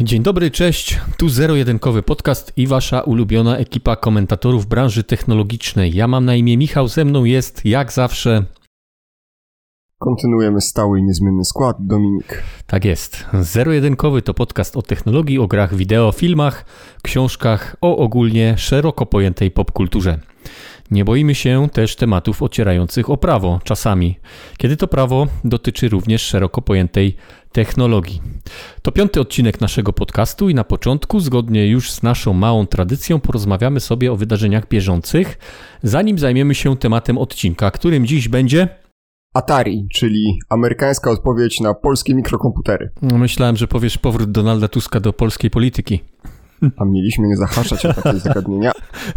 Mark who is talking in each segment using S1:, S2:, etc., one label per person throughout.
S1: Dzień dobry, cześć, tu Zero-Jedynkowy Podcast i wasza ulubiona ekipa komentatorów branży technologicznej. Ja mam na imię Michał, ze mną jest jak zawsze...
S2: Kontynuujemy stały i niezmienny skład, Dominik.
S1: Tak jest. Zero-Jedynkowy to podcast o technologii, o grach wideo, filmach, książkach, o ogólnie szeroko pojętej popkulturze. Nie boimy się też tematów ocierających o prawo czasami, kiedy to prawo dotyczy również szeroko pojętej technologii. To 5. odcinek naszego podcastu i na początku, zgodnie już z naszą małą tradycją, porozmawiamy sobie o wydarzeniach bieżących, zanim zajmiemy się tematem odcinka, którym dziś będzie...
S2: Atari, czyli amerykańska odpowiedź na polskie mikrokomputery.
S1: Myślałem, że powiesz powrót Donalda Tuska do polskiej polityki.
S2: A mieliśmy nie zahaczać o takie zagadnienia.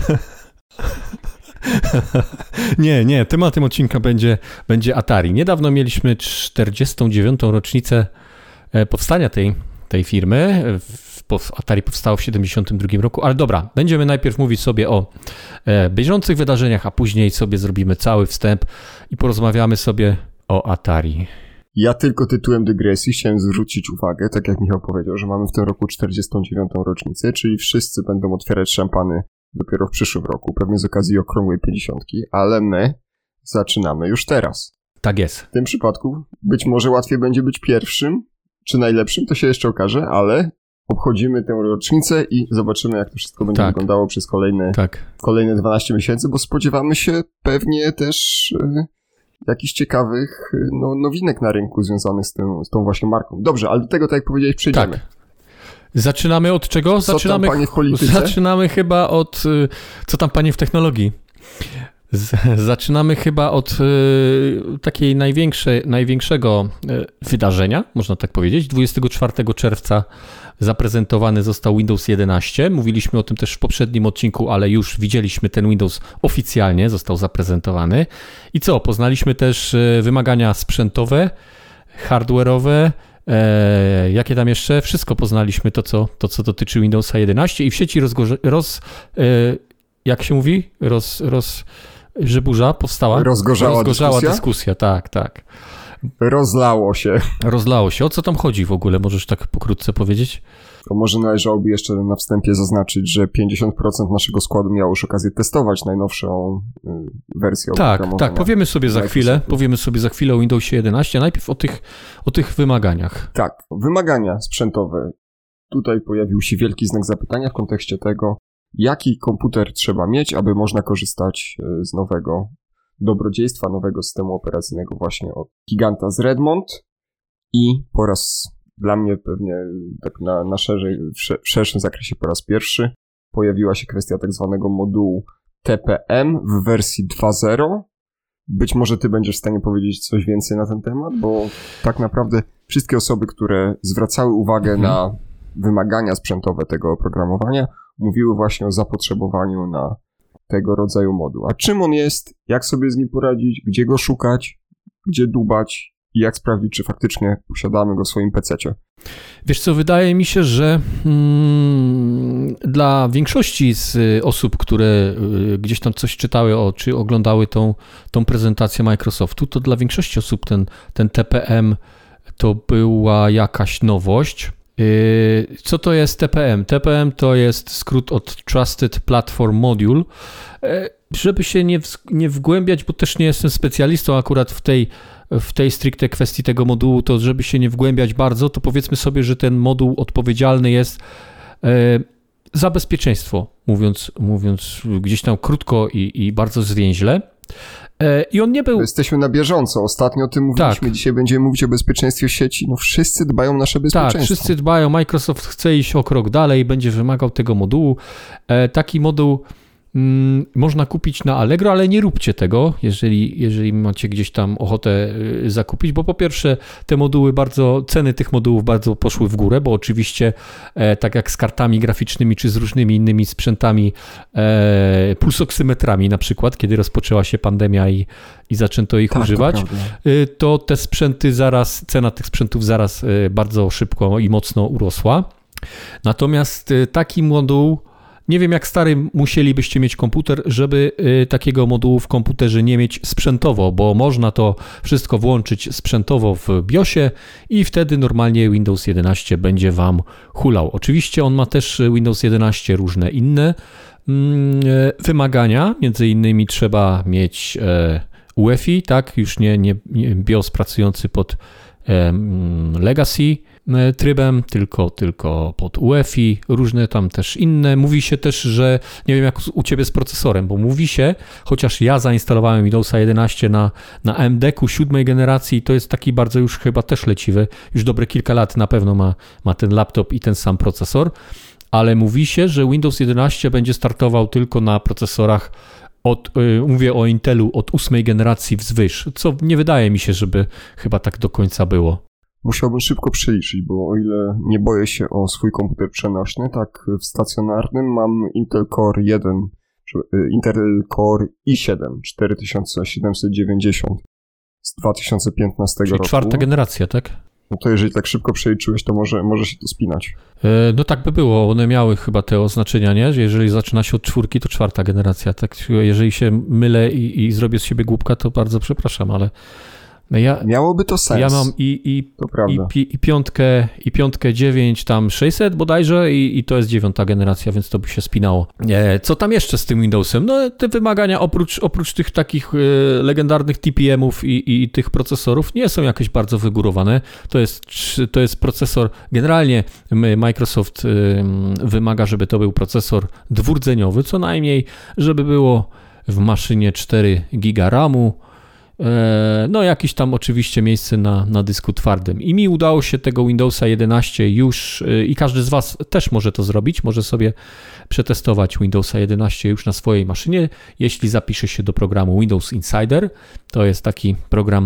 S1: Nie, tematem odcinka będzie Atari. Niedawno mieliśmy 49. rocznicę powstania tej firmy. Atari powstało w 1972 roku, ale dobra, będziemy najpierw mówić sobie o bieżących wydarzeniach, a później sobie zrobimy cały wstęp i porozmawiamy sobie o Atari.
S2: Ja tylko tytułem dygresji chciałem zwrócić uwagę, tak jak Michał powiedział, że mamy w tym roku 49. rocznicę, czyli wszyscy będą otwierać szampany dopiero w przyszłym roku, pewnie z okazji okrągłej 50, ale my zaczynamy już teraz.
S1: Tak jest.
S2: W tym przypadku być może łatwiej będzie być pierwszym, czy najlepszym, to się jeszcze okaże, ale obchodzimy tę rocznicę i zobaczymy, jak to wszystko będzie wyglądało przez kolejne 12 miesięcy, bo spodziewamy się pewnie też jakichś ciekawych nowinek na rynku związanych z tą właśnie marką. Dobrze, ale do tego, tak jak powiedziałeś, przejdziemy.
S1: Tak. Zaczynamy od czego?
S2: Co tam, panie w polityce?
S1: Zaczynamy chyba od... Co tam, panie w technologii? Zaczynamy chyba od takiej największego wydarzenia, można tak powiedzieć. 24 czerwca zaprezentowany został Windows 11. Mówiliśmy o tym też w poprzednim odcinku, ale już widzieliśmy ten Windows oficjalnie, został zaprezentowany. I co? Poznaliśmy też wymagania sprzętowe, hardware'owe, jakie tam jeszcze? Wszystko poznaliśmy, to co dotyczy Windowsa 11 i w sieci jak się mówi? Że burza powstała?
S2: Rozgorzała
S1: dyskusja, tak.
S2: Rozlało się.
S1: O co tam chodzi w ogóle? Możesz tak pokrótce powiedzieć?
S2: To może należałoby jeszcze na wstępie zaznaczyć, że 50% naszego składu miało już okazję testować najnowszą wersję oprogramowania.
S1: Tak, powiemy sobie za chwilę o Windowsie 11, a najpierw o tych wymaganiach.
S2: Tak, wymagania sprzętowe. Tutaj pojawił się wielki znak zapytania w kontekście tego, jaki komputer trzeba mieć, aby można korzystać z nowego dobrodziejstwa, nowego systemu operacyjnego właśnie od giganta z Redmond. I po raz, dla mnie pewnie tak na w szerszym zakresie po raz pierwszy, pojawiła się kwestia tak zwanego modułu TPM w wersji 2.0. Być może ty będziesz w stanie powiedzieć coś więcej na ten temat, bo tak naprawdę wszystkie osoby, które zwracały uwagę na wymagania sprzętowe tego oprogramowania, mówiły właśnie o zapotrzebowaniu na tego rodzaju moduł. A czym on jest, jak sobie z nim poradzić, gdzie go szukać, gdzie dłubać i jak sprawdzić, czy faktycznie posiadamy go w swoim PC-cie.
S1: Wiesz co, wydaje mi się, że dla większości z osób, które gdzieś tam coś czytały czy oglądały tą prezentację Microsoftu, to dla większości osób ten TPM to była jakaś nowość. Co to jest TPM? TPM to jest skrót od Trusted Platform Module. Żeby się nie wgłębiać, bo też nie jestem specjalistą akurat w tej stricte kwestii tego modułu, to żeby się nie wgłębiać bardzo, to powiedzmy sobie, że ten moduł odpowiedzialny jest za bezpieczeństwo, mówiąc gdzieś tam krótko i bardzo zwięźle. I on nie był...
S2: Jesteśmy na bieżąco. Ostatnio o tym mówiliśmy. Tak. Dzisiaj będziemy mówić o bezpieczeństwie sieci. Wszyscy dbają o nasze bezpieczeństwo.
S1: Tak, wszyscy dbają. Microsoft chce iść o krok dalej, będzie wymagał tego modułu. Taki moduł można kupić na Allegro, ale nie róbcie tego, jeżeli macie gdzieś tam ochotę zakupić, bo po pierwsze ceny tych modułów bardzo poszły w górę, bo oczywiście tak jak z kartami graficznymi czy z różnymi innymi sprzętami, pulsoksymetrami na przykład, kiedy rozpoczęła się pandemia i zaczęto ich używać, to te sprzęty cena tych sprzętów zaraz bardzo szybko i mocno urosła. Natomiast taki moduł Nie wiem, jak stary musielibyście mieć komputer, żeby takiego modułu w komputerze nie mieć sprzętowo, bo można to wszystko włączyć sprzętowo w BIOSie i wtedy normalnie Windows 11 będzie wam hulał. Oczywiście on ma też Windows 11 różne inne wymagania, między innymi trzeba mieć UEFI, tak, już nie BIOS pracujący pod Legacy trybem, tylko pod UEFI, różne tam też inne. Mówi się też, że nie wiem jak u Ciebie z procesorem, bo mówi się, chociaż ja zainstalowałem Windowsa 11 na AMD-ku 7 generacji, to jest taki bardzo już chyba też leciwy, już dobre kilka lat na pewno ma ten laptop i ten sam procesor, ale mówi się, że Windows 11 będzie startował tylko na procesorach mówię o Intelu od 8 generacji wzwyż, co nie wydaje mi się, żeby chyba tak do końca było.
S2: Musiałbym szybko przeliczyć, bo o ile nie boję się o swój komputer przenośny, tak w stacjonarnym mam Intel Core i7 4790 z 2015
S1: Czyli
S2: roku.
S1: czwarta generacja, tak?
S2: No to jeżeli tak szybko przeliczyłeś, to może się to spinać.
S1: No tak by było, one miały chyba te oznaczenia, nie? Że jeżeli zaczyna się od 4, to czwarta generacja, tak? Jeżeli się mylę i zrobię z siebie głupka, to bardzo przepraszam, ale
S2: miałoby to sens.
S1: Ja mam i piątkę 9, tam 600 bodajże i to jest 9 generacja, więc to by się spinało. Co tam jeszcze z tym Windowsem? No te wymagania oprócz tych takich legendarnych TPM-ów i tych procesorów nie są jakieś bardzo wygórowane. To jest procesor, generalnie Microsoft wymaga, żeby to był procesor dwurdzeniowy, co najmniej, żeby było w maszynie 4 GB RAMu, no jakieś tam oczywiście miejsce na dysku twardym. I mi udało się tego Windowsa 11 już i każdy z Was też może to zrobić, może sobie przetestować Windowsa 11 już na swojej maszynie, jeśli zapisze się do programu Windows Insider. To jest taki program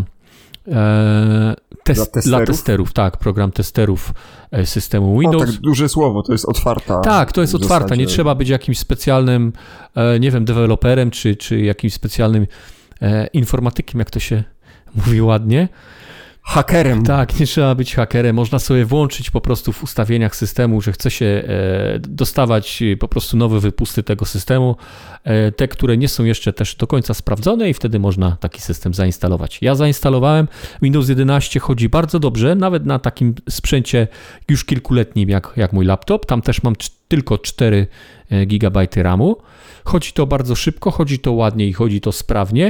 S1: dla testerów, tak, program testerów systemu Windows.
S2: O, tak duże słowo, to jest otwarta.
S1: Tak, to jest otwarta, nie trzeba być jakimś specjalnym, nie wiem, deweloperem, czy jakimś specjalnym informatykiem, jak to się mówi ładnie.
S2: Hakerem.
S1: Tak, nie trzeba być hakerem. Można sobie włączyć po prostu w ustawieniach systemu, że chce się dostawać po prostu nowe wypusty tego systemu, te, które nie są jeszcze też do końca sprawdzone i wtedy można taki system zainstalować. Ja zainstalowałem, Windows 11 chodzi bardzo dobrze, nawet na takim sprzęcie już kilkuletnim jak mój laptop. Tam też mam tylko 4 GB RAMu. Chodzi to bardzo szybko, chodzi to ładnie i chodzi to sprawnie.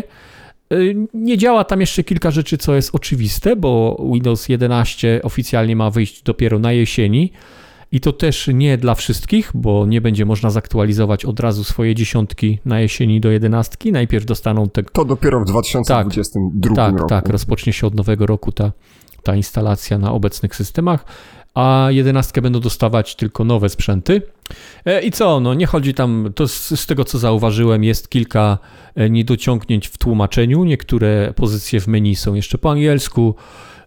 S1: Nie działa tam jeszcze kilka rzeczy, co jest oczywiste, bo Windows 11 oficjalnie ma wyjść dopiero na jesieni i to też nie dla wszystkich, bo nie będzie można zaktualizować od razu swoje 10 na jesieni do 11. Najpierw dostaną te...
S2: To dopiero w 2022 roku. Tak,
S1: rozpocznie się od nowego roku ta instalacja na obecnych systemach, a 11 będą dostawać tylko nowe sprzęty. I co, no nie chodzi tam, to z tego co zauważyłem jest kilka niedociągnięć w tłumaczeniu, niektóre pozycje w menu są jeszcze po angielsku,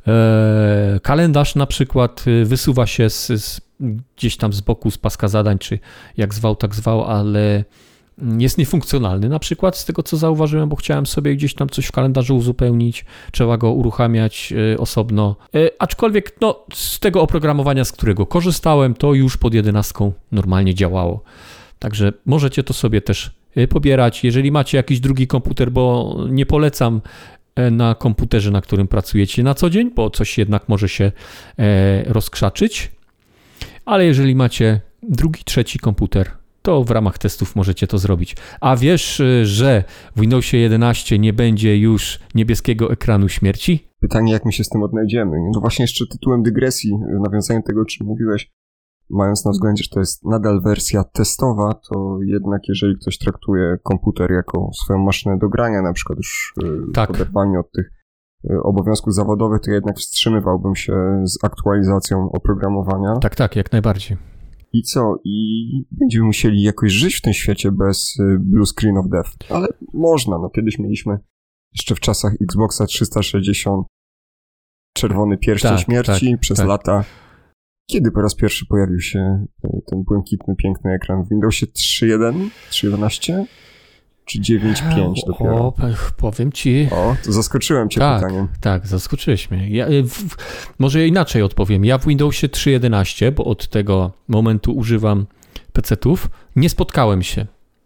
S1: kalendarz na przykład wysuwa się gdzieś tam z boku z paska zadań, czy jak zwał, tak zwał, ale jest niefunkcjonalny na przykład z tego co zauważyłem, bo chciałem sobie gdzieś tam coś w kalendarzu uzupełnić, trzeba go uruchamiać osobno, aczkolwiek no, z tego oprogramowania, z którego korzystałem, to już pod 11 normalnie działało, także możecie to sobie też pobierać, jeżeli macie jakiś drugi komputer, bo nie polecam na komputerze, na którym pracujecie na co dzień, bo coś jednak może się rozkrzaczyć, ale jeżeli macie drugi, trzeci komputer, to w ramach testów możecie to zrobić. A wiesz, że w Windowsie 11 nie będzie już niebieskiego ekranu śmierci?
S2: Pytanie, jak my się z tym odnajdziemy. No właśnie jeszcze tytułem dygresji, nawiązaniem tego, o czym mówiłeś, mając na względzie, że to jest nadal wersja testowa, to jednak jeżeli ktoś traktuje komputer jako swoją maszynę do grania, na przykład już w oderwaniu od tych obowiązków zawodowych, to jednak wstrzymywałbym się z aktualizacją oprogramowania.
S1: Tak, jak najbardziej.
S2: I co? I będziemy musieli jakoś żyć w tym świecie bez Blue Screen of Death. Ale można, no kiedyś mieliśmy jeszcze w czasach Xboxa 360 czerwony pierścień śmierci przez lata. Kiedy po raz pierwszy pojawił się ten błękitny, piękny ekran? W Windowsie 3.1? 3.11? Czy 9.5 dopiero?
S1: Powiem ci...
S2: to zaskoczyłem cię pytaniem.
S1: Tak, zaskoczyłeś mnie. Może inaczej odpowiem. Ja w Windowsie 3.11, bo od tego momentu używam PC-ów. Nie spotkałem się.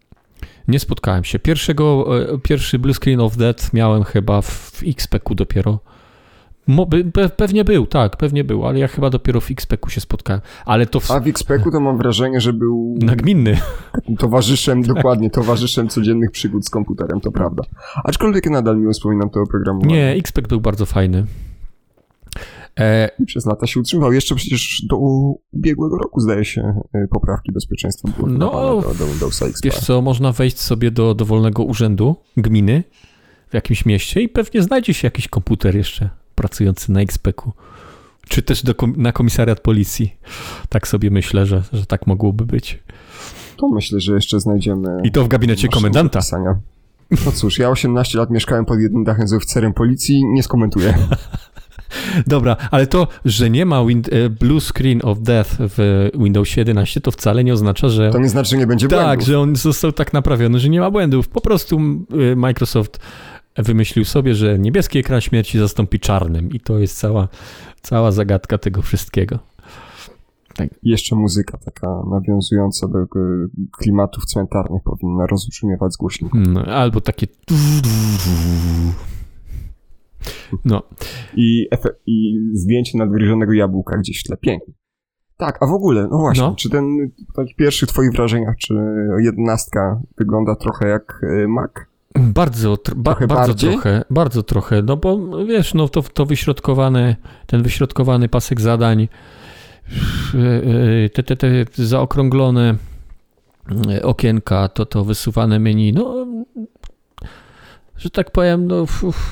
S1: Pierwszy Blue Screen of Death miałem chyba w XPEC-u dopiero. Pewnie był, ale ja chyba dopiero w XPEC-u się spotkałem. Ale to
S2: A w XPEC-u to mam wrażenie, że był
S1: nagminny.
S2: Towarzyszem codziennych przygód z komputerem, to prawda. Aczkolwiek nadal miło wspominam to oprogramowanie.
S1: Nie, XPEC był bardzo fajny.
S2: I przez lata się utrzymywał. Jeszcze przecież do ubiegłego roku, zdaje się, poprawki bezpieczeństwa były do Windowsa XP.
S1: Wiesz co, można wejść sobie do dowolnego urzędu gminy w jakimś mieście i pewnie znajdzie się jakiś komputer jeszcze pracujący na XPEC-u. Czy też na komisariat policji. Tak sobie myślę, że tak mogłoby być.
S2: To myślę, że jeszcze znajdziemy...
S1: I to w gabinecie komendanta.
S2: Zapisania. No cóż, ja 18 lat mieszkałem pod jednym dachem z oficerem policji, nie skomentuję.
S1: Dobra, ale to, że nie ma Blue Screen of Death w Windowsie 11, to wcale nie oznacza, że...
S2: To nie znaczy, że nie będzie błędów.
S1: Tak, że on został tak naprawiony, że nie ma błędów. Po prostu Microsoft wymyślił sobie, że niebieski ekran śmierci zastąpi czarnym i to jest cała zagadka tego wszystkiego.
S2: Tak. Jeszcze muzyka taka nawiązująca do klimatów cmentarnych powinna rozbrzmiewać z głośników.
S1: Albo takie... No.
S2: I zdjęcie nadgryzionego jabłka gdzieś w tle. Pięknie. Tak, a w ogóle, no właśnie, czy ten w takich pierwszych twoich wrażeniach, czy 11 wygląda trochę jak Mac?
S1: Bardzo trochę, no bo wiesz, no to ten wyśrodkowany pasek zadań, te zaokrąglone okienka, to wysuwane menu, no, że tak powiem, no...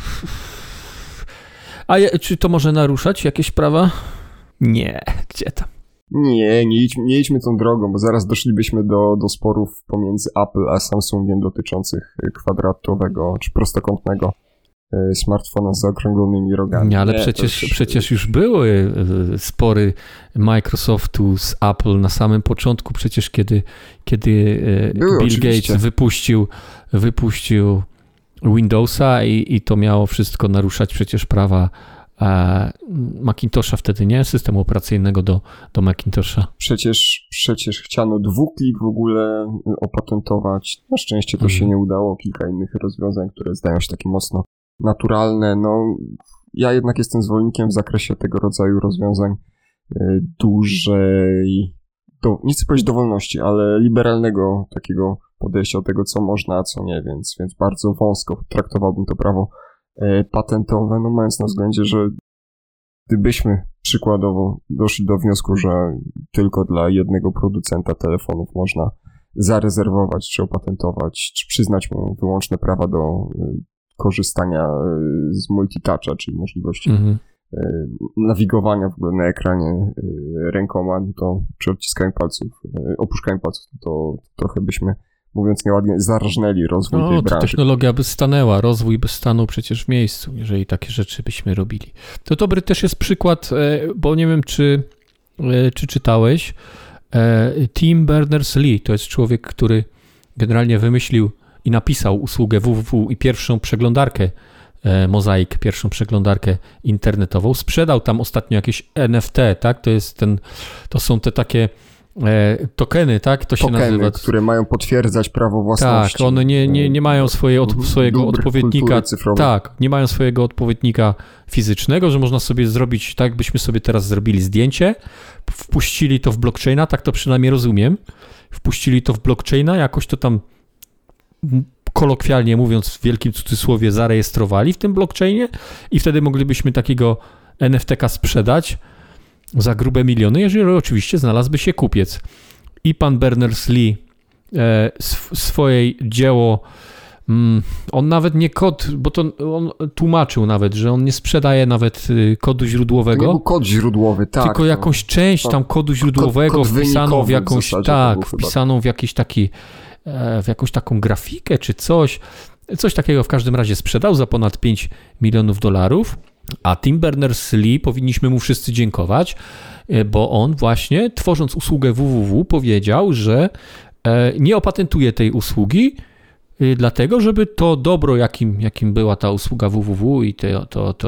S1: czy to może naruszać jakieś prawa? Nie, gdzie tam?
S2: Nie idźmy tą drogą, bo zaraz doszlibyśmy do sporów pomiędzy Apple a Samsungiem dotyczących kwadratowego czy prostokątnego smartfona z zaokrąglonymi rogami.
S1: Nie, ale przecież już były spory Microsoftu z Apple na samym początku, przecież kiedy Bill Gates wypuścił Windowsa i to miało wszystko naruszać przecież prawa Macintosha wtedy, nie? Systemu operacyjnego do Macintosha.
S2: Przecież chciano dwuklik w ogóle opatentować. Na szczęście to się nie udało. Kilka innych rozwiązań, które zdają się takie mocno naturalne. No, ja jednak jestem zwolennikiem w zakresie tego rodzaju rozwiązań dużej, nie chcę powiedzieć dowolności, ale liberalnego takiego podejścia do tego, co można, a co nie, więc bardzo wąsko traktowałbym to prawo patentowe, no mając na względzie, że gdybyśmy przykładowo doszli do wniosku, że tylko dla jednego producenta telefonów można zarezerwować, czy opatentować, czy przyznać mu wyłączne prawa do korzystania z multitoucha, czyli możliwości nawigowania w ogóle na ekranie rękoma, to czy opuszczaniem palców, to trochę byśmy, mówiąc nieładnie, zarżnęli rozwój tej branży.
S1: Technologia by stanęła, rozwój by stanął przecież w miejscu, jeżeli takie rzeczy byśmy robili. To dobry też jest przykład, bo nie wiem, czy czytałeś, Tim Berners-Lee, to jest człowiek, który generalnie wymyślił i napisał usługę www i pierwszą przeglądarkę Mozaik, pierwszą przeglądarkę internetową. Sprzedał tam ostatnio jakieś NFT, tak? To są te takie tokeny, tak? To się nazywa.
S2: Które mają potwierdzać prawo własności.
S1: Tak, one nie mają swojego odpowiednika. Tak, nie mają swojego odpowiednika fizycznego, że można sobie zrobić, tak byśmy sobie teraz zrobili zdjęcie, wpuścili to w blockchaina, tak to przynajmniej rozumiem. Wpuścili to w blockchaina, jakoś to tam kolokwialnie mówiąc w wielkim cudzysłowie zarejestrowali w tym blockchainie i wtedy moglibyśmy takiego NFT-ka sprzedać za grube miliony, jeżeli oczywiście znalazłby się kupiec. I pan Berners-Lee swoje dzieło, on nawet nie kod, bo to on tłumaczył nawet, że on nie sprzedaje nawet kodu źródłowego. To nie
S2: był kod źródłowy, tak.
S1: Tylko jakąś część tam kodu źródłowego wpisaną w jakąś, wpisaną w jakiś taki, w jakąś taką grafikę czy coś takiego w każdym razie sprzedał za ponad $5 milionów, a Tim Berners-Lee powinniśmy mu wszyscy dziękować, bo on właśnie tworząc usługę www powiedział, że nie opatentuje tej usługi, dlatego żeby to dobro, jakim była ta usługa www i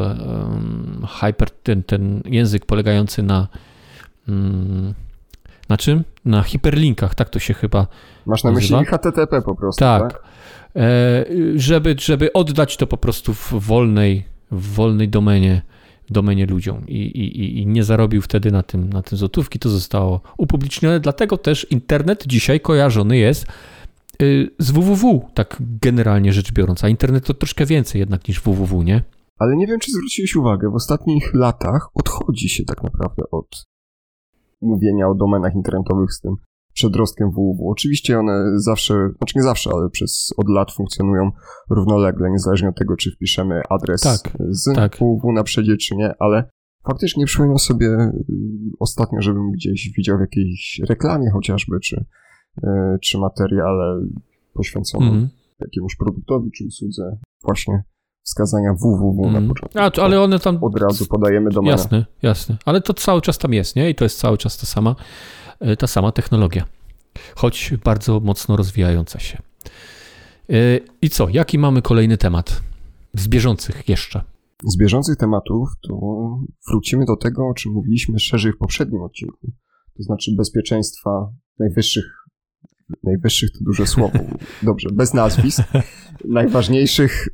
S1: ten język polegający na Na czym? Na hiperlinkach, tak to się chyba
S2: Masz na
S1: nazywa.
S2: myśli HTTP po prostu,
S1: tak? Żeby oddać to po prostu w wolnej domenie ludziom i nie zarobił wtedy na tym złotówki, to zostało upublicznione, dlatego też internet dzisiaj kojarzony jest z www, tak generalnie rzecz biorąc, a internet to troszkę więcej jednak niż www, nie?
S2: Ale nie wiem, czy zwróciłeś uwagę, w ostatnich latach odchodzi się tak naprawdę od mówienia o domenach internetowych z tym przedrostkiem www. Oczywiście one zawsze, znaczy nie zawsze, ale od lat funkcjonują równolegle, niezależnie od tego, czy wpiszemy adres z www na przedzie, czy nie, ale faktycznie nie przypominam sobie ostatnio, żebym gdzieś widział w jakiejś reklamie chociażby, czy materiale poświęconym jakiemuś produktowi, czy usłudze właśnie wskazania www na początku.
S1: Ale one tam...
S2: Od razu podajemy domenę.
S1: Jasne. Ale to cały czas tam jest, nie? I to jest cały czas ta sama technologia. Choć bardzo mocno rozwijająca się. I co? Jaki mamy kolejny temat? Z bieżących jeszcze.
S2: Z bieżących tematów to wrócimy do tego, o czym mówiliśmy szerzej w poprzednim odcinku. To znaczy bezpieczeństwa najwyższych to duże słowo. Dobrze, bez nazwisk. Najważniejszych...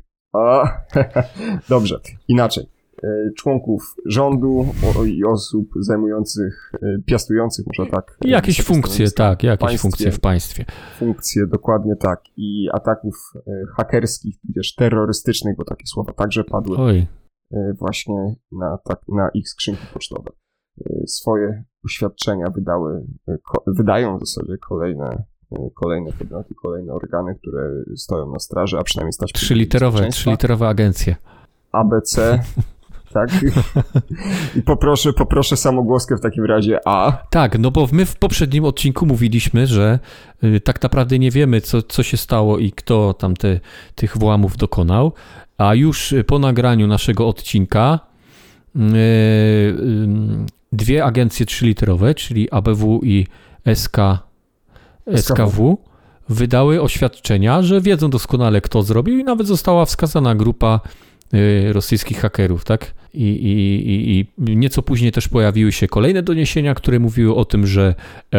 S2: Dobrze, inaczej. Członków rządu i osób piastujących, może tak.
S1: Jakieś funkcje, tak, funkcje w państwie.
S2: Funkcje, dokładnie tak. I ataków hakerskich, tudzież terrorystycznych, bo takie słowa także padły właśnie na ich skrzynki pocztowe. Swoje oświadczenia wydają w zasadzie kolejne podmioty, kolejne organy, które stoją na straży, a przynajmniej stać...
S1: Trzyliterowe agencje.
S2: ABC, tak? I poproszę samogłoskę w takim razie A.
S1: Tak, no bo my w poprzednim odcinku mówiliśmy, że tak naprawdę nie wiemy, co się stało i kto tam tych włamów dokonał, a już po nagraniu naszego odcinka dwie agencje trzyliterowe, czyli ABW i SKW, wydały oświadczenia, że wiedzą doskonale, kto zrobił i nawet została wskazana grupa rosyjskich hakerów, tak? I nieco później też pojawiły się kolejne doniesienia, które mówiły o tym, że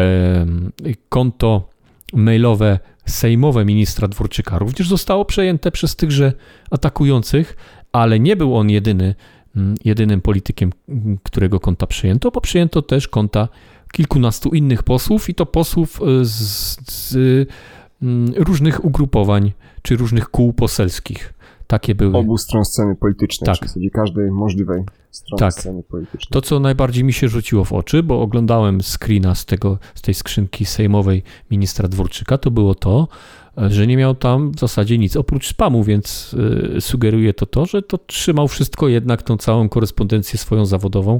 S1: konto mailowe sejmowe ministra Dworczyka również zostało przejęte przez tychże atakujących, ale nie był on jedynym politykiem, którego konta przejęto, bo przejęto też konta kilkunastu innych posłów i to posłów z różnych ugrupowań czy różnych kół poselskich. Takie były.
S2: Obu stron sceny politycznej,
S1: tak.
S2: w zasadzie każdej możliwej strony sceny politycznej.
S1: To, co najbardziej mi się rzuciło w oczy, bo oglądałem screena z tej skrzynki sejmowej ministra Dworczyka, to było to, że nie miał tam w zasadzie nic oprócz spamu, więc sugeruje to, że to trzymał wszystko jednak, tą całą korespondencję swoją zawodową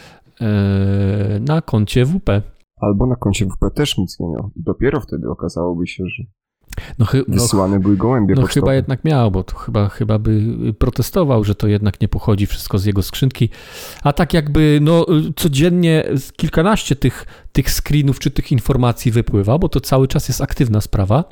S1: na koncie WP.
S2: Albo na koncie WP też nic nie miał. I dopiero wtedy okazałoby się, że wysyłane były gołębie pocztowe.
S1: Chyba jednak miał, bo to chyba by protestował, że to jednak nie pochodzi wszystko z jego skrzynki. A tak jakby codziennie kilkanaście tych screenów czy tych informacji wypływa, bo to cały czas jest aktywna sprawa.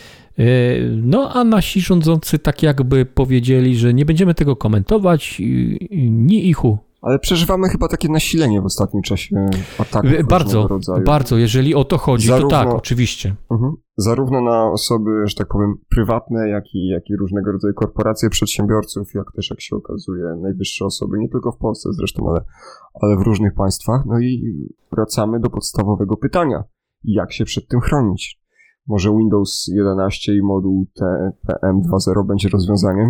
S1: A nasi rządzący tak jakby powiedzieli, że nie będziemy tego komentować, ni ichu.
S2: Ale przeżywamy chyba takie nasilenie w ostatnim czasie ataków
S1: bardzo,
S2: rodzaju.
S1: Bardzo, jeżeli o to chodzi, to tak, oczywiście.
S2: Zarówno na osoby, że tak powiem, prywatne, jak i różnego rodzaju korporacje przedsiębiorców, jak też, jak się okazuje, najwyższe osoby, nie tylko w Polsce zresztą, ale w różnych państwach. No i wracamy do podstawowego pytania. Jak się przed tym chronić? Może Windows 11 i moduł TPM 2.0 będzie rozwiązaniem?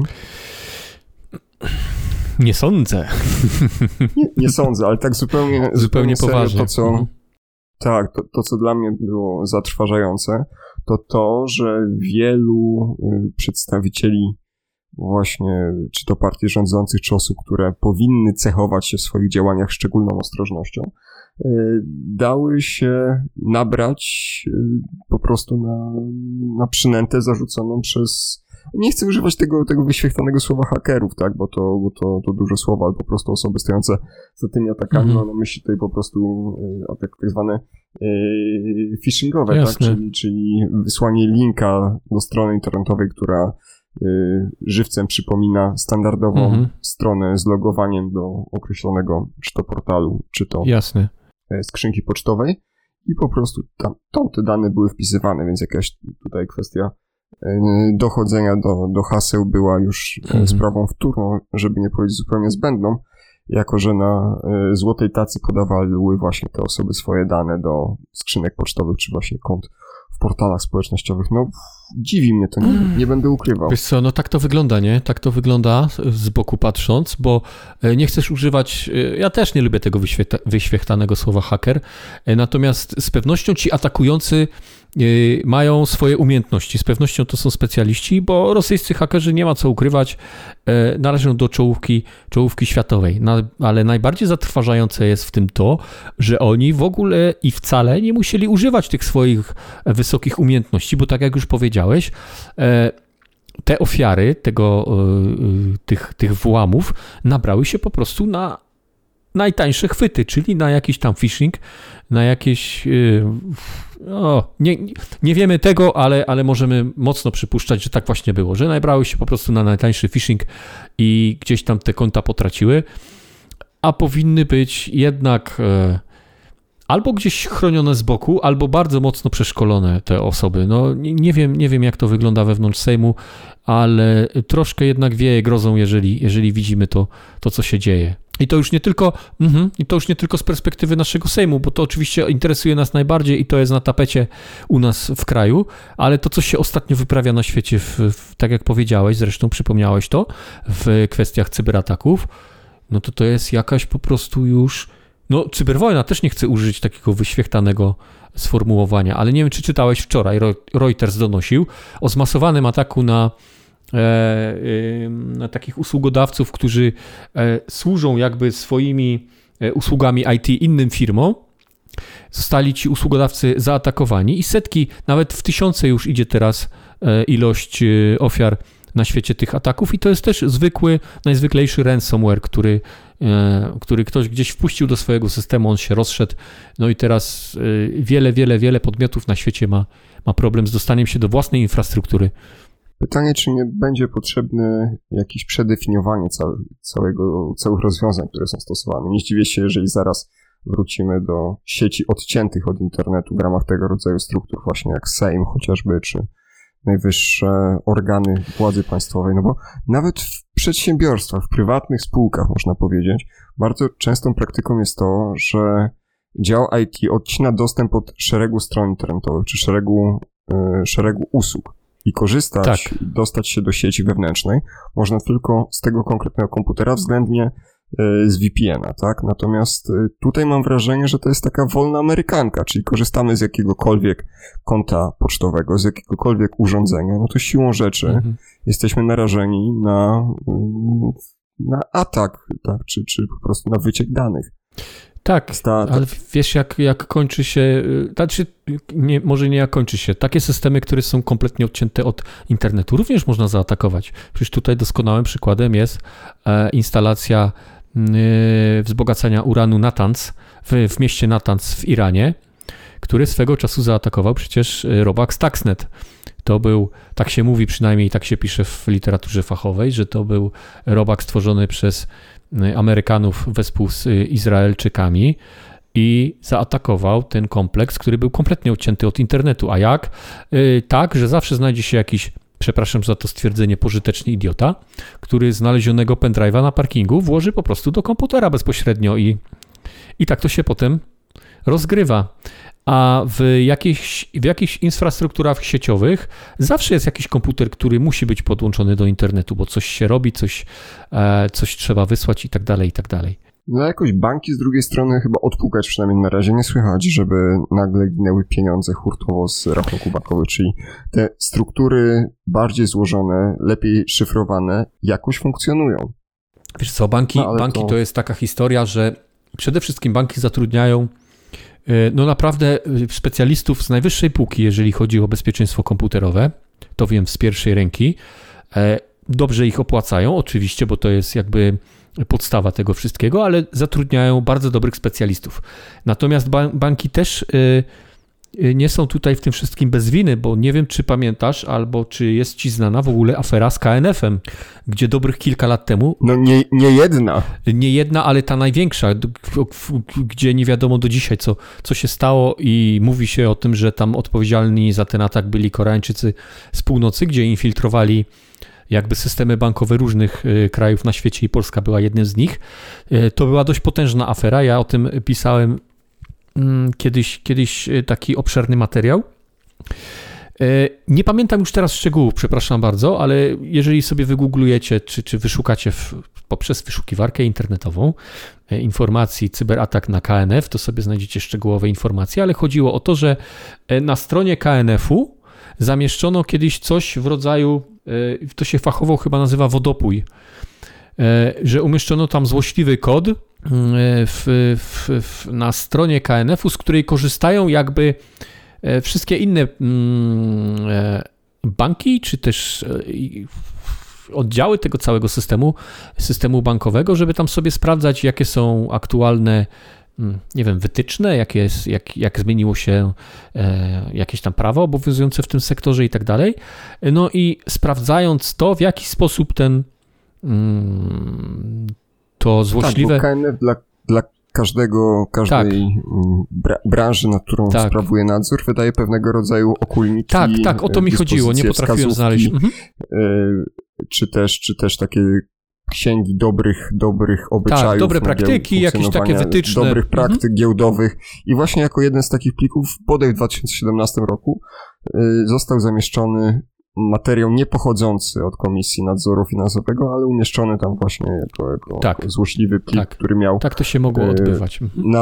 S1: Nie sądzę.
S2: Nie sądzę, ale tak zupełnie
S1: poważnie.
S2: To, co dla mnie było zatrważające, to, że wielu przedstawicieli właśnie, czy to partii rządzących, czy osób, które powinny cechować się w swoich działaniach szczególną ostrożnością, dały się nabrać po prostu na przynętę zarzuconą przez... Nie chcę używać tego wyświechtanego słowa hakerów, tak, bo to duże słowo, ale po prostu osoby stojące za tymi atakami, mam na myśli tutaj po prostu tak zwane phishingowe, tak, czyli wysłanie linka do strony internetowej, która żywcem przypomina standardową stronę z logowaniem do określonego czy to portalu, czy to skrzynki pocztowej. i po prostu tam te dane były wpisywane, więc jakaś tutaj kwestia dochodzenia do haseł była już sprawą wtórną, żeby nie powiedzieć zupełnie zbędną, jako że na złotej tacy podawały właśnie te osoby swoje dane do skrzynek pocztowych, czy właśnie kont w portalach społecznościowych. No, dziwi mnie to, nie będę ukrywał.
S1: Wiesz co, no tak to wygląda, nie? Tak to wygląda z boku patrząc, bo nie chcesz używać, ja też nie lubię tego wyświechtanego słowa haker, natomiast z pewnością ci atakujący mają swoje umiejętności. Z pewnością to są specjaliści, bo rosyjscy hakerzy, nie ma co ukrywać, należą do czołówki światowej. Ale najbardziej zatrważające jest w tym to, że oni w ogóle i wcale nie musieli używać tych swoich wysokich umiejętności, bo tak jak już powiedziałeś, te ofiary tych włamów nabrały się po prostu na najtańsze chwyty, czyli na jakiś tam phishing, na jakieś... nie wiemy tego, ale możemy mocno przypuszczać, że tak właśnie było, że nabrały się po prostu na najtańszy phishing i gdzieś tam te konta potraciły, a powinny być jednak albo gdzieś chronione z boku, albo bardzo mocno przeszkolone te osoby. No nie wiem jak to wygląda wewnątrz Sejmu, ale troszkę jednak wieje grozą, jeżeli widzimy to, co się dzieje. I to już nie tylko z perspektywy naszego Sejmu, bo to oczywiście interesuje nas najbardziej i to jest na tapecie u nas w kraju, ale to, co się ostatnio wyprawia na świecie, tak jak powiedziałeś, zresztą przypomniałeś to, w kwestiach cyberataków, no to jest jakaś po prostu już... No, cyberwojna, też nie chcę użyć takiego wyświechtanego sformułowania, ale nie wiem, czy czytałeś wczoraj, Reuters donosił o zmasowanym ataku na takich usługodawców, którzy służą jakby swoimi usługami IT innym firmom. Zostali ci usługodawcy zaatakowani i setki, nawet w tysiące już idzie teraz ilość ofiar na świecie tych ataków i to jest też najzwyklejszy ransomware, który ktoś gdzieś wpuścił do swojego systemu, on się rozszedł, no i teraz wiele podmiotów na świecie ma problem z dostaniem się do własnej infrastruktury.
S2: Pytanie, czy nie będzie potrzebne jakieś przedefiniowanie całych rozwiązań, które są stosowane. Nie zdziwię się, jeżeli zaraz wrócimy do sieci odciętych od internetu w ramach tego rodzaju struktur, właśnie jak Sejm chociażby, czy najwyższe organy władzy państwowej, no bo nawet w przedsiębiorstwach, w prywatnych spółkach, można powiedzieć, bardzo częstą praktyką jest to, że dział IT odcina dostęp od szeregu stron internetowych, czy szeregu usług i korzystać, dostać się do sieci wewnętrznej można tylko z tego konkretnego komputera, względnie z VPN-a, tak? Natomiast tutaj mam wrażenie, że to jest taka wolna amerykanka, czyli korzystamy z jakiegokolwiek konta pocztowego, z jakiegokolwiek urządzenia, no to siłą rzeczy jesteśmy narażeni na atak, tak? Czy po prostu na wyciek danych.
S1: Tak, ale wiesz jak kończy się, może nie jak kończy się, takie systemy, które są kompletnie odcięte od internetu, również można zaatakować. Przecież tutaj doskonałym przykładem jest instalacja wzbogacania uranu Natanz w mieście Natanz w Iranie, który swego czasu zaatakował przecież robak Stuxnet. To był, tak się mówi przynajmniej, tak się pisze w literaturze fachowej, że to był robak stworzony przez Amerykanów wespół z Izraelczykami i zaatakował ten kompleks, który był kompletnie odcięty od internetu. A jak? Tak, że zawsze znajdzie się jakiś, przepraszam za to stwierdzenie, pożyteczny idiota, który znalezionego pendrive'a na parkingu włoży po prostu do komputera bezpośrednio i tak to się potem rozgrywa. A w jakichś infrastrukturach sieciowych zawsze jest jakiś komputer, który musi być podłączony do internetu, bo coś się robi, coś trzeba wysłać i tak dalej, i tak dalej.
S2: No jakoś banki z drugiej strony chyba odpukać przynajmniej na razie nie słychać, żeby nagle ginęły pieniądze hurtowo z rachunków bankowych, czyli te struktury bardziej złożone, lepiej szyfrowane jakoś funkcjonują.
S1: Wiesz co, banki to jest taka historia, że przede wszystkim banki zatrudniają no naprawdę specjalistów z najwyższej półki, jeżeli chodzi o bezpieczeństwo komputerowe, to wiem z pierwszej ręki. Dobrze ich opłacają, oczywiście, bo to jest jakby podstawa tego wszystkiego, ale zatrudniają bardzo dobrych specjalistów. Natomiast banki też nie są tutaj w tym wszystkim bez winy, bo nie wiem, czy pamiętasz, albo czy jest ci znana w ogóle afera z KNF-em, gdzie dobrych kilka lat temu...
S2: No nie jedna.
S1: Nie jedna, ale ta największa, gdzie nie wiadomo do dzisiaj, co się stało i mówi się o tym, że tam odpowiedzialni za ten atak byli Koreańczycy z północy, gdzie infiltrowali jakby systemy bankowe różnych krajów na świecie i Polska była jednym z nich. To była dość potężna afera. Ja o tym pisałem kiedyś taki obszerny materiał. Nie pamiętam już teraz szczegółów, przepraszam bardzo, ale jeżeli sobie wygooglujecie, czy wyszukacie poprzez wyszukiwarkę internetową informacji cyberatak na KNF, to sobie znajdziecie szczegółowe informacje, ale chodziło o to, że na stronie KNF-u zamieszczono kiedyś coś w rodzaju, to się fachowo chyba nazywa wodopój, że umieszczono tam złośliwy kod na stronie KNF-u, z której korzystają jakby wszystkie inne banki, czy też oddziały tego całego systemu bankowego, żeby tam sobie sprawdzać, jakie są aktualne, nie wiem, wytyczne, jak zmieniło się jakieś tam prawo obowiązujące w tym sektorze i tak dalej. No i sprawdzając to, w jaki sposób to złośliwe...
S2: Tak, bo KNF dla każdej branży, nad którą sprawuje nadzór, wydaje pewnego rodzaju okólniki.
S1: Tak, o to mi chodziło, nie potrafiłem znaleźć.
S2: Czy też takie księgi dobrych obyczajów.
S1: Tak, dobre praktyki, jakieś takie wytyczne.
S2: Dobrych praktyk giełdowych. I właśnie jako jeden z takich plików, bodaj w 2017 roku, został zamieszczony materiał nie pochodzący od Komisji Nadzoru Finansowego, ale umieszczony tam właśnie jako złośliwy plik, który miał...
S1: Tak to się mogło odbywać.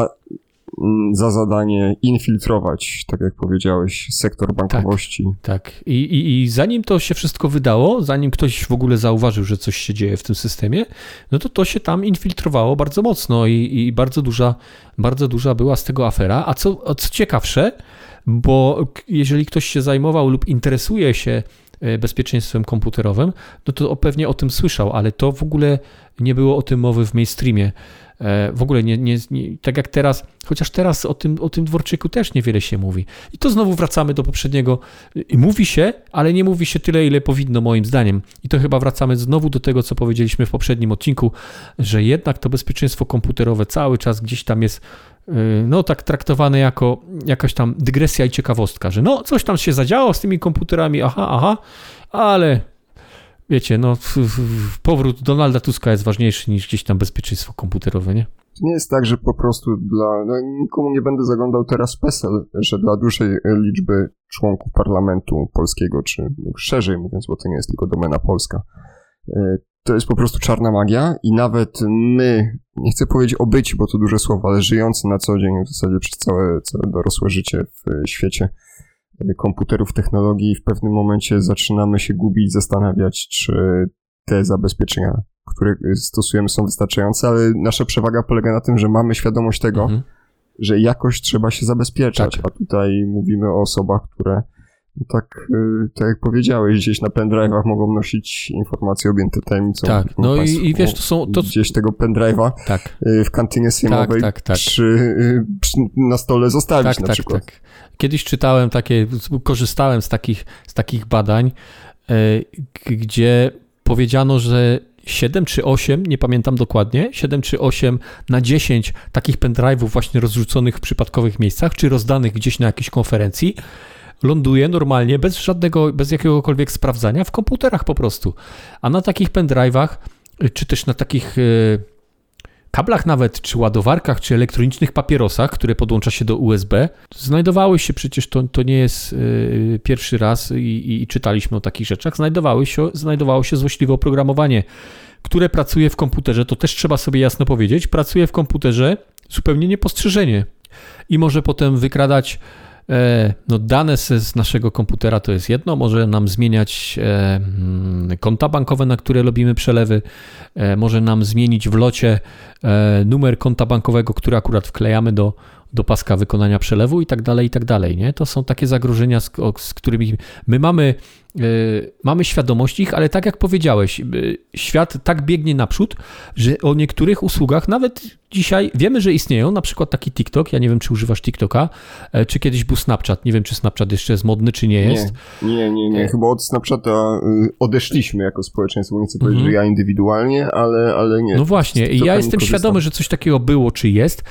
S2: Za zadanie infiltrować, tak jak powiedziałeś, sektor bankowości.
S1: Tak. I zanim to się wszystko wydało, zanim ktoś w ogóle zauważył, że coś się dzieje w tym systemie, no to się tam infiltrowało bardzo mocno i bardzo duża była z tego afera. A co ciekawsze, bo jeżeli ktoś się zajmował lub interesuje się bezpieczeństwem komputerowym, no to pewnie o tym słyszał, ale to w ogóle nie było o tym mowy w mainstreamie. W ogóle nie tak jak teraz, chociaż teraz o tym Dworczyku też niewiele się mówi. I to znowu wracamy do poprzedniego. Mówi się, ale nie mówi się tyle, ile powinno moim zdaniem. I to chyba wracamy znowu do tego, co powiedzieliśmy w poprzednim odcinku, że jednak to bezpieczeństwo komputerowe cały czas gdzieś tam jest tak traktowane jako jakaś tam dygresja i ciekawostka, że coś tam się zadziało z tymi komputerami, aha, ale wiecie, powrót Donalda Tuska jest ważniejszy niż gdzieś tam bezpieczeństwo komputerowe, nie?
S2: To nie jest tak, że po prostu nikomu nie będę zaglądał teraz PESEL, że dla dużej liczby członków parlamentu polskiego, czy szerzej mówiąc, bo to nie jest tylko domena polska, to jest po prostu czarna magia i nawet my, nie chcę powiedzieć obyci, bo to duże słowo, ale żyjący na co dzień w zasadzie przez całe dorosłe życie w świecie komputerów, technologii, w pewnym momencie zaczynamy się gubić, zastanawiać, czy te zabezpieczenia, które stosujemy, są wystarczające, ale nasza przewaga polega na tym, że mamy świadomość tego, że jakoś trzeba się zabezpieczać, a tutaj mówimy o osobach, które tak jak powiedziałeś, gdzieś na pendrive'ach mogą nosić informacje objęte tajemnicą.
S1: Tak, i wiesz, to
S2: gdzieś tego pendrive'a w kantynie sejmowej na stole zostawić na przykład. Tak.
S1: Kiedyś czytałem korzystałem z takich badań, gdzie powiedziano, że 7 czy 8, nie pamiętam dokładnie, 7 czy 8 na 10 takich pendrive'ów właśnie rozrzuconych w przypadkowych miejscach, czy rozdanych gdzieś na jakiejś konferencji, ląduje normalnie, bez jakiegokolwiek sprawdzania w komputerach po prostu. A na takich pendrive'ach, czy też na takich kablach nawet, czy ładowarkach, czy elektronicznych papierosach, które podłącza się do USB, znajdowały się, przecież to nie jest pierwszy raz i czytaliśmy o takich rzeczach, znajdowało się złośliwe oprogramowanie, które pracuje w komputerze, to też trzeba sobie jasno powiedzieć, pracuje w komputerze zupełnie niepostrzeżenie i może potem wykradać dane z naszego komputera, to jest jedno, może nam zmieniać konta bankowe, na które robimy przelewy, może nam zmienić w locie numer konta bankowego, który akurat wklejamy do paska wykonania przelewu i tak dalej, nie? To są takie zagrożenia, z którymi my mamy świadomość ich, ale tak jak powiedziałeś, świat tak biegnie naprzód, że o niektórych usługach nawet dzisiaj wiemy, że istnieją, na przykład taki TikTok, ja nie wiem, czy używasz TikToka, czy kiedyś był Snapchat, nie wiem, czy Snapchat jeszcze jest modny, czy nie jest.
S2: Nie, chyba od Snapchata odeszliśmy jako społeczeństwo, nie chcę powiedzieć, że ja indywidualnie, ale nie.
S1: No właśnie, ja jestem świadomy, że coś takiego było, czy jest,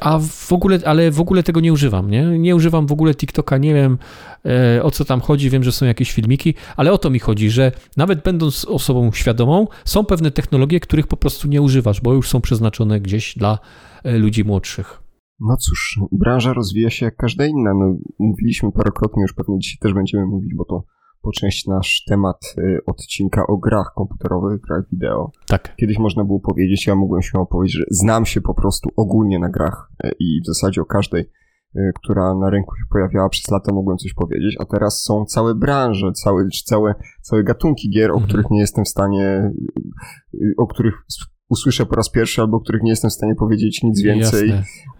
S1: w ogóle tego nie używam, nie? Nie używam w ogóle TikToka, nie wiem, o co tam chodzi, wiem, że są jakieś filmiki, ale o to mi chodzi, że nawet będąc osobą świadomą, są pewne technologie, których po prostu nie używasz, bo już są przeznaczone gdzieś dla ludzi młodszych.
S2: No cóż, branża rozwija się jak każda inna. No, mówiliśmy parokrotnie, już pewnie dzisiaj też będziemy mówić, bo to po części nasz temat odcinka o grach komputerowych, grach wideo.
S1: Tak.
S2: Kiedyś można było powiedzieć, ja mogłem śmiało powiedzieć, że znam się po prostu ogólnie na grach i w zasadzie o każdej, która na rynku się pojawiała przez lata, mogłem coś powiedzieć, a teraz są całe branże, całe gatunki gier, o których nie jestem w stanie, o których usłyszę po raz pierwszy, albo o których nie jestem w stanie powiedzieć nic więcej,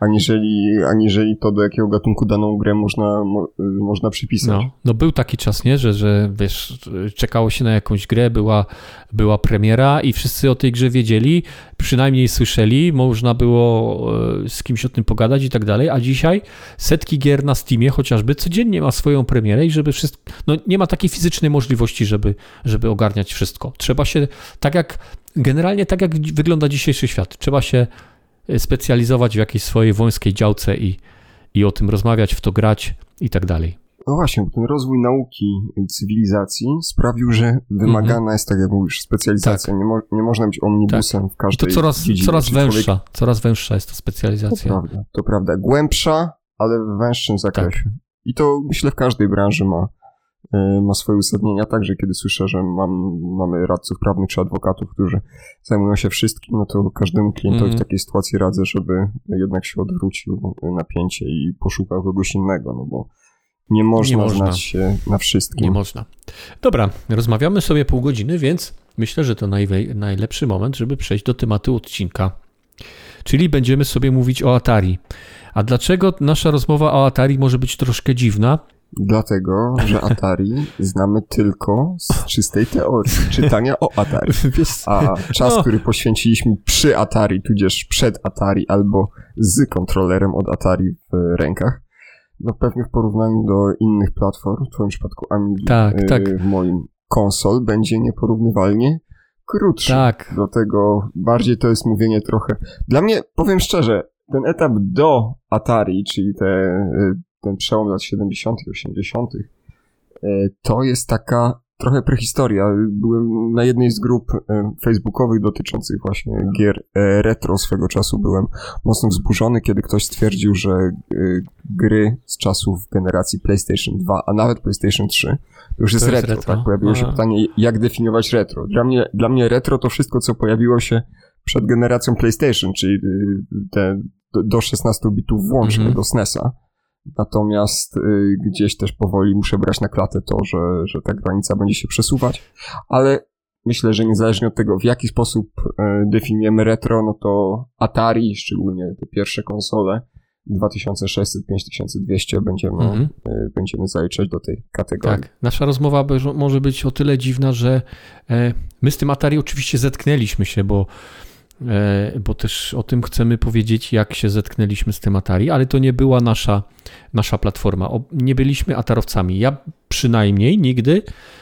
S2: aniżeli to, do jakiego gatunku daną grę można przypisać.
S1: No był taki czas, nie? Że wiesz, czekało się na jakąś grę, była premiera i wszyscy o tej grze wiedzieli, przynajmniej słyszeli, można było z kimś o tym pogadać i tak dalej, a dzisiaj setki gier na Steamie chociażby codziennie ma swoją premierę i żeby wszystko, nie ma takiej fizycznej możliwości, żeby ogarniać wszystko. Trzeba się, generalnie tak jak wygląda dzisiejszy świat, trzeba się specjalizować w jakiejś swojej wąskiej działce i o tym rozmawiać, w to grać i tak dalej.
S2: No właśnie, bo ten rozwój nauki i cywilizacji sprawił, że wymagana jest, tak jak mówisz, specjalizacja. Tak. Nie można być omnibusem w każdej dziedzinie.
S1: Coraz węższa jest to specjalizacja.
S2: To prawda. Głębsza, ale w węższym zakresie. Tak. I to myślę w każdej branży ma swoje uzasadnienia, także kiedy słyszę, że mamy radców prawnych czy adwokatów, którzy zajmują się wszystkim, no to każdemu klientowi w takiej sytuacji radzę, żeby jednak się odwrócił napięcie i poszukał kogoś innego, no bo nie można znać się na wszystkim.
S1: Nie można. Dobra, rozmawiamy sobie pół godziny, więc myślę, że to najlepszy moment, żeby przejść do tematu odcinka. Czyli będziemy sobie mówić o Atari. A dlaczego nasza rozmowa o Atari może być troszkę dziwna?
S2: Dlatego, że Atari znamy tylko z czystej teorii czytania o Atari. A czas, który poświęciliśmy przy Atari, tudzież przed Atari albo z kontrolerem od Atari w rękach, no pewnie w porównaniu do innych platform, w twoim przypadku Amigi, w moim konsol, będzie nieporównywalnie krótszy.
S1: Tak.
S2: Dlatego bardziej to jest mówienie trochę... Dla mnie, powiem szczerze, ten etap do Atari, czyli ten przełom lat 70., 80., to jest taka trochę prehistoria. Byłem na jednej z grup facebookowych dotyczących właśnie gier retro swego czasu. Byłem mocno wzburzony, kiedy ktoś stwierdził, że gry z czasów generacji PlayStation 2, a nawet PlayStation 3, to już jest retro. Tak? Pojawiło się pytanie, jak definiować retro. Dla mnie retro to wszystko, co pojawiło się przed generacją PlayStation, czyli do 16 bitów włącznie, do SNES-a. Natomiast gdzieś też powoli muszę brać na klatę to, że ta granica będzie się przesuwać, ale myślę, że niezależnie od tego, w jaki sposób definiujemy retro, no to Atari, szczególnie te pierwsze konsole, 2600, 5200 będziemy zaliczać do tej kategorii.
S1: Tak, nasza rozmowa może być o tyle dziwna, że my z tym Atari oczywiście zetknęliśmy się, bo też o tym chcemy powiedzieć, jak się zetknęliśmy z tym Atari, ale to nie była nasza platforma. Nie byliśmy atarowcami. Ja przynajmniej nigdy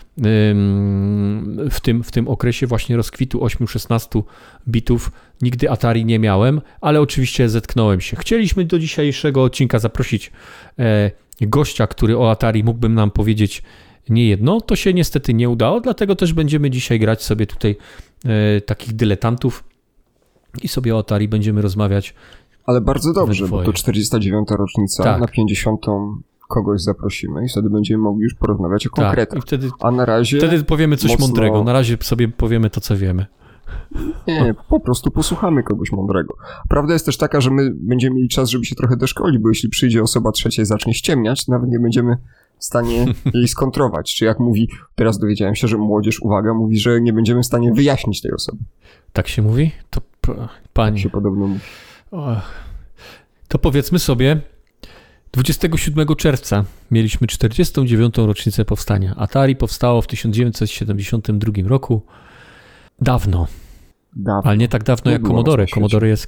S1: w tym okresie właśnie rozkwitu 8-16 bitów nigdy Atari nie miałem, ale oczywiście zetknąłem się. Chcieliśmy do dzisiejszego odcinka zaprosić gościa, który o Atari mógłby nam powiedzieć niejedno. To się niestety nie udało, dlatego też będziemy dzisiaj grać sobie tutaj takich dyletantów i sobie o Atari będziemy rozmawiać.
S2: Ale bardzo dobrze, bo to 49. rocznica, tak. Na 50. kogoś zaprosimy i wtedy będziemy mogli już porozmawiać o konkretach.
S1: Tak,
S2: a na razie
S1: wtedy powiemy coś mądrego, na razie sobie powiemy to, co wiemy.
S2: Nie, po prostu posłuchamy kogoś mądrego. Prawda jest też taka, że my będziemy mieli czas, żeby się trochę doszkolić, bo jeśli przyjdzie osoba trzecia i zacznie ściemniać, to nawet nie będziemy w stanie jej skontrować. Czy jak mówi, teraz dowiedziałem się, że młodzież, uwaga, mówi, że nie będziemy w stanie wyjaśnić tej osoby.
S1: Tak się mówi? To pani.
S2: Tak się podobno mówi.
S1: To powiedzmy sobie, 27 czerwca mieliśmy 49. rocznicę powstania. Atari powstało w 1972 roku. Dawno. Ale nie tak dawno jak Commodore. Commodore jest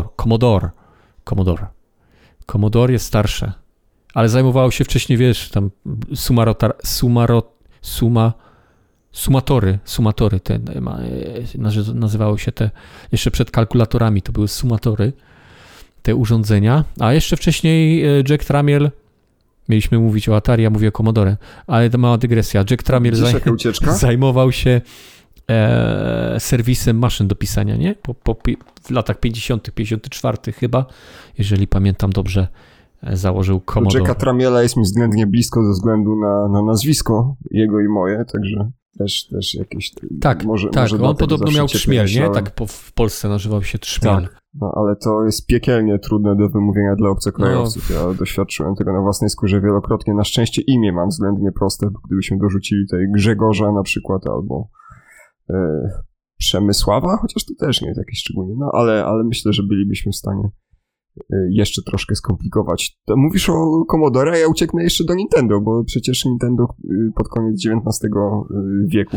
S1: Commodore jest starsze. Ale zajmowało się wcześniej, wiesz, tam sumatory, te nazywało się te, jeszcze przed kalkulatorami to były sumatory, te urządzenia, a jeszcze wcześniej Jack Tramiel, mieliśmy mówić o Atari, ja mówię o Commodore, ale to mała dygresja, Jack Tramiel zajmował się serwisem maszyn do pisania, nie? W latach 50., 54 chyba, jeżeli pamiętam dobrze, założył Commodore.
S2: Jacka Tramiela jest mi względnie blisko ze względu na nazwisko jego i moje, także też jakieś...
S1: Tak, może on podobno miał Trzmiel, nie? Tak w Polsce nazywał się Trzmiel.
S2: Tak, no ale to jest piekielnie trudne do wymówienia dla obcokrajowców. Ja doświadczyłem tego na własnej skórze wielokrotnie. Na szczęście imię mam względnie proste, bo gdybyśmy dorzucili tutaj Grzegorza na przykład, albo Przemysława, chociaż to też nie jest jakieś szczególnie, no ale myślę, że bylibyśmy w stanie jeszcze troszkę skomplikować. To mówisz o Commodore, a ja ucieknę jeszcze do Nintendo, bo przecież Nintendo pod koniec XIX wieku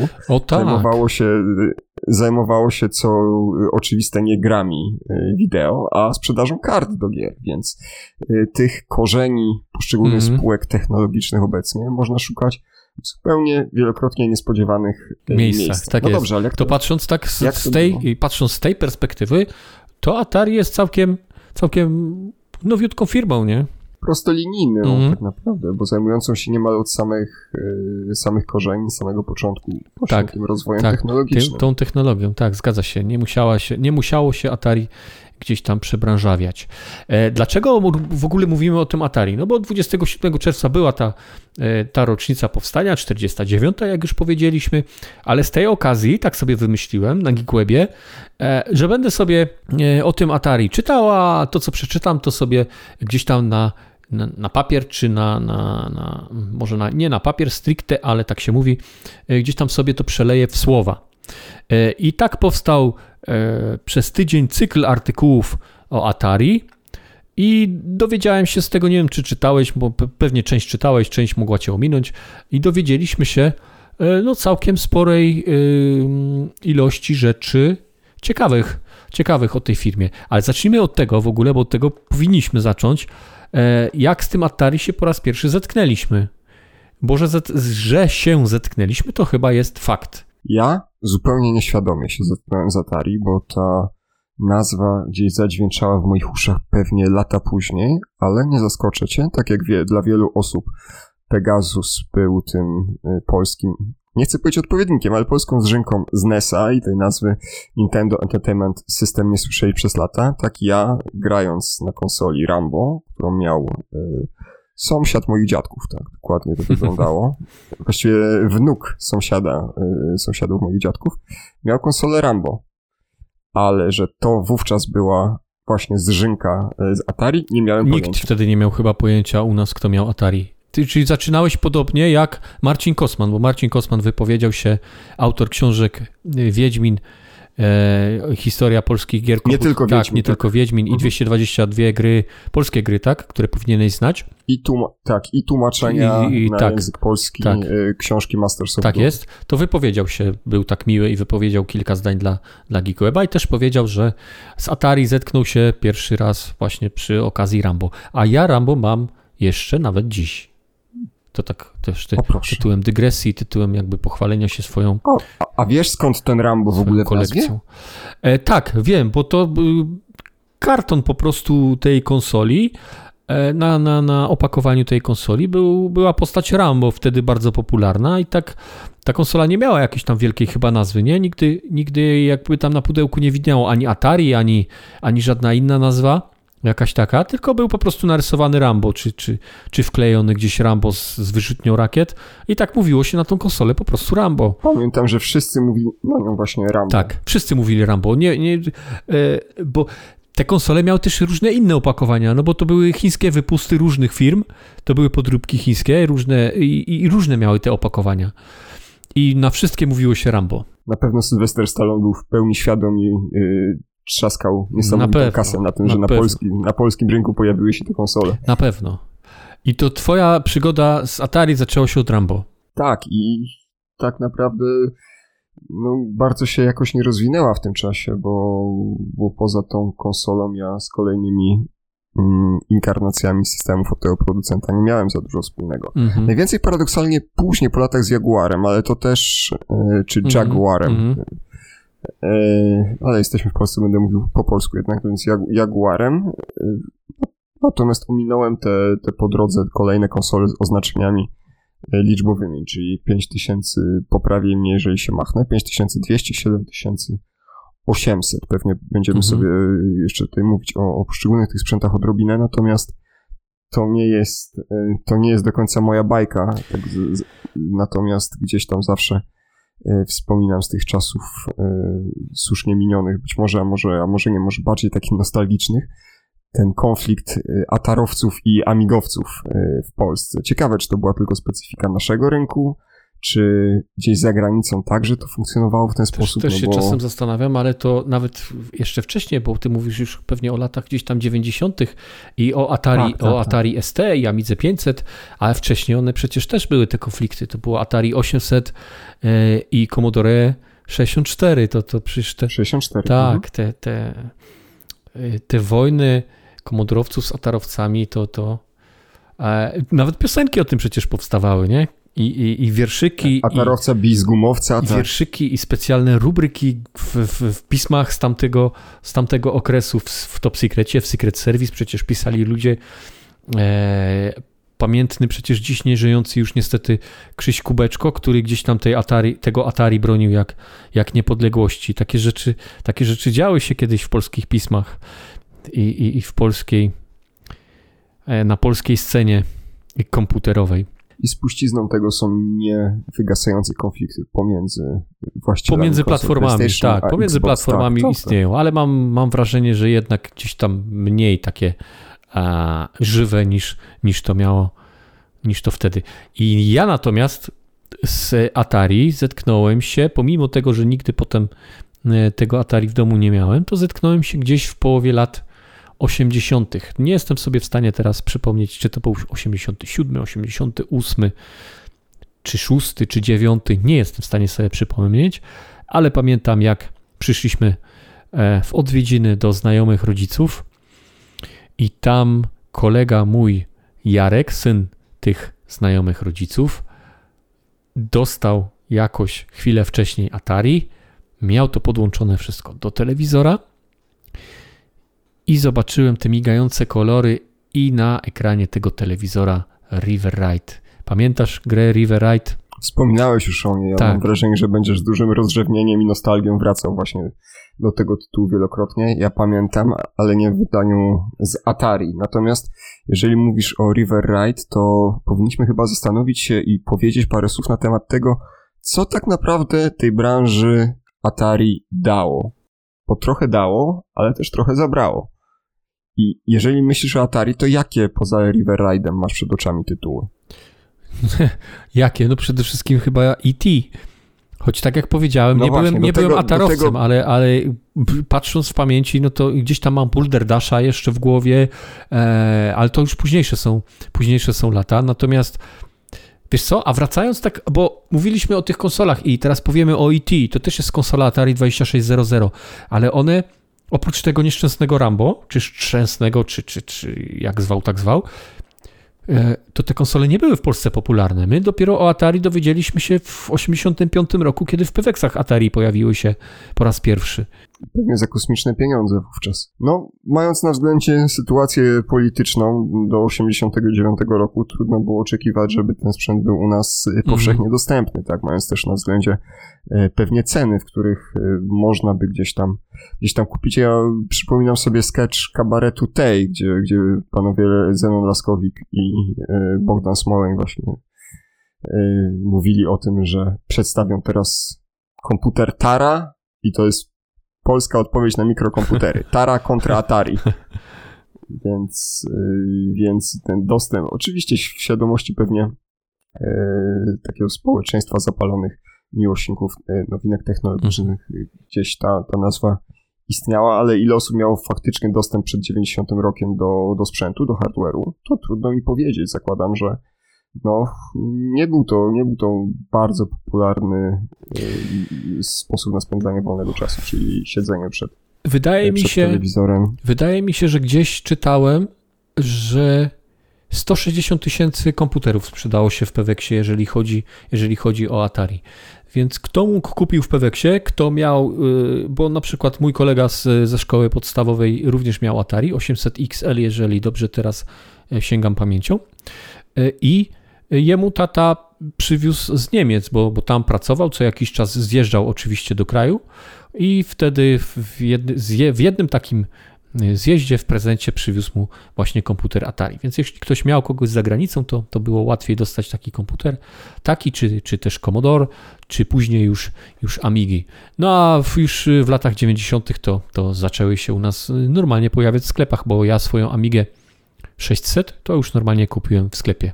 S2: zajmowało się co oczywiste nie grami wideo, a sprzedażą kart do gier, więc tych korzeni poszczególnych spółek technologicznych obecnie można szukać w zupełnie wielokrotnie niespodziewanych miejscach.
S1: Tak
S2: no
S1: jest.
S2: Dobrze, ale
S1: to patrząc tak patrząc z tej perspektywy, to Atari jest całkiem nowiutką firmą, nie?
S2: Prostolinijną tak naprawdę, bo zajmującą się niemal od samych korzeni, samego początku tym rozwojem technologicznym.
S1: Tą technologią, tak, zgadza się. Nie musiało się Atari gdzieś tam przebranżawiać. Dlaczego w ogóle mówimy o tym Atari? No bo 27 czerwca była ta rocznica powstania, 49, jak już powiedzieliśmy, ale z tej okazji, tak sobie wymyśliłem na Geekwebie, że będę sobie o tym Atari czytał, a to co przeczytam, to sobie gdzieś tam na papier, czy może nie na papier stricte, ale tak się mówi, gdzieś tam sobie to przeleję w słowa. I tak powstał przez tydzień cykl artykułów o Atari i dowiedziałem się z tego, nie wiem czy czytałeś, bo pewnie część czytałeś, część mogła cię ominąć i dowiedzieliśmy się całkiem sporej ilości rzeczy ciekawych o tej firmie. Ale zacznijmy od tego w ogóle, bo od tego powinniśmy zacząć, jak z tym Atari się po raz pierwszy zetknęliśmy. Bo że się zetknęliśmy, to chyba jest fakt.
S2: Ja zupełnie nieświadomie się zetknąłem z Atari, bo ta nazwa gdzieś zadźwięczała w moich uszach pewnie lata później, ale nie zaskoczę cię, tak jak dla wielu osób Pegasus był tym polskim, nie chcę powiedzieć odpowiednikiem, ale polską zżynką z NES-a i tej nazwy Nintendo Entertainment System nie słyszeli przez lata, tak ja, grając na konsoli Rambo, którą miał sąsiad moich dziadków, tak dokładnie to wyglądało. Właściwie wnuk sąsiadów moich dziadków miał konsolę Rambo. Ale że to wówczas była właśnie zżynka z Atari, nie miałem pojęcia.
S1: Nikt wtedy nie miał chyba pojęcia u nas, kto miał Atari. Czyli zaczynałeś podobnie jak Marcin Kosman, bo Marcin Kosman wypowiedział się, autor książek Wiedźmin, historia polskich gier.
S2: Nie tylko Wiedźmin.
S1: Tak, nie tylko Wiedźmin i 222 gry, polskie gry, tak, które powinieneś znać.
S2: I tłumaczenia na język polski, książki Masters of
S1: Tak jest, to wypowiedział się, był tak miły i wypowiedział kilka zdań dla Geekweba i też powiedział, że z Atari zetknął się pierwszy raz właśnie przy okazji Rambo. A ja Rambo mam jeszcze nawet dziś. To tak też tytułem dygresji, tytułem jakby pochwalenia się swoją
S2: A wiesz skąd ten Rambo w ogóle kolekcją?
S1: Tak, wiem, bo to karton po prostu tej konsoli, na opakowaniu tej konsoli była postać Rambo, wtedy bardzo popularna i tak ta konsola nie miała jakiejś tam wielkiej chyba nazwy, nie? Nigdy jakby tam na pudełku nie widniało ani Atari, ani żadna inna nazwa. Jakaś taka, tylko był po prostu narysowany Rambo, czy wklejony gdzieś Rambo z wyrzutnią rakiet i tak mówiło się na tą konsolę po prostu Rambo.
S2: Pamiętam, że wszyscy mówili, no właśnie Rambo.
S1: Tak, wszyscy mówili Rambo, bo te konsole miały też różne inne opakowania, no bo to były chińskie wypusty różnych firm, to były podróbki chińskie, różne miały te opakowania i na wszystkie mówiło się Rambo.
S2: Na pewno Sylwester Stallone był w pełni świadom trzaskał niesamowitą kasę na tym, że na polskim rynku pojawiły się te konsole.
S1: Na pewno. I to twoja przygoda z Atari zaczęła się od Rambo.
S2: Tak, i tak naprawdę bardzo się jakoś nie rozwinęła w tym czasie, bo poza tą konsolą ja z kolejnymi inkarnacjami systemów od tego producenta nie miałem za dużo wspólnego. Najwięcej paradoksalnie później, po latach z Jaguarem, ale to też, czy Jaguarem, ale jesteśmy w Polsce, będę mówił po polsku jednak, więc Jaguarem. Natomiast ominąłem te po drodze kolejne konsole z oznaczeniami liczbowymi, czyli 5000 poprawię mnie, jeżeli się machnę, 5200, 7800. Pewnie będziemy sobie jeszcze tutaj mówić o poszczególnych tych sprzętach odrobinę, natomiast to nie jest do końca moja bajka, tak natomiast gdzieś tam zawsze wspominam z tych czasów słusznie minionych, być może, a może nie, może bardziej takich nostalgicznych, ten konflikt atarowców i amigowców w Polsce. Ciekawe, czy to była tylko specyfika naszego rynku, czy gdzieś za granicą także to funkcjonowało w ten sposób.
S1: Też się czasem zastanawiam, ale to nawet jeszcze wcześniej, bo ty mówisz już pewnie o latach gdzieś tam 90. i o Atari ST i Amidze 500, ale wcześniej one przecież też były te konflikty. To było Atari 800 i Commodore 64. To przecież te...
S2: 64.
S1: Tak, te wojny komodorowców z atarowcami, to nawet piosenki o tym przecież powstawały, nie? I wierszyki.
S2: Atarowca bij z gumowca.
S1: I wierszyki i specjalne rubryki w pismach z tamtego okresu w Top Secrecie, w Secret Service przecież pisali ludzie. Pamiętny przecież dziś nieżyjący już niestety Krzyś Kubeczko, który gdzieś tam tego Atari bronił jak niepodległości. Takie rzeczy działy się kiedyś w polskich pismach i w na polskiej scenie komputerowej.
S2: I spuścizną tego są niewygasające konflikty pomiędzy właścicielami
S1: pomiędzy platformami, tak, pomiędzy Xbox, platformami tak, istnieją, ale mam wrażenie, że jednak gdzieś tam mniej takie żywe niż to wtedy. I ja natomiast z Atari zetknąłem się, pomimo tego, że nigdy potem tego Atari w domu nie miałem, to zetknąłem się gdzieś w połowie lat 80. Nie jestem sobie w stanie teraz przypomnieć, czy to był 87, 88, czy 6, czy 9. Nie jestem w stanie sobie przypomnieć, ale pamiętam, jak przyszliśmy w odwiedziny do znajomych rodziców i tam kolega mój Jarek, syn tych znajomych rodziców, dostał jakoś chwilę wcześniej Atari, miał to podłączone wszystko do telewizora i zobaczyłem te migające kolory i na ekranie tego telewizora River Ride. Pamiętasz grę River Ride?
S2: Wspominałeś już o niej. Ja mam wrażenie, że będziesz z dużym rozrzewnieniem i nostalgią wracał właśnie do tego tytułu wielokrotnie. Ja pamiętam, ale nie w wydaniu z Atari. Natomiast jeżeli mówisz o River Ride, to powinniśmy chyba zastanowić się i powiedzieć parę słów na temat tego, co tak naprawdę tej branży Atari dało. Bo trochę dało, ale też trochę zabrało. I jeżeli myślisz o Atari, to jakie poza River Ride'em masz przed oczami tytuły?
S1: Jakie? No przede wszystkim chyba E.T. Choć tak jak powiedziałem, nie byłem atarowcem, ale patrząc w pamięci, no to gdzieś tam mam Boulder Dasha jeszcze w głowie, ale to już późniejsze są lata. Natomiast wiesz co, a wracając tak, bo mówiliśmy o tych konsolach i teraz powiemy o E.T., to też jest konsola Atari 2600, ale one oprócz tego nieszczęsnego Rambo, czy szczęsnego, czy jak zwał, tak zwał, to te konsole nie były w Polsce popularne. My dopiero o Atari dowiedzieliśmy się w 85 roku, kiedy w Pewexach Atari pojawiły się po raz pierwszy.
S2: Pewnie za kosmiczne pieniądze wówczas. No, mając na względzie sytuację polityczną do 89 roku, trudno było oczekiwać, żeby ten sprzęt był u nas powszechnie dostępny, tak? Mając też na względzie pewnie ceny, w których można by gdzieś tam kupić. Ja przypominam sobie sketch kabaretu Tej, gdzie panowie Zenon Laskowik i Bogdan Smoleń właśnie mówili o tym, że przedstawią teraz komputer Tara i to jest polska odpowiedź na mikrokomputery. Tara kontra Atari. Więc ten dostęp, oczywiście w świadomości pewnie takiego społeczeństwa zapalonych miłośników nowinek technologicznych, gdzieś ta nazwa istniała, ale ile osób miało faktycznie dostęp przed 90 rokiem do sprzętu, do hardware'u, to trudno mi powiedzieć. Zakładam, że nie był to bardzo popularny sposób na spędzanie wolnego czasu, czyli siedzenie przed telewizorem.
S1: Wydaje mi się, że gdzieś czytałem, że 160 000 komputerów sprzedało się w Peweksie, jeżeli chodzi o Atari. Więc kto mógł kupił w Peweksie, kto miał, bo na przykład mój kolega ze szkoły podstawowej również miał Atari 800 XL, jeżeli dobrze teraz sięgam pamięcią. I jemu tata przywiózł z Niemiec, bo tam pracował, co jakiś czas zjeżdżał oczywiście do kraju i wtedy w jednym takim zjeździe w prezencie przywiózł mu właśnie komputer Atari. Więc jeśli ktoś miał kogoś za granicą, to było łatwiej dostać taki komputer, taki czy też Commodore, czy później już Amigi. No a już w latach 90. to zaczęły się u nas normalnie pojawiać w sklepach, bo ja swoją Amigę 600 to już normalnie kupiłem w sklepie.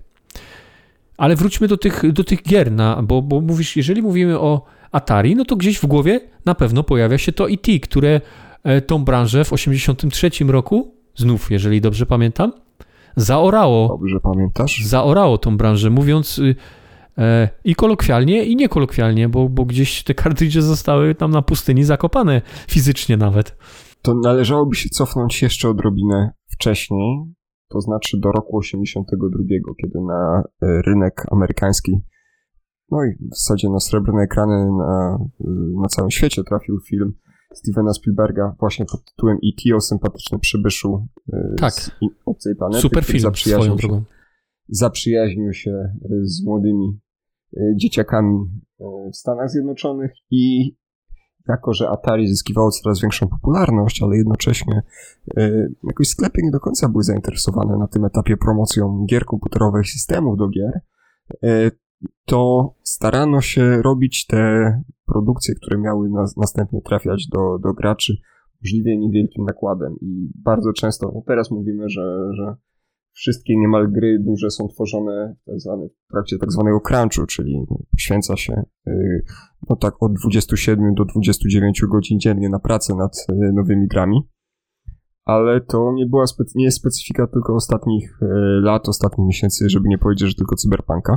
S1: Ale wróćmy do tych gier, bo mówisz, jeżeli mówimy o Atari, no to gdzieś w głowie na pewno pojawia się to E.T., które tą branżę w 1983 roku, znów, jeżeli dobrze pamiętam, zaorało.
S2: Dobrze pamiętasz?
S1: Zaorało tą branżę, mówiąc i kolokwialnie, i niekolokwialnie, bo gdzieś te kartridże zostały tam na pustyni zakopane, fizycznie nawet.
S2: To należałoby się cofnąć jeszcze odrobinę wcześniej, to znaczy do roku 82, kiedy na rynek amerykański, no i w zasadzie na srebrne ekrany na całym świecie trafił film Stevena Spielberga właśnie pod tytułem E.T. o sympatycznym przybyszu z obcej planety.
S1: Super film, swoją drogą.
S2: Zaprzyjaźnił się z młodymi dzieciakami w Stanach Zjednoczonych i jako, że Atari zyskiwało coraz większą popularność, ale jednocześnie jakoś sklepy nie do końca były zainteresowane na tym etapie promocją gier komputerowych, systemów do gier, to starano się robić te produkcje, które miały następnie trafiać do graczy możliwie niewielkim nakładem. I bardzo często, teraz mówimy, że wszystkie niemal gry duże są tworzone w trakcie tak zwanego crunchu, czyli poświęca się od 27 do 29 godzin dziennie na pracę nad nowymi grami. Ale to nie jest specyfika tylko ostatnich lat, ostatnich miesięcy, żeby nie powiedzieć, że tylko Cyberpunka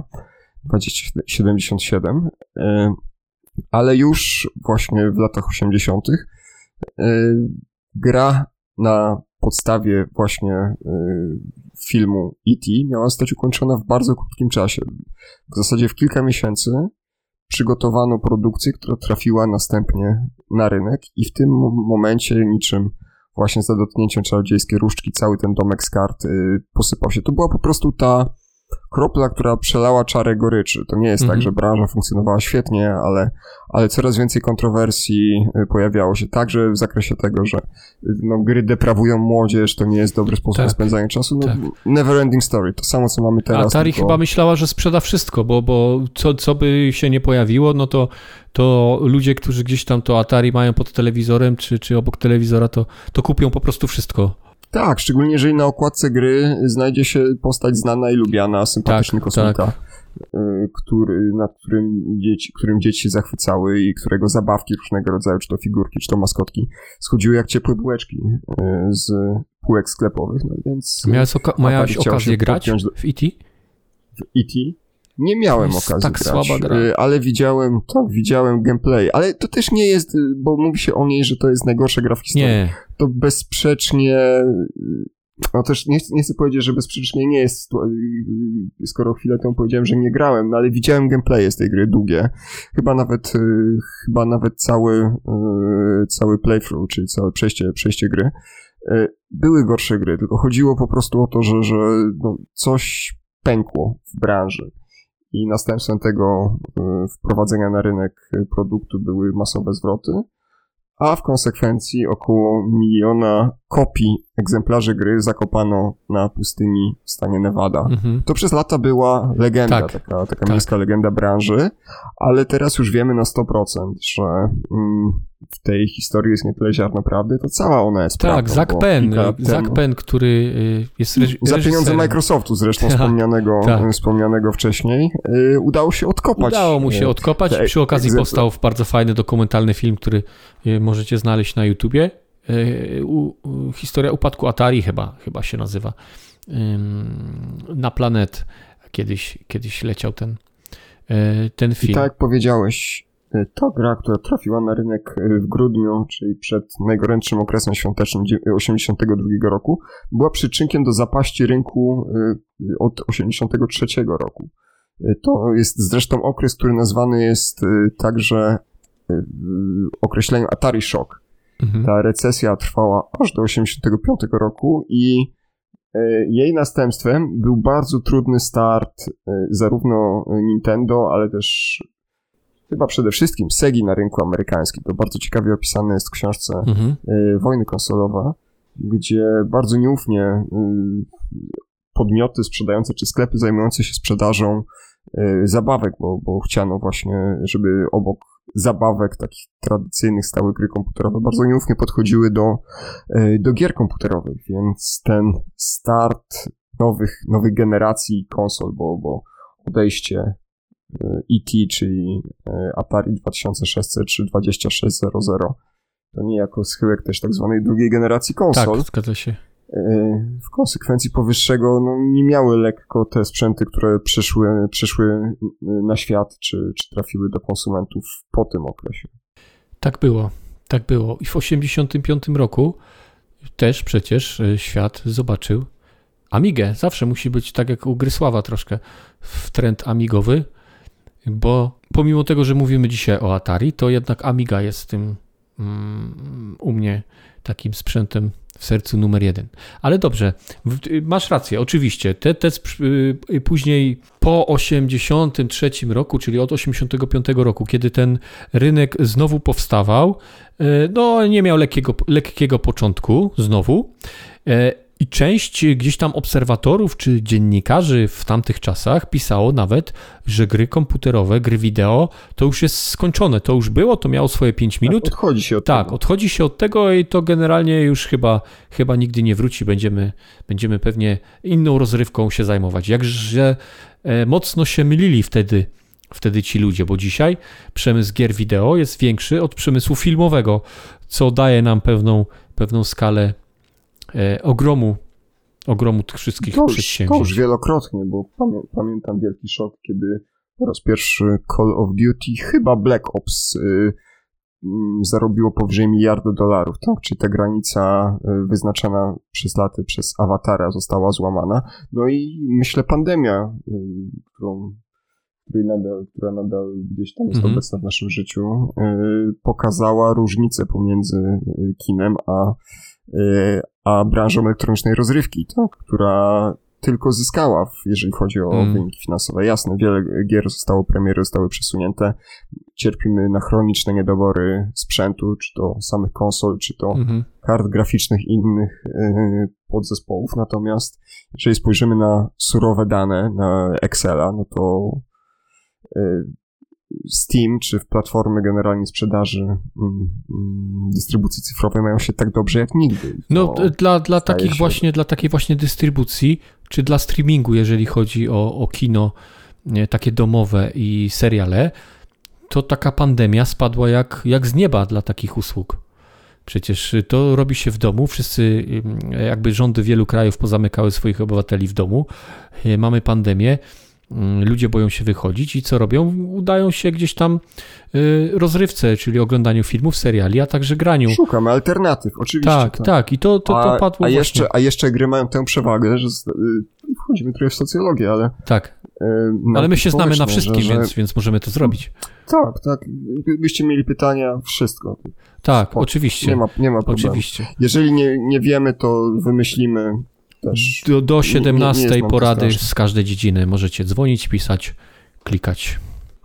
S2: 2077, ale już właśnie w latach 80. Gra na podstawie właśnie filmu E.T. miała zostać ukończona w bardzo krótkim czasie. W zasadzie w kilka miesięcy przygotowano produkcję, która trafiła następnie na rynek i w tym momencie niczym właśnie za dotknięciem czarodziejskiej różdżki cały ten domek z kart posypał się. To była po prostu ta kropla, która przelała czarę goryczy. To nie jest tak, że branża funkcjonowała świetnie, ale coraz więcej kontrowersji pojawiało się także w zakresie tego, że gry deprawują młodzież, to nie jest dobry sposób na spędzanie czasu. Never ending story. To samo, co mamy teraz.
S1: Atari chyba myślała, że sprzeda wszystko, bo co by się nie pojawiło, no to ludzie, którzy gdzieś tam to Atari mają pod telewizorem, czy obok telewizora, to kupią po prostu wszystko.
S2: Tak, szczególnie jeżeli na okładce gry znajdzie się postać znana i lubiana, sympatyczny kosmita, którym dzieci się zachwycały i którego zabawki różnego rodzaju, czy to figurki, czy to maskotki, schodziły jak ciepłe bułeczki z półek sklepowych. No więc
S1: miałeś okazję grać w E.T.?
S2: W E.T.? Nie miałem okazji
S1: tak
S2: grać,
S1: słaba gra.
S2: Ale widziałem gameplay. Ale to też nie jest, bo mówi się o niej, że to jest najgorsza gra w historii.
S1: Nie.
S2: To bezsprzecznie, no też nie chcę powiedzieć, że bezsprzecznie nie jest, skoro chwilę temu powiedziałem, że nie grałem, no ale widziałem gameplaye z tej gry, długie. Chyba nawet cały playthrough, czyli całe przejście gry. Były gorsze gry, tylko chodziło po prostu o to, że coś pękło w branży. I następstwem tego wprowadzenia na rynek produktu były masowe zwroty, a w konsekwencji około 1 miliona kopii egzemplarzy gry zakopano na pustyni w stanie Nevada. To przez lata była legenda, taka miejska legenda branży, ale teraz już wiemy na 100%, że w tej historii jest nie tyle ziarno prawdy, to cała ona jest prawdą.
S1: Tak, Zach Penn, który jest
S2: za pieniądze Microsoftu zresztą wspomnianego wcześniej, udało się odkopać.
S1: Udało mu się odkopać. Przy okazji powstał bardzo fajny dokumentalny film, który możecie znaleźć na YouTubie. historia upadku Atari chyba się nazywa. Na Planet kiedyś leciał ten film.
S2: I tak jak powiedziałeś, to gra, która trafiła na rynek w grudniu, czyli przed najgorętszym okresem świątecznym 1982 roku, była przyczynkiem do zapaści rynku od 1983 roku. To jest zresztą okres, który nazwany jest także określeniem Atari Shock. Ta recesja trwała aż do 1985 roku i jej następstwem był bardzo trudny start zarówno Nintendo, ale też chyba przede wszystkim Segi na rynku amerykańskim. To bardzo ciekawie opisane jest w książce Wojny konsolowe, gdzie bardzo nieufnie podmioty sprzedające czy sklepy zajmujące się sprzedażą zabawek, bo chciano właśnie, żeby obok zabawek takich tradycyjnych, stałych gry komputerowe bardzo nieufnie podchodziły do gier komputerowych, więc ten start nowych generacji konsol, bo odejście ET, czyli Atari 2600 czy 2600 to niejako schyłek też tak zwanej drugiej generacji konsol.
S1: Tak, zgadza się.
S2: W konsekwencji powyższego nie miały lekko te sprzęty, które przyszły na świat, czy trafiły do konsumentów po tym okresie.
S1: Tak było. I w 1985 roku też przecież świat zobaczył Amigę. Zawsze musi być tak jak u Grysława troszkę w trend amigowy, bo pomimo tego, że mówimy dzisiaj o Atari, to jednak Amiga jest tym u mnie takim sprzętem w sercu numer 1. Ale dobrze, masz rację, oczywiście. Później po 83 roku, czyli od 85 roku, kiedy ten rynek znowu powstawał, nie miał lekkiego początku znowu. I część gdzieś tam obserwatorów czy dziennikarzy w tamtych czasach pisało nawet, że gry komputerowe, gry wideo to już jest skończone, to już było, to miało swoje 5 minut.
S2: Odchodzi się od tego.
S1: Odchodzi się od tego i to generalnie już chyba nigdy nie wróci. Będziemy pewnie inną rozrywką się zajmować. Jakże mocno się mylili wtedy ci ludzie, bo dzisiaj przemysł gier wideo jest większy od przemysłu filmowego, co daje nam pewną skalę ogromu tych wszystkich przedsięwzięć.
S2: To już wielokrotnie, bo pamiętam wielki szok, kiedy po raz pierwszy Call of Duty, chyba Black Ops, zarobiło powyżej $1 miliarda, tak? Czyli ta granica wyznaczona przez laty przez Awatara została złamana. No i myślę pandemia, która nadal gdzieś tam jest obecna w naszym życiu, pokazała różnicę pomiędzy kinem a branżą elektronicznej rozrywki, tak? Która tylko zyskała, jeżeli chodzi o wyniki finansowe. Jasne, wiele gier premiery zostały przesunięte. Cierpimy na chroniczne niedobory sprzętu, czy to samych konsol, czy to kart graficznych i innych podzespołów. Natomiast jeżeli spojrzymy na surowe dane, na Excela, no to Steam, czy w platformy generalnie sprzedaży dystrybucji cyfrowej mają się tak dobrze jak nigdy.
S1: No dla takiej właśnie dystrybucji, czy dla streamingu, jeżeli chodzi o kino takie domowe i seriale, to taka pandemia spadła jak z nieba dla takich usług. Przecież to robi się w domu, wszyscy jakby rządy wielu krajów pozamykały swoich obywateli w domu, mamy pandemię, ludzie boją się wychodzić i co robią? Udają się gdzieś tam rozrywce, czyli oglądaniu filmów, seriali, a także graniu.
S2: Szukamy alternatyw, oczywiście.
S1: Tak. I to padło właśnie.
S2: A jeszcze gry mają tę przewagę, że wchodzimy trochę w socjologię, ale...
S1: Tak, ale my się znamy na wszystkim, więc możemy to zrobić.
S2: Tak. Gdybyście mieli pytania, wszystko.
S1: Tak, oczywiście.
S2: Nie ma problemu.
S1: Oczywiście.
S2: Jeżeli nie wiemy, to wymyślimy też.
S1: Do 17 porady z każdej dziedziny możecie dzwonić, pisać, klikać.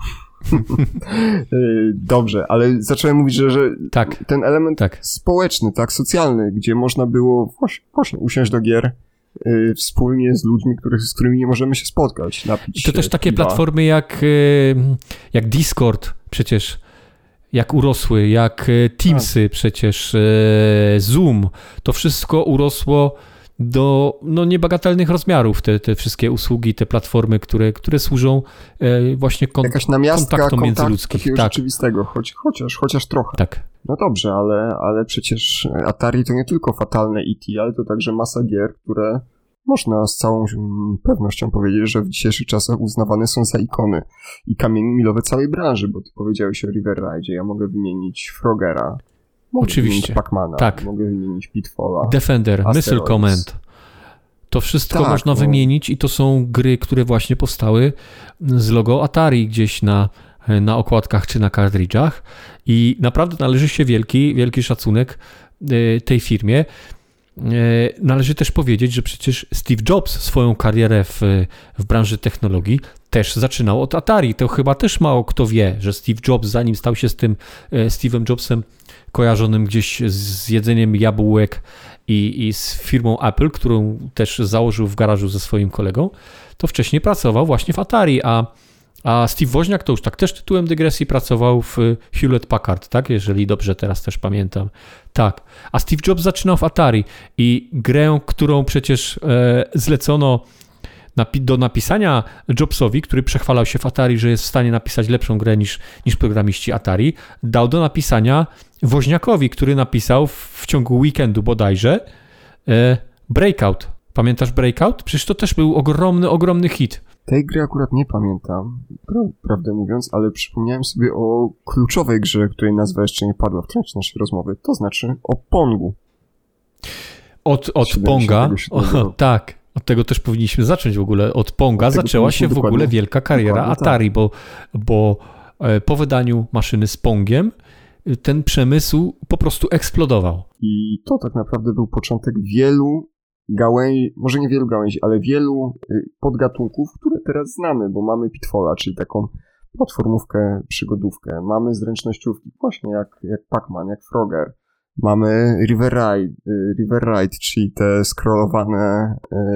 S2: Dobrze, ale zacząłem mówić, że ten element społeczny, socjalny, gdzie można było właśnie usiąść do gier wspólnie z ludźmi, z którymi nie możemy się spotkać, napić
S1: to też takie platformy jak Discord przecież, jak urosły, jak Teamsy przecież, Zoom, to wszystko urosło do niebagatelnych rozmiarów te wszystkie usługi, te platformy, które służą właśnie kontaktom międzyludzkim.
S2: Takiego rzeczywistego, chociaż trochę.
S1: Tak.
S2: No dobrze, ale przecież Atari to nie tylko fatalne E.T., ale to także masa gier, które można z całą pewnością powiedzieć, że w dzisiejszych czasach uznawane są za ikony i kamienie milowe całej branży, bo ty powiedziałeś o River Ride, ja mogę wymienić Frogera, mogę wymienić Pac-Mana, mogę wymienić Pitfalla,
S1: Defender, Missile Command. To wszystko można wymienić i to są gry, które właśnie powstały z logo Atari gdzieś na okładkach czy na kartridżach i naprawdę należy się wielki szacunek tej firmie. Należy też powiedzieć, że przecież Steve Jobs swoją karierę w branży technologii też zaczynał od Atari. To chyba też mało kto wie, że Steve Jobs, zanim stał się z tym Steve'em Jobsem kojarzonym gdzieś z jedzeniem jabłek i z firmą Apple, którą też założył w garażu ze swoim kolegą, to wcześniej pracował właśnie w Atari, a Steve Woźniak to już tak też tytułem dygresji pracował w Hewlett Packard, tak? Jeżeli dobrze teraz też pamiętam. Tak. A Steve Jobs zaczynał w Atari i grę, którą przecież zlecono do napisania Jobsowi, który przechwalał się w Atari, że jest w stanie napisać lepszą grę niż programiści Atari, dał do napisania Woźniakowi, który napisał w ciągu weekendu bodajże Breakout. Pamiętasz Breakout? Przecież to też był ogromny hit.
S2: Tej gry akurat nie pamiętam, prawdę mówiąc, ale przypomniałem sobie o kluczowej grze, której nazwa jeszcze nie padła w trakcie naszej rozmowy, to znaczy o Pongu.
S1: Od Ponga, tak, od tego też powinniśmy zacząć w ogóle. Od Ponga zaczęła się w ogóle wielka kariera Atari, tak. bo po wydaniu maszyny z Pongiem ten przemysł po prostu eksplodował.
S2: I to tak naprawdę był początek wielu gałęzi, może nie wielu gałęzi, ale wielu podgatunków, które teraz znamy, bo mamy Pitfalla, czyli taką platformówkę, przygodówkę, mamy zręcznościówki, właśnie jak Pac-Man, jak Frogger, mamy River Ride, czyli te scrollowane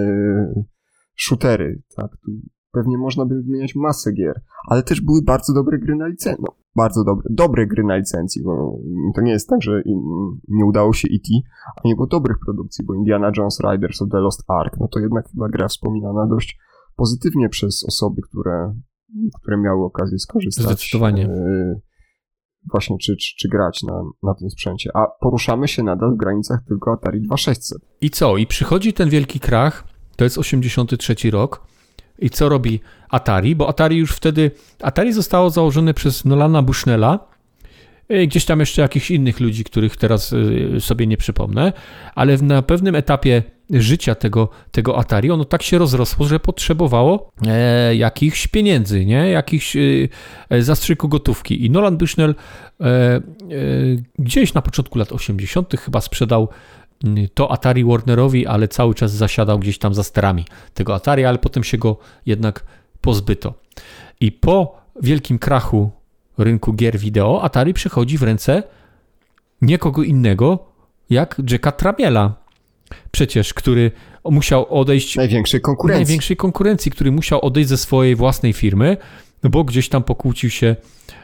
S2: shootery, tak, tu pewnie można by wymieniać masę gier, ale też były bardzo dobre gry na licencji, dobre gry na licencji, bo to nie jest tak, że nie udało się E.T., a nie było dobrych produkcji, bo Indiana Jones Riders of the Lost Ark, no to jednak chyba gra wspominana dość pozytywnie przez osoby, które miały okazję skorzystać.
S1: Zdecydowanie.
S2: Właśnie, czy grać na tym sprzęcie. A poruszamy się nadal w granicach tylko Atari 2600.
S1: I co? I przychodzi ten wielki krach, to jest 83 rok, i co robi Atari? Bo Atari zostało założone przez Nolana Bushnella, gdzieś tam jeszcze jakichś innych ludzi, których teraz sobie nie przypomnę, ale na pewnym etapie życia tego Atari ono tak się rozrosło, że potrzebowało jakichś pieniędzy, nie? Jakichś zastrzyku gotówki. I Nolan Bushnell gdzieś na początku lat 80. chyba sprzedał to Atari Warnerowi, ale cały czas zasiadał gdzieś tam za sterami tego Atari, ale potem się go jednak pozbyto. I po wielkim krachu rynku gier wideo Atari przychodzi w ręce nikogo innego jak Jacka Tramiela. Przecież, który musiał odejść...
S2: Największej
S1: konkurencji, który musiał odejść ze swojej własnej firmy, bo gdzieś tam pokłócił się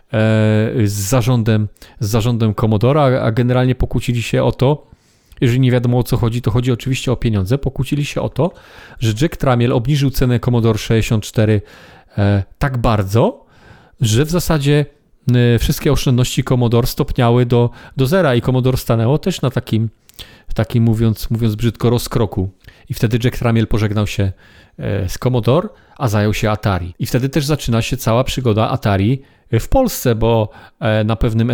S1: z zarządem Commodora, a generalnie pokłócili się o to, jeżeli nie wiadomo o co chodzi, to chodzi oczywiście o pieniądze. Pokłócili się o to, że Jack Tramiel obniżył cenę Commodore 64 tak bardzo, że w zasadzie wszystkie oszczędności Commodore stopniały do zera i Commodore stanęło też na takim mówiąc brzydko, rozkroku. I wtedy Jack Tramiel pożegnał się z Commodore, a zajął się Atari. I wtedy też zaczyna się cała przygoda Atari w Polsce, bo na pewnym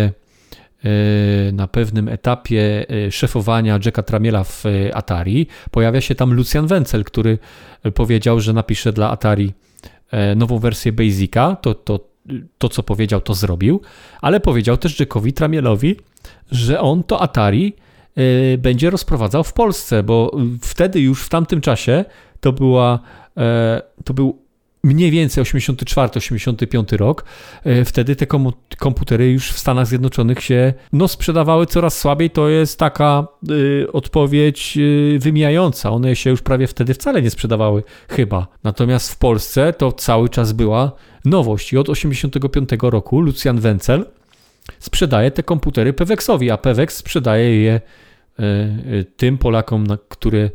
S1: etapie szefowania Jacka Tramiela w Atari pojawia się tam Lucian Wenzel, który powiedział, że napisze dla Atari nową wersję Basica. To co powiedział, to zrobił, ale powiedział też Jackowi Tramielowi, że on to Atari będzie rozprowadzał w Polsce, bo wtedy już w tamtym czasie to był mniej więcej 84-85 rok. Wtedy te komputery już w Stanach Zjednoczonych się sprzedawały coraz słabiej. To jest taka odpowiedź wymijająca. One się już prawie wtedy wcale nie sprzedawały chyba. Natomiast w Polsce to cały czas była nowość i od 85 roku Lucian Wenzel sprzedaje te komputery Peweksowi, a Pewex sprzedaje je tym Polakom, których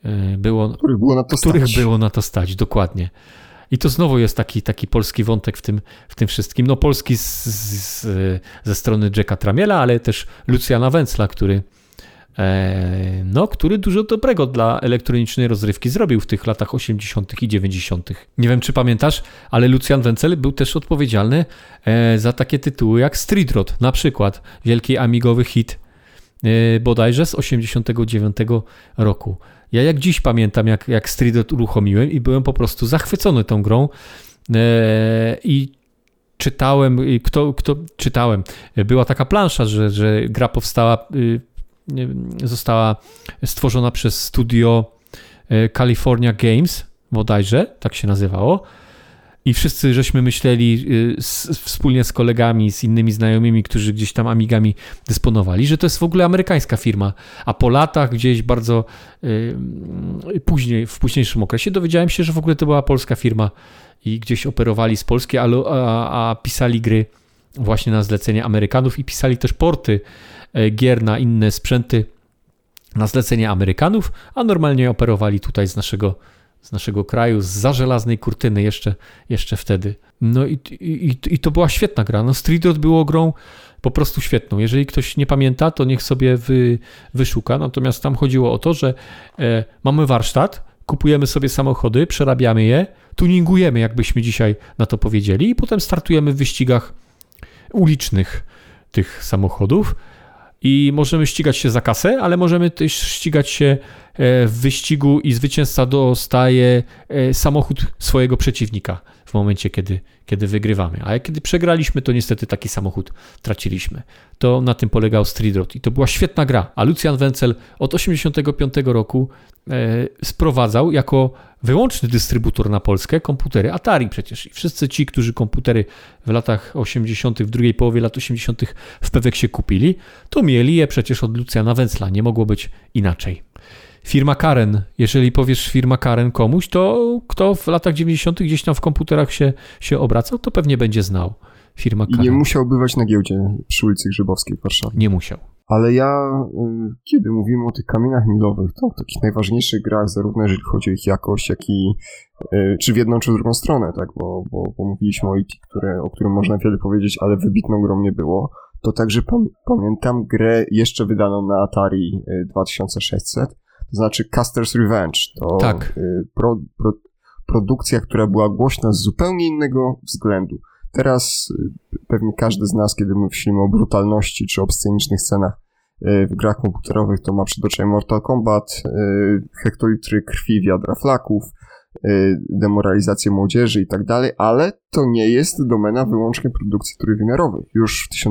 S1: było na to stać, dokładnie. I to znowu jest taki polski wątek w tym wszystkim. No polski ze strony Jacka Tramiela, ale też Lucjana Wentzla, który dużo dobrego dla elektronicznej rozrywki zrobił w tych latach 80. i 90. Nie wiem, czy pamiętasz, ale Lucjan Wenzel był też odpowiedzialny za takie tytuły jak Street Road, na przykład wielki amigowy hit bodajże z 89 roku. Ja jak dziś pamiętam, jak Street Road uruchomiłem i byłem po prostu zachwycony tą grą i czytałem. Była taka plansza, że gra została stworzona przez studio California Games, bodajże, tak się nazywało. I wszyscy żeśmy myśleli wspólnie z kolegami, z innymi znajomymi, którzy gdzieś tam Amigami dysponowali, że to jest w ogóle amerykańska firma. A po latach gdzieś bardzo później, w późniejszym okresie dowiedziałem się, że w ogóle to była polska firma i gdzieś operowali z Polski, a pisali gry właśnie na zlecenie Amerykanów i pisali też porty gier na inne sprzęty na zlecenie Amerykanów, a normalnie operowali tutaj z naszego kraju, zza żelaznej kurtyny jeszcze wtedy. No i to była świetna gra. No Street Road było grą po prostu świetną. Jeżeli ktoś nie pamięta, to niech sobie wyszuka. Natomiast tam chodziło o to, że mamy warsztat, kupujemy sobie samochody, przerabiamy je, tuningujemy, jakbyśmy dzisiaj na to powiedzieli, i potem startujemy w wyścigach ulicznych tych samochodów. I możemy ścigać się za kasę, ale możemy też ścigać się w wyścigu i zwycięzca dostaje samochód swojego przeciwnika w momencie, kiedy wygrywamy. A kiedy przegraliśmy, to niestety taki samochód traciliśmy. To na tym polegał Street Road i to była świetna gra. A Lucjan Wenzel od 1985 roku sprowadzał jako wyłączny dystrybutor na Polskę komputery Atari przecież. I wszyscy ci, którzy komputery w latach 80., w drugiej połowie lat 80. w Peweksie kupili, to mieli je przecież od Lucjana Wentzla. Nie mogło być inaczej. Firma Karen. Jeżeli powiesz firma Karen komuś, to kto w latach 90. gdzieś tam w komputerach się obracał, to pewnie będzie znał firma Karen.
S2: I nie musiał bywać na giełdzie przy ulicy Grzybowskiej w Warszawie.
S1: Nie musiał.
S2: Ale kiedy mówimy o tych kamieniach milowych, to o takich najważniejszych grach, zarówno jeżeli chodzi o ich jakość, jak i czy w jedną, czy w drugą stronę, tak, bo mówiliśmy o IT, o którym można wiele powiedzieć, ale wybitną grą nie było, to także pamiętam grę jeszcze wydaną na Atari 2600, to znaczy Custer's Revenge. To
S1: tak.
S2: Produkcja, która była głośna z zupełnie innego względu. Teraz pewnie każdy z nas, kiedy myślimy o brutalności czy obscenicznych scenach w grach komputerowych, to ma przed oczami Mortal Kombat, hektolitry krwi, wiadra flaków, demoralizację młodzieży i tak dalej, ale to nie jest domena wyłącznie produkcji trójwymiarowych. Już w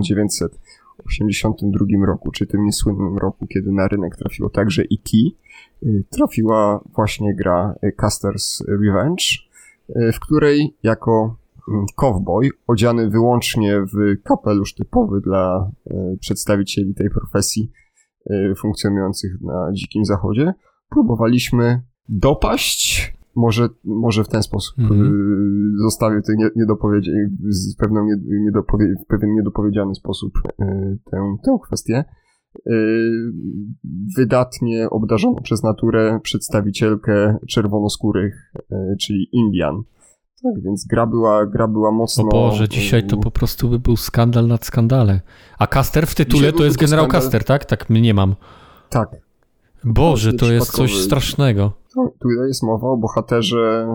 S2: 1982 roku, czy tym niesłynnym roku, kiedy na rynek trafiło także E.T., trafiła właśnie gra Custer's Revenge, w której jako cowboy, odziany wyłącznie w kapelusz typowy dla przedstawicieli tej profesji funkcjonujących na Dzikim Zachodzie, próbowaliśmy dopaść, może w ten sposób zostawię tutaj w pewien niedopowiedziany sposób tę kwestię, wydatnie obdarzoną przez naturę przedstawicielkę czerwonoskórych, czyli Indian. Tak, więc gra była mocno...
S1: O Boże, dzisiaj to po prostu by był skandal nad skandale. A Custer w tytule to jest generał Custer, tak? Tak mniemam.
S2: Tak.
S1: Boże, to jest coś strasznego.
S2: Tutaj jest mowa o bohaterze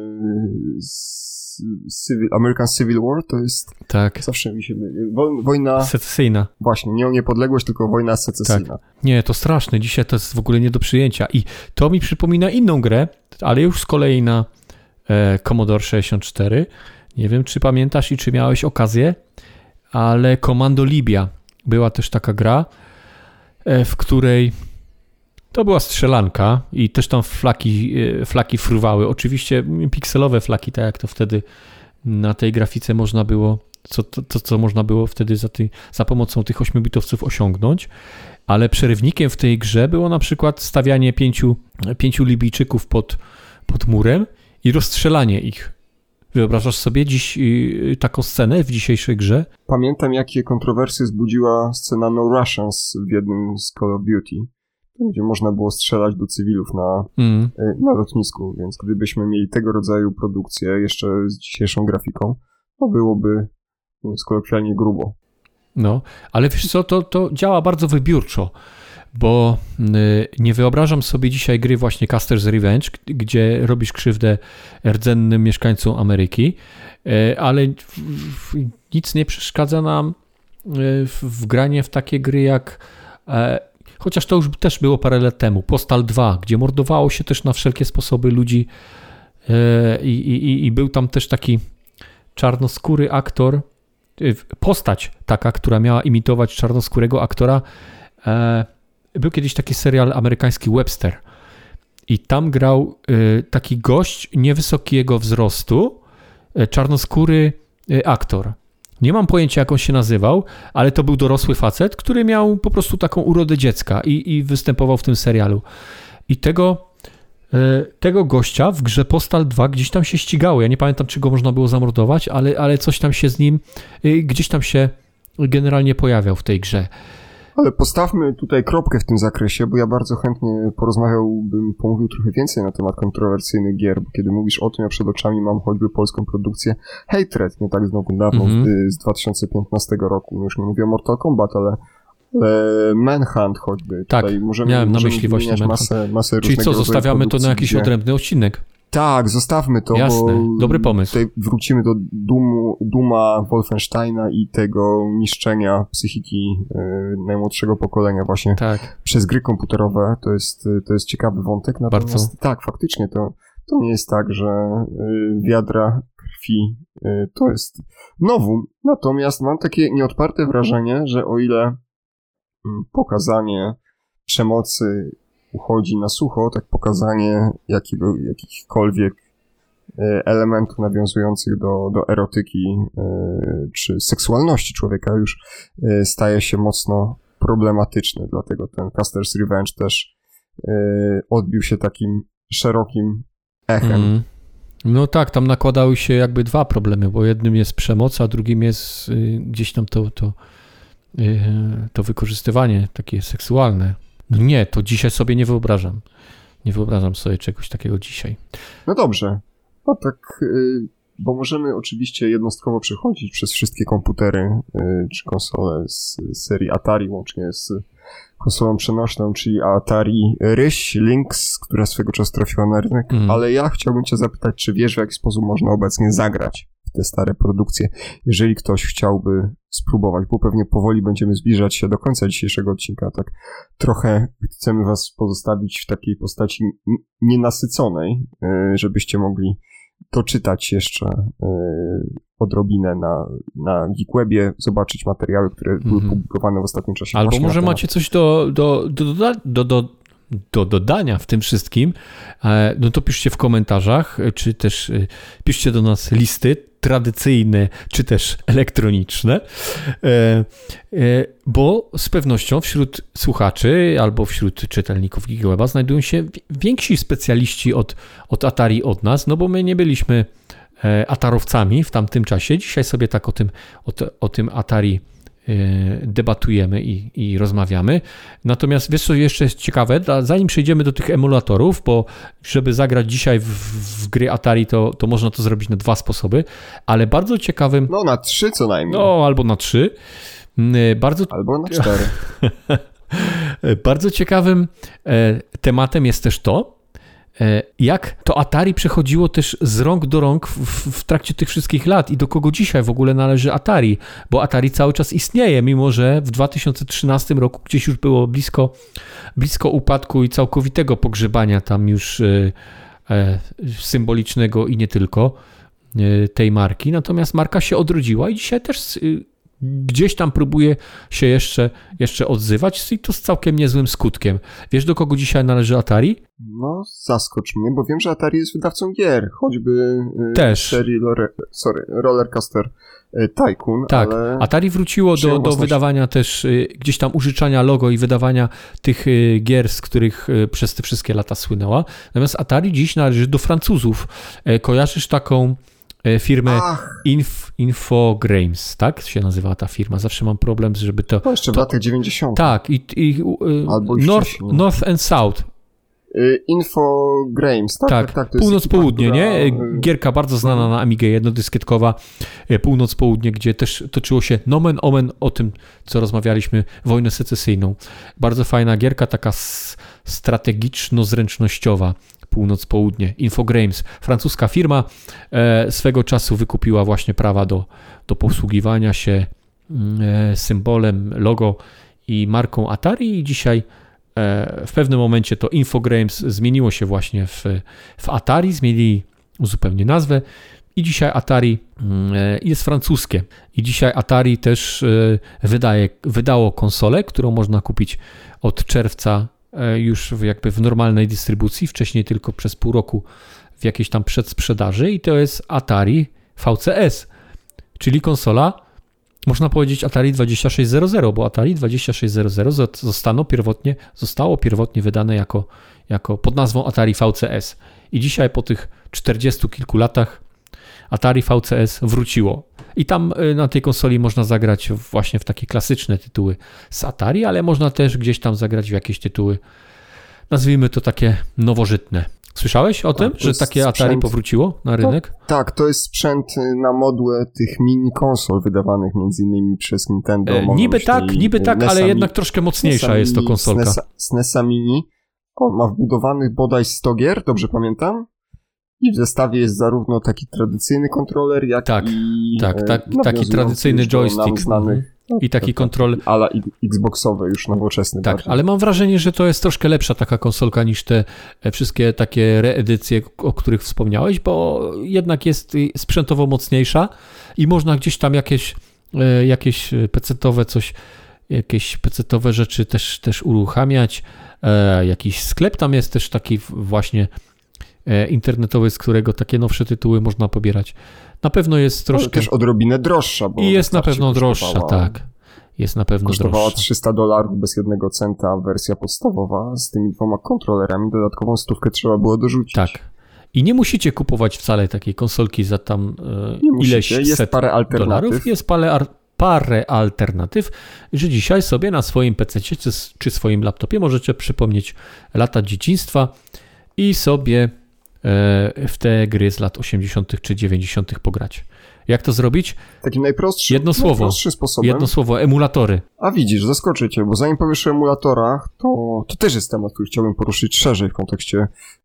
S2: American Civil War, to jest...
S1: Tak.
S2: Zawsze mi się... Wojna...
S1: Secesyjna.
S2: Właśnie, nie o niepodległość, tylko wojna secesyjna.
S1: Tak. Nie, to straszne. Dzisiaj to jest w ogóle nie do przyjęcia. I to mi przypomina inną grę, ale już z kolei na Commodore 64. Nie wiem, czy pamiętasz i czy miałeś okazję, ale Commando Libya. Była też taka gra, w której to była strzelanka i też tam flaki fruwały. Oczywiście pikselowe flaki, tak jak to wtedy na tej grafice można było, co można było wtedy za pomocą tych 8-bitowców osiągnąć, ale przerywnikiem w tej grze było na przykład stawianie pięciu Libijczyków pod murem i rozstrzelanie ich. Wyobrażasz sobie dziś taką scenę w dzisiejszej grze?
S2: Pamiętam, jakie kontrowersje wzbudziła scena No Russians w jednym z Call of Duty. gdzie można było strzelać do cywilów na lotnisku, więc gdybyśmy mieli tego rodzaju produkcję jeszcze z dzisiejszą grafiką, to byłoby kolokwialnie grubo.
S1: No, ale wiesz co, to działa bardzo wybiórczo, bo nie wyobrażam sobie dzisiaj gry właśnie Custer's Revenge, gdzie robisz krzywdę rdzennym mieszkańcom Ameryki, ale nic nie przeszkadza nam w granie w takie gry jak, chociaż to już też było parę lat temu, Postal 2, gdzie mordowało się też na wszelkie sposoby ludzi i był tam też taki czarnoskóry aktor, postać taka, która miała imitować czarnoskórego aktora. Był kiedyś taki serial amerykański Webster i tam grał taki gość niewysokiego wzrostu, czarnoskóry aktor. Nie mam pojęcia, jak on się nazywał, ale to był dorosły facet, który miał po prostu taką urodę dziecka i występował w tym serialu. I tego gościa w grze Postal 2 gdzieś tam się ścigało. Ja nie pamiętam, czy go można było zamordować, ale coś tam się z nim gdzieś tam się generalnie pojawiał w tej grze.
S2: Ale postawmy tutaj kropkę w tym zakresie, bo ja bardzo chętnie pomówił trochę więcej na temat kontrowersyjnych gier, bo kiedy mówisz o tym, ja przed oczami mam choćby polską produkcję Hatred, nie tak znowu dawno, z 2015 roku. Już nie mówię o Mortal Kombat, ale Manhunt choćby.
S1: Tak,
S2: tutaj
S1: miałem na myśli właśnie
S2: masę
S1: Czyli co, zostawiamy to na jakiś odrębny odcinek?
S2: Tak, zostawmy to,
S1: jasne, bo dobry pomysł.
S2: Tutaj wrócimy do Duma Wolfensteina i tego niszczenia psychiki najmłodszego pokolenia właśnie przez gry komputerowe. To jest ciekawy wątek. Natomiast
S1: bardzo.
S2: Tak, faktycznie to nie jest tak, że wiadra krwi to jest novum. Natomiast mam takie nieodparte wrażenie, że o ile pokazanie przemocy uchodzi na sucho, tak pokazanie jakichkolwiek elementów nawiązujących do erotyki czy seksualności człowieka już staje się mocno problematyczny. Dlatego ten Custer's Revenge też odbił się takim szerokim echem.
S1: No tak, tam nakładały się jakby dwa problemy, bo jednym jest przemoc, a drugim jest gdzieś tam to wykorzystywanie takie seksualne. No nie, to dzisiaj sobie nie wyobrażam. Nie wyobrażam sobie czegoś takiego dzisiaj.
S2: No dobrze. No tak, bo możemy oczywiście jednostkowo przechodzić przez wszystkie komputery czy konsole z serii Atari, łącznie z konsolą przenośną, czyli Atari Ryś Lynx, która swego czasu trafiła na rynek, ale ja chciałbym cię zapytać, czy wiesz, w jaki sposób można obecnie zagrać w te stare produkcje, jeżeli ktoś chciałby spróbować, bo pewnie powoli będziemy zbliżać się do końca dzisiejszego odcinka, tak trochę chcemy was pozostawić w takiej postaci nienasyconej, żebyście mogli doczytać jeszcze odrobinę na GeekWebie, zobaczyć materiały, które były publikowane w ostatnim czasie.
S1: Albo może macie coś do dodania w tym wszystkim, no to piszcie w komentarzach, czy też piszcie do nas listy tradycyjne, czy też elektroniczne, bo z pewnością wśród słuchaczy albo wśród czytelników GeekWeba znajdują się więksi specjaliści od Atari od nas, no bo my nie byliśmy atarowcami w tamtym czasie. Dzisiaj sobie tak o tym Atari debatujemy i rozmawiamy. Natomiast wiesz, co jeszcze jest ciekawe? Zanim przejdziemy do tych emulatorów, bo żeby zagrać dzisiaj w gry Atari, to można to zrobić na dwa sposoby, ale bardzo ciekawym...
S2: No na 3 co najmniej.
S1: No, albo na 3.
S2: Albo na 4.
S1: Bardzo ciekawym tematem jest też to, jak to Atari przechodziło też z rąk do rąk w trakcie tych wszystkich lat i do kogo dzisiaj w ogóle należy Atari, bo Atari cały czas istnieje, mimo że w 2013 roku gdzieś już było blisko upadku i całkowitego pogrzebania tam już symbolicznego i nie tylko tej marki, natomiast marka się odrodziła i dzisiaj też gdzieś tam próbuje się jeszcze odzywać i to z całkiem niezłym skutkiem. Wiesz, do kogo dzisiaj należy Atari?
S2: No, zaskocz mnie, bo wiem, że Atari jest wydawcą gier, choćby
S1: też
S2: serii Roller Coaster Tycoon.
S1: Tak, ale Atari wróciło do wydawania też gdzieś tam użyczania logo i wydawania tych gier, z których przez te wszystkie lata słynęła. Natomiast Atari dziś należy do Francuzów. Kojarzysz taką firmę Infogrames, tak się nazywa ta firma. Zawsze mam problem, żeby to...
S2: To jeszcze w latach 90.
S1: Tak,
S2: Albo
S1: North and South.
S2: Infogrames, tak?
S1: Tak, północ-południe, nie? Gierka bardzo znana na Amigę, jednodyskietka, północ-południe, gdzie też toczyło się nomen omen o tym, co rozmawialiśmy, wojnę secesyjną. Bardzo fajna gierka, taka strategiczno-zręcznościowa. Północ-południe, Infogrames. Francuska firma swego czasu wykupiła właśnie prawa do posługiwania się symbolem, logo i marką Atari i dzisiaj w pewnym momencie to Infogrames zmieniło się właśnie w Atari, zmienili zupełnie nazwę i dzisiaj Atari jest francuskie. I dzisiaj Atari też wydało konsolę, którą można kupić od czerwca już jakby w normalnej dystrybucji, wcześniej tylko przez pół roku w jakiejś tam przedsprzedaży i to jest Atari VCS, czyli konsola, można powiedzieć Atari 2600, bo Atari 2600 zostało pierwotnie wydane jako pod nazwą Atari VCS i dzisiaj po tych 40 kilku latach Atari VCS wróciło. I tam na tej konsoli można zagrać właśnie w takie klasyczne tytuły z Atari, ale można też gdzieś tam zagrać w jakieś tytuły, nazwijmy to takie nowożytne. Słyszałeś o tym, że takie Atari powróciło na rynek?
S2: Tak, to jest sprzęt na modłę tych mini konsol wydawanych między innymi przez Nintendo.
S1: Niby tak, ale jednak troszkę mocniejsza jest to konsolka.
S2: SNES-a Mini. On ma wbudowanych bodaj 100 gier, dobrze pamiętam? I w zestawie jest zarówno taki tradycyjny kontroler, jak i
S1: taki tradycyjny joystick. I taki kontroler.
S2: Ale Xboxowy, już nowoczesny.
S1: Tak, bardziej. Ale mam wrażenie, że to jest troszkę lepsza taka konsolka niż te wszystkie takie reedycje, o których wspomniałeś, bo jednak jest sprzętowo mocniejsza i można gdzieś tam jakieś pecetowe jakieś pecetowe rzeczy też uruchamiać. Jakiś sklep tam jest też taki właśnie internetowy, z którego takie nowsze tytuły można pobierać. Na pewno jest troszkę... Ale
S2: też odrobinę droższa. Bo
S1: i jest na pewno droższa, tak. Jest na pewno
S2: kosztowała
S1: droższa.
S2: $300 bez 1 centa wersja podstawowa z tymi 2 kontrolerami. Dodatkową 100 trzeba było dorzucić.
S1: Tak. I nie musicie kupować wcale takiej konsolki za tam ileś set
S2: parę alternatyw.
S1: $. Jest parę alternatyw, że dzisiaj sobie na swoim PC-cie czy swoim laptopie możecie przypomnieć lata dzieciństwa i sobie w te gry z lat 80. czy 90. pograć. Jak to zrobić?
S2: Takim najprostszym sposobem.
S1: Jedno słowo, emulatory.
S2: A widzisz, zaskoczy cię, bo zanim powiesz o emulatorach, to też jest temat, który chciałbym poruszyć szerzej w kontekście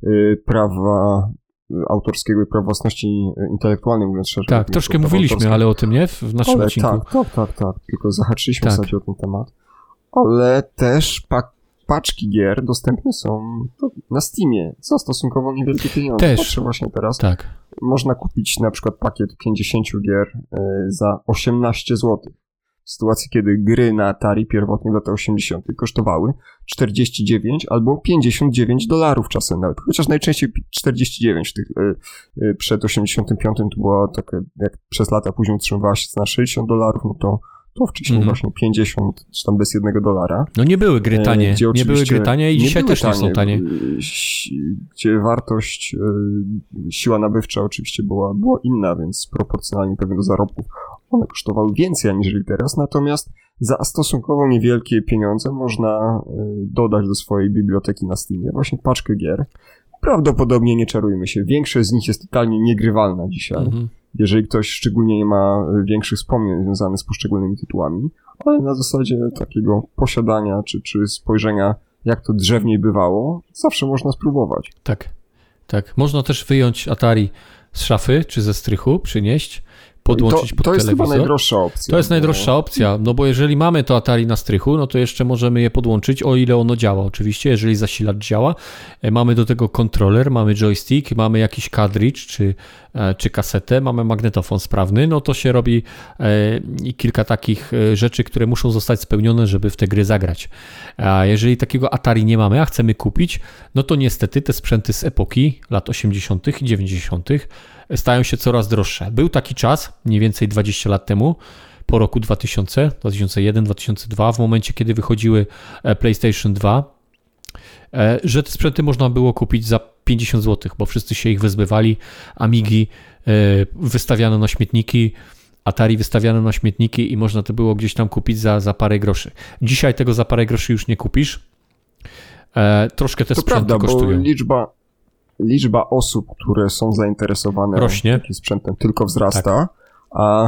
S2: prawa autorskiego i praw własności intelektualnej, mówiąc szerzej.
S1: Tak, troszkę mówiliśmy, ale o tym nie? W naszym odcinku.
S2: Tak. Tylko zahaczyliśmy w zasadzie o ten temat. Ale też paczki gier dostępne są na Steamie za stosunkowo niewielkie pieniądze.
S1: Też.
S2: Patrzę właśnie teraz.
S1: Tak.
S2: Można kupić na przykład pakiet 50 gier za 18 zł. W sytuacji, kiedy gry na Atari pierwotnie w latach 80. kosztowały 49 albo $59 czasem nawet. Chociaż najczęściej 49 przed 85 to była taka, jak przez lata później utrzymywała się cena $60, no to wcześniej właśnie 50, czy tam bez $1.
S1: No nie były gry tanie, i dzisiaj też nie są tanie.
S2: Gdzie wartość, siła nabywcza oczywiście była inna, więc proporcjonalnie pewnie do zarobków one kosztowały więcej aniżeli teraz, natomiast za stosunkowo niewielkie pieniądze można dodać do swojej biblioteki na Steamie właśnie paczkę gier. Prawdopodobnie, nie czarujmy się, większość z nich jest totalnie niegrywalna dzisiaj. Jeżeli ktoś szczególnie nie ma większych wspomnień związanych z poszczególnymi tytułami, ale na zasadzie takiego posiadania czy spojrzenia, jak to drzewniej bywało, zawsze można spróbować.
S1: Tak. Można też wyjąć Atari z szafy czy ze strychu, przynieść, podłączyć pod telewizor.
S2: To jest chyba najdroższa opcja.
S1: To jest najdroższa opcja, no bo jeżeli mamy to Atari na strychu, no to jeszcze możemy je podłączyć, o ile ono działa oczywiście, jeżeli zasilacz działa. Mamy do tego kontroler, mamy joystick, mamy jakiś cartridge czy kasetę, mamy magnetofon sprawny, no to się robi kilka takich rzeczy, które muszą zostać spełnione, żeby w te gry zagrać. A jeżeli takiego Atari nie mamy, a chcemy kupić, no to niestety te sprzęty z epoki lat 80. i 90. stają się coraz droższe. Był taki czas, mniej więcej 20 lat temu, po roku 2000, 2001, 2002, w momencie, kiedy wychodziły PlayStation 2, że te sprzęty można było kupić za 50 zł, bo wszyscy się ich wyzbywali. Amigi wystawiano na śmietniki, Atari wystawiano na śmietniki i można to było gdzieś tam kupić za parę groszy. Dzisiaj tego za parę groszy już nie kupisz. Troszkę te sprzęty kosztują.
S2: Bo liczba osób, które są zainteresowane takim sprzętem, tylko wzrasta, tak. A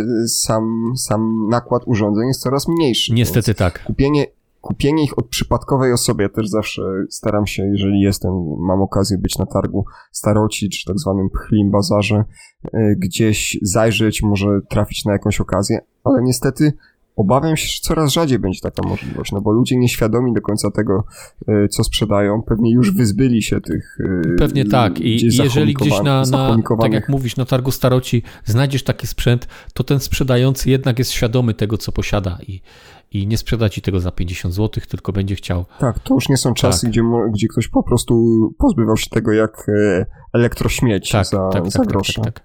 S2: sam nakład urządzeń jest coraz mniejszy.
S1: Niestety tak.
S2: Kupienie ich od przypadkowej osoby, ja też zawsze staram się, jeżeli mam okazję być na targu Staroci, czy tak zwanym Pchlim Bazarze, gdzieś zajrzeć, może trafić na jakąś okazję, ale niestety obawiam się, że coraz rzadziej będzie taka możliwość, no bo ludzie nieświadomi do końca tego, co sprzedają, pewnie już wyzbyli się tych...
S1: Pewnie tak i jeżeli gdzieś tak jak mówisz, na targu Staroci znajdziesz taki sprzęt, to ten sprzedający jednak jest świadomy tego, co posiada i nie sprzeda ci tego za 50 zł, tylko będzie chciał...
S2: Tak, to już nie są czasy, gdzie ktoś po prostu pozbywał się tego jak elektrośmieć za grosze.
S1: Tak.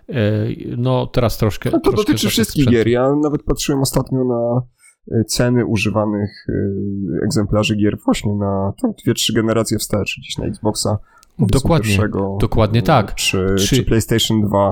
S1: No teraz troszkę...
S2: No to dotyczy wszystkich gier. Ja nawet patrzyłem ostatnio na ceny używanych egzemplarzy gier właśnie na 2-3 generacje wstecz, gdzieś na Xboxa.
S1: Dokładnie tak.
S2: Czy PlayStation 2.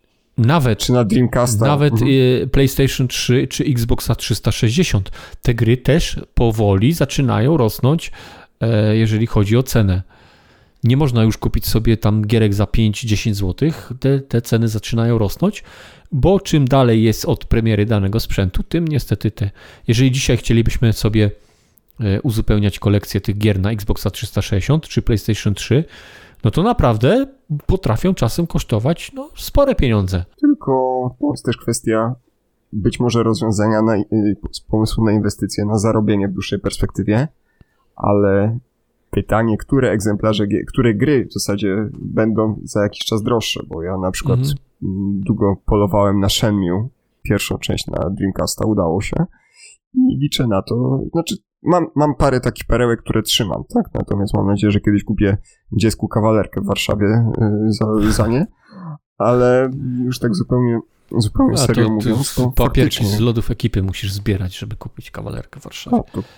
S2: Czy na Dreamcasta.
S1: Nawet PlayStation 3 czy Xboxa 360. Te gry też powoli zaczynają rosnąć, jeżeli chodzi o cenę. Nie można już kupić sobie tam gierek za 5-10 zł. Te ceny zaczynają rosnąć, bo czym dalej jest od premiery danego sprzętu, tym niestety jeżeli dzisiaj chcielibyśmy sobie uzupełniać kolekcję tych gier na Xboxa 360 czy PlayStation 3, no to naprawdę potrafią czasem kosztować spore pieniądze.
S2: Tylko to jest też kwestia być może rozwiązania pomysłu na inwestycje, na zarobienie w dłuższej perspektywie, ale pytanie, które gry w zasadzie będą za jakiś czas droższe, bo ja na przykład długo polowałem na Shenmue, pierwszą część na Dreamcasta, udało się i liczę na to, znaczy mam parę takich perełek, które trzymam, tak? Natomiast mam nadzieję, że kiedyś kupię dziecku kawalerkę w Warszawie za nie, ale już tak zupełnie serio mówiąc, to
S1: papierki
S2: faktycznie...
S1: z lodów ekipy musisz zbierać, żeby kupić kawalerkę w Warszawie.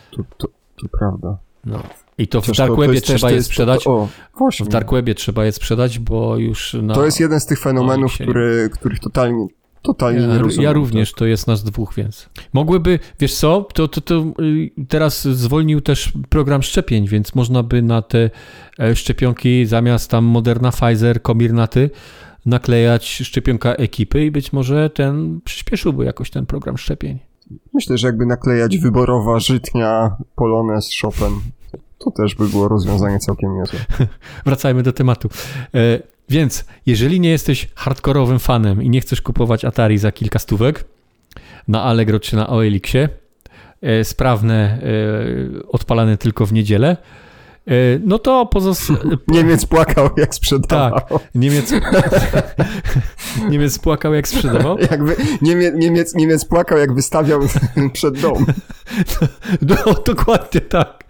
S2: To prawda.
S1: No. I to w Dark Webie trzeba je sprzedać. W Dark Webie trzeba je sprzedać, bo już
S2: to jest jeden z tych fenomenów, których totalnie nie rozumiem.
S1: Ja również, to jest nas dwóch, więc mogłyby, wiesz co, to teraz zwolnił też program szczepień, więc można by na te szczepionki zamiast tam Moderna, Pfizer, Comirnaty naklejać szczepionka ekipy i być może przyspieszyłby jakoś ten program szczepień.
S2: Myślę, że jakby naklejać wyborowa, Żytnia, Polonez, Chopin, to też by było rozwiązanie całkiem niezłe.
S1: Wracajmy do tematu. Więc jeżeli nie jesteś hardkorowym fanem i nie chcesz kupować Atari za kilka stówek na Allegro czy na OLX-ie, sprawne, odpalane tylko w niedzielę, no to
S2: Niemiec płakał jak sprzedawał.
S1: Tak, Niemiec płakał jak sprzedawał.
S2: Niemiec płakał jak wystawiał przed dom.
S1: No, dokładnie tak.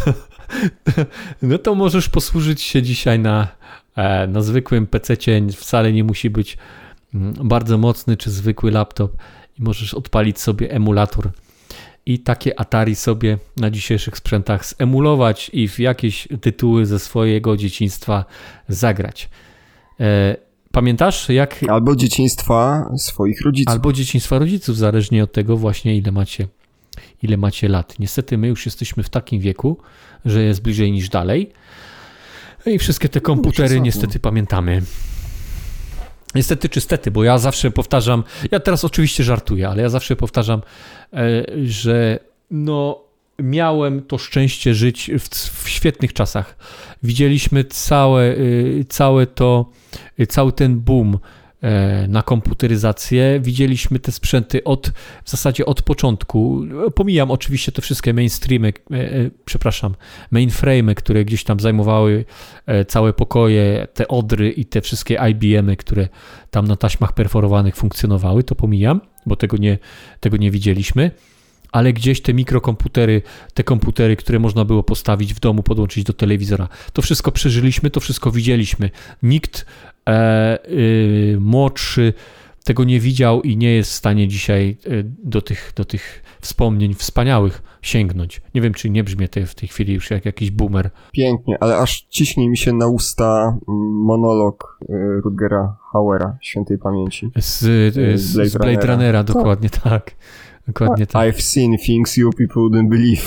S1: No to możesz posłużyć się dzisiaj na zwykłym PC-cie, wcale nie musi być bardzo mocny czy zwykły laptop i możesz odpalić sobie emulator i takie Atari sobie na dzisiejszych sprzętach zemulować i w jakieś tytuły ze swojego dzieciństwa zagrać. Pamiętasz jak...
S2: Albo dzieciństwa swoich rodziców.
S1: Albo dzieciństwa rodziców, zależnie od tego właśnie ile macie lat. Niestety my już jesteśmy w takim wieku, że jest bliżej niż dalej. I wszystkie te komputery niestety pamiętamy. Niestety czy stety, bo ja zawsze powtarzam, ja teraz oczywiście żartuję, ale ja zawsze powtarzam, że miałem to szczęście żyć w świetnych czasach. Widzieliśmy cały ten boom na komputeryzację. Widzieliśmy te sprzęty w zasadzie od początku. Pomijam oczywiście te wszystkie mainframe'y, które gdzieś tam zajmowały całe pokoje, te Odry i te wszystkie IBM-y, które tam na taśmach perforowanych funkcjonowały, to pomijam, bo tego nie widzieliśmy. Ale gdzieś te mikrokomputery, te komputery, które można było postawić w domu, podłączyć do telewizora, to wszystko przeżyliśmy, to wszystko widzieliśmy. Nikt młodszy tego nie widział i nie jest w stanie dzisiaj do tych wspomnień wspaniałych sięgnąć. Nie wiem, czy nie brzmię w tej chwili już jak jakiś boomer.
S2: Pięknie, ale aż ciśnie mi się na usta monolog Rutgera Hauera, świętej pamięci.
S1: Z Blade Runnera, dokładnie tak. Dokładnie tak.
S2: I've seen things you people wouldn't believe.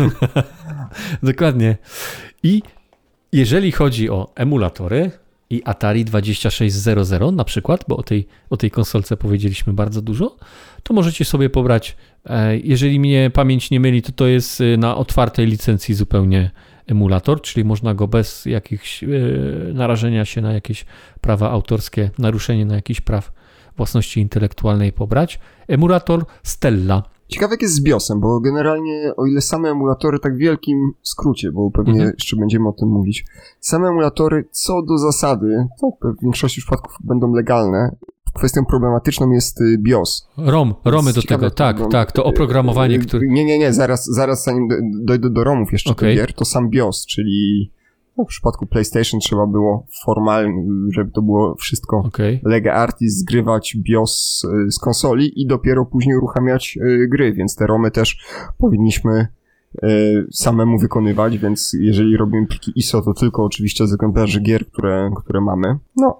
S1: Dokładnie. I jeżeli chodzi o emulatory i Atari 2600 na przykład, bo o tej konsolce powiedzieliśmy bardzo dużo, to możecie sobie pobrać, jeżeli mnie pamięć nie myli, to jest na otwartej licencji zupełnie emulator, czyli można go bez jakichś narażenia się na jakieś prawa autorskie, naruszenie na jakichś praw własności intelektualnej pobrać. Emulator Stella.
S2: Ciekawe jak jest z BIOS-em, bo generalnie o ile same emulatory, tak w wielkim skrócie, bo pewnie jeszcze będziemy o tym mówić, same emulatory co do zasady, to w większości przypadków będą legalne. Kwestią problematyczną jest BIOS.
S1: ROMy do tego, tak, to oprogramowanie, które...
S2: Nie, zaraz zanim dojdę do ROMów jeszcze do gier, to sam BIOS, czyli w przypadku PlayStation trzeba było formalnie, żeby to było wszystko lega artis, zgrywać BIOS z konsoli i dopiero później uruchamiać gry, więc te ROMy też powinniśmy samemu wykonywać, więc jeżeli robimy pliki ISO, to tylko oczywiście z egzemplarzy gier, które mamy. No,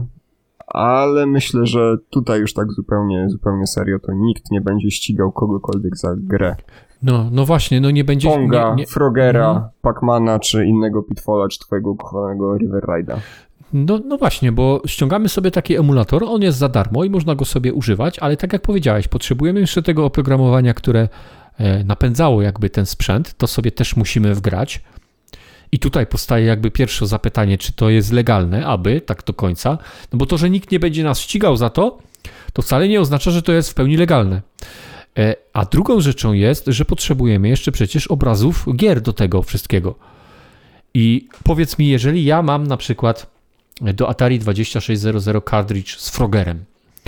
S2: ale myślę, że tutaj już tak zupełnie serio, to nikt nie będzie ścigał kogokolwiek za grę.
S1: No właśnie, no nie będzie...
S2: Ponga, Frogera, Pac-Mana, czy innego Pitfalla, czy twojego ukochanego River Ride'a.
S1: No właśnie, bo ściągamy sobie taki emulator, on jest za darmo i można go sobie używać, ale tak jak powiedziałeś, potrzebujemy jeszcze tego oprogramowania, które napędzało jakby ten sprzęt, to sobie też musimy wgrać. I tutaj powstaje jakby pierwsze zapytanie, czy to jest legalne, aby tak do końca, no bo to, że nikt nie będzie nas ścigał za to, to wcale nie oznacza, że to jest w pełni legalne. A drugą rzeczą jest, że potrzebujemy jeszcze przecież obrazów gier do tego wszystkiego. I powiedz mi, jeżeli ja mam na przykład do Atari 2600 cartridge z Frogerem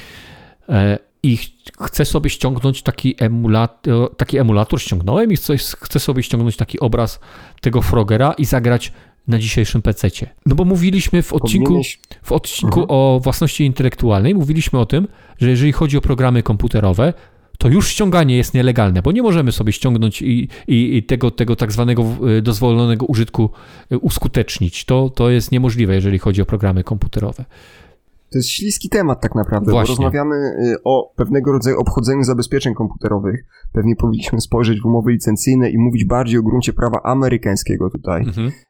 S1: i chcę sobie ściągnąć taki emulator ściągnąłem i chcę sobie ściągnąć taki obraz tego Frogera i zagrać na dzisiejszym PC-cie. No bo mówiliśmy w odcinku o własności intelektualnej, mówiliśmy o tym, że jeżeli chodzi o programy komputerowe, to już ściąganie jest nielegalne, bo nie możemy sobie ściągnąć i tego tak zwanego dozwolonego użytku uskutecznić. To jest niemożliwe, jeżeli chodzi o programy komputerowe.
S2: To jest śliski temat tak naprawdę,
S1: Właśnie.
S2: Bo rozmawiamy o pewnego rodzaju obchodzeniu zabezpieczeń komputerowych. Pewnie powinniśmy spojrzeć w umowy licencyjne i mówić bardziej o gruncie prawa amerykańskiego tutaj.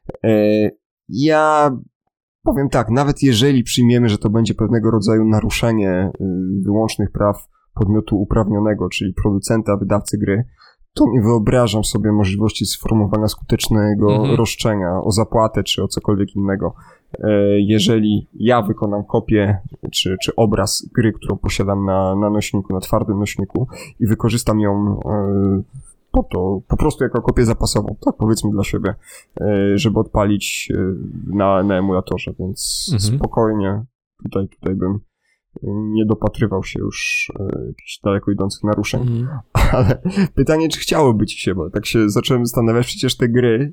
S2: Ja powiem tak, nawet jeżeli przyjmiemy, że to będzie pewnego rodzaju naruszenie wyłącznych praw podmiotu uprawnionego, czyli producenta, wydawcy gry, to nie wyobrażam sobie możliwości sformułowania skutecznego roszczenia o zapłatę czy o cokolwiek innego. Jeżeli ja wykonam kopię czy obraz gry, którą posiadam na nośniku, na twardym nośniku i wykorzystam ją po prostu jako kopię zapasową, tak powiedzmy dla siebie, żeby odpalić na emulatorze, więc spokojnie tutaj bym nie dopatrywał się już jakichś daleko idących naruszeń. Ale pytanie, czy chciałoby ci się, bo tak się zacząłem zastanawiać, przecież te gry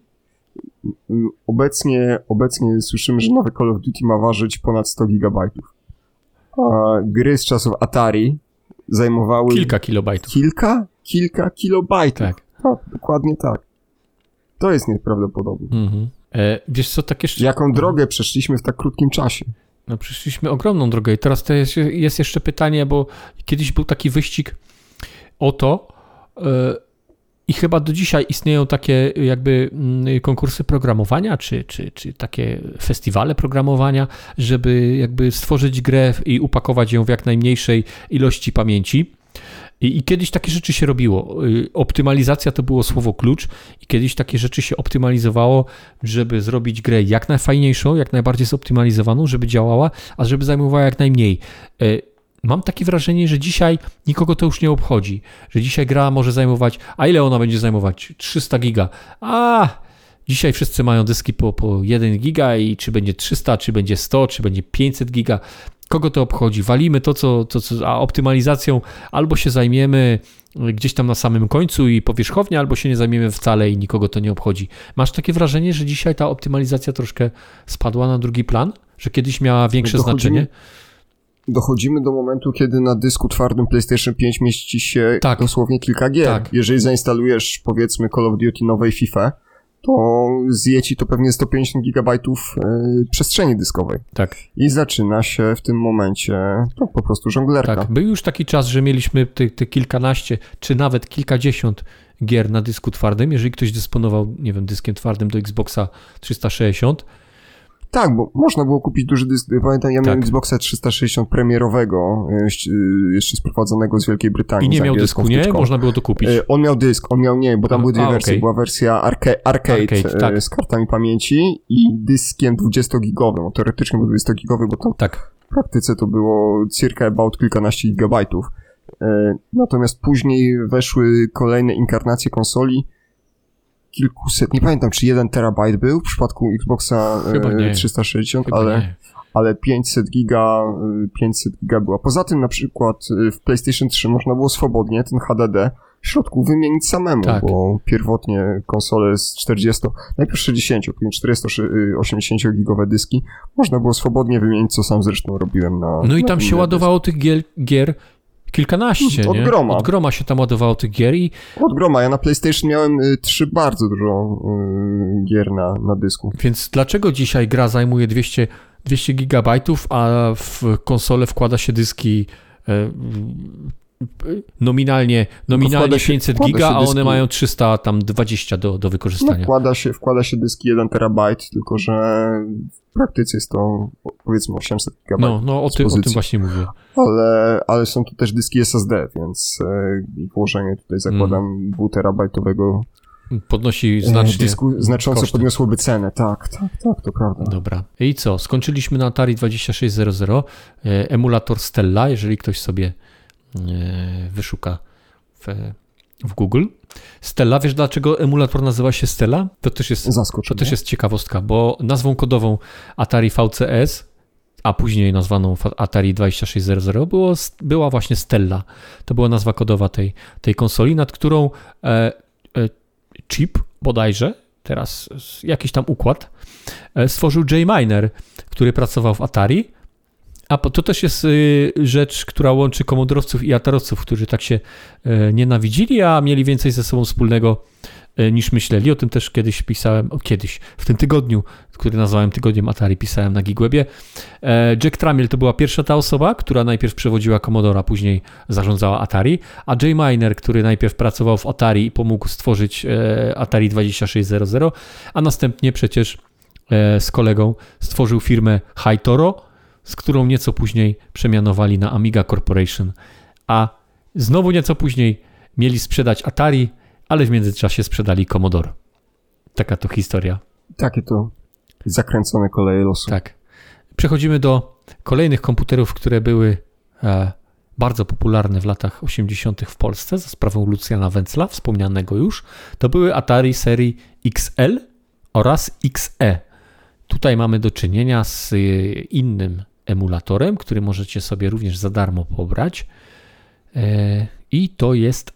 S2: obecnie słyszymy, że nowy Call of Duty ma ważyć ponad 100 gigabajtów. A gry z czasów Atari zajmowały...
S1: Kilka kilobajtów.
S2: Kilka kilobajtów.
S1: Tak.
S2: Dokładnie tak. To jest nieprawdopodobne.
S1: Wiesz co, tak jeszcze...
S2: Jaką drogę przeszliśmy w tak krótkim czasie?
S1: No przeszliśmy ogromną drogę i teraz to jest jeszcze pytanie, bo kiedyś był taki wyścig o to i chyba do dzisiaj istnieją takie jakby konkursy programowania, czy takie festiwale programowania, żeby jakby stworzyć grę i upakować ją w jak najmniejszej ilości pamięci. I kiedyś takie rzeczy się robiło. Optymalizacja to było słowo klucz i kiedyś takie rzeczy się optymalizowało, żeby zrobić grę jak najfajniejszą, jak najbardziej zoptymalizowaną, żeby działała, a żeby zajmowała jak najmniej. Mam takie wrażenie, że dzisiaj nikogo to już nie obchodzi, że dzisiaj gra może zajmować, a ile ona będzie zajmować? 300 giga. Dzisiaj wszyscy mają dyski po 1 giga i czy będzie 300, czy będzie 100, czy będzie 500 giga. Kogo to obchodzi? Walimy a optymalizacją albo się zajmiemy gdzieś tam na samym końcu i powierzchownie, albo się nie zajmiemy wcale i nikogo to nie obchodzi. Masz takie wrażenie, że dzisiaj ta optymalizacja troszkę spadła na drugi plan? Że kiedyś miała większe znaczenie?
S2: dochodzimy do momentu, kiedy na dysku twardym PlayStation 5 mieści się dosłownie kilka gier. Tak. Jeżeli zainstalujesz, powiedzmy, Call of Duty nowej FIFA, to zje ci to pewnie 150 gigabajtów przestrzeni dyskowej.
S1: Tak.
S2: I zaczyna się w tym momencie po prostu żonglerka.
S1: Tak, był już taki czas, że mieliśmy te kilkanaście, czy nawet kilkadziesiąt gier na dysku twardym, jeżeli ktoś dysponował, nie wiem, dyskiem twardym do Xboxa 360.
S2: Tak, bo można było kupić duży dysk. Pamiętam, ja miałem Xboxa 360 premierowego, jeszcze sprowadzonego z Wielkiej Brytanii.
S1: I nie miał dysku, nie? Można było to kupić.
S2: On miał dysk, bo tam były dwie wersje. Była wersja arcade z kartami pamięci i dyskiem 20-gigowym. Teoretycznie był 20-gigowy, bo tam w praktyce to było circa about kilkanaście gigabajtów. Natomiast później weszły kolejne inkarnacje konsoli, kilkuset, nie pamiętam czy 1 terabajt był w przypadku Xboxa 360, ale 500 giga była. Poza tym na przykład w PlayStation 3 można było swobodnie ten HDD w środku wymienić samemu, bo pierwotnie konsole z 40, najpierw 60, później 480 gigowe dyski można było swobodnie wymienić, co sam zresztą robiłem na...
S1: No i tam się ładowało tych gier kilkanaście,
S2: od
S1: nie?
S2: groma.
S1: Od groma się tam ładowało tych gier i...
S2: Od groma. Ja na PlayStation miałem 3 bardzo dużo gier na dysku.
S1: Więc dlaczego dzisiaj gra zajmuje 200 gigabajtów, a w konsolę wkłada się dyski nominalnie 500 giga, a one mają 320 do wykorzystania.
S2: No, wkłada się dyski 1 terabajt, tylko że w praktyce jest to powiedzmy 800 gigabajtów.
S1: No o tym właśnie mówię.
S2: Ale są tu też dyski SSD, więc włożenie tutaj zakładam 2 terabajtowego
S1: podnosi znacznie
S2: dysku znacząco podniosłoby cenę. Tak, to prawda.
S1: Dobra. I co? Skończyliśmy na Atari 2600, emulator Stella, jeżeli ktoś sobie wyszuka w Google. Stella, wiesz dlaczego emulator nazywa się Stella? To też jest ciekawostka, bo nazwą kodową Atari VCS, a później nazwaną Atari 2600 była właśnie Stella. To była nazwa kodowa tej konsoli, nad którą chip bodajże, teraz jakiś tam układ, stworzył Jay Miner, który pracował w Atari. A to też jest rzecz, która łączy komodorowców i atarowców, którzy tak się nienawidzili, a mieli więcej ze sobą wspólnego niż myśleli. O tym też kiedyś pisałem, w tym tygodniu, który nazwałem tygodniem Atari, pisałem na Gigwebie. Jack Tramiel to była pierwsza ta osoba, która najpierw przewodziła Commodore, później zarządzała Atari, a Jay Miner, który najpierw pracował w Atari i pomógł stworzyć Atari 2600, a następnie przecież z kolegą stworzył firmę Hi-Toro, z którą nieco później przemianowali na Amiga Corporation, a znowu nieco później mieli sprzedać Atari, ale w międzyczasie sprzedali Commodore. Taka to historia.
S2: Takie to zakręcone koleje losu.
S1: Tak. Przechodzimy do kolejnych komputerów, które były bardzo popularne w latach 80. w Polsce za sprawą Lucjana Węcla, wspomnianego już. To były Atari serii XL oraz XE. Tutaj mamy do czynienia z innym emulatorem, który możecie sobie również za darmo pobrać. I to jest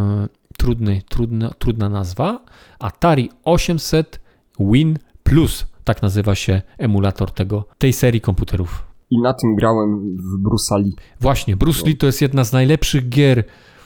S1: trudna nazwa. Atari 800 Win Plus. Tak nazywa się emulator tej serii komputerów.
S2: I na tym grałem w Bruce Lee.
S1: Właśnie, Bruce Lee to jest jedna z najlepszych gier.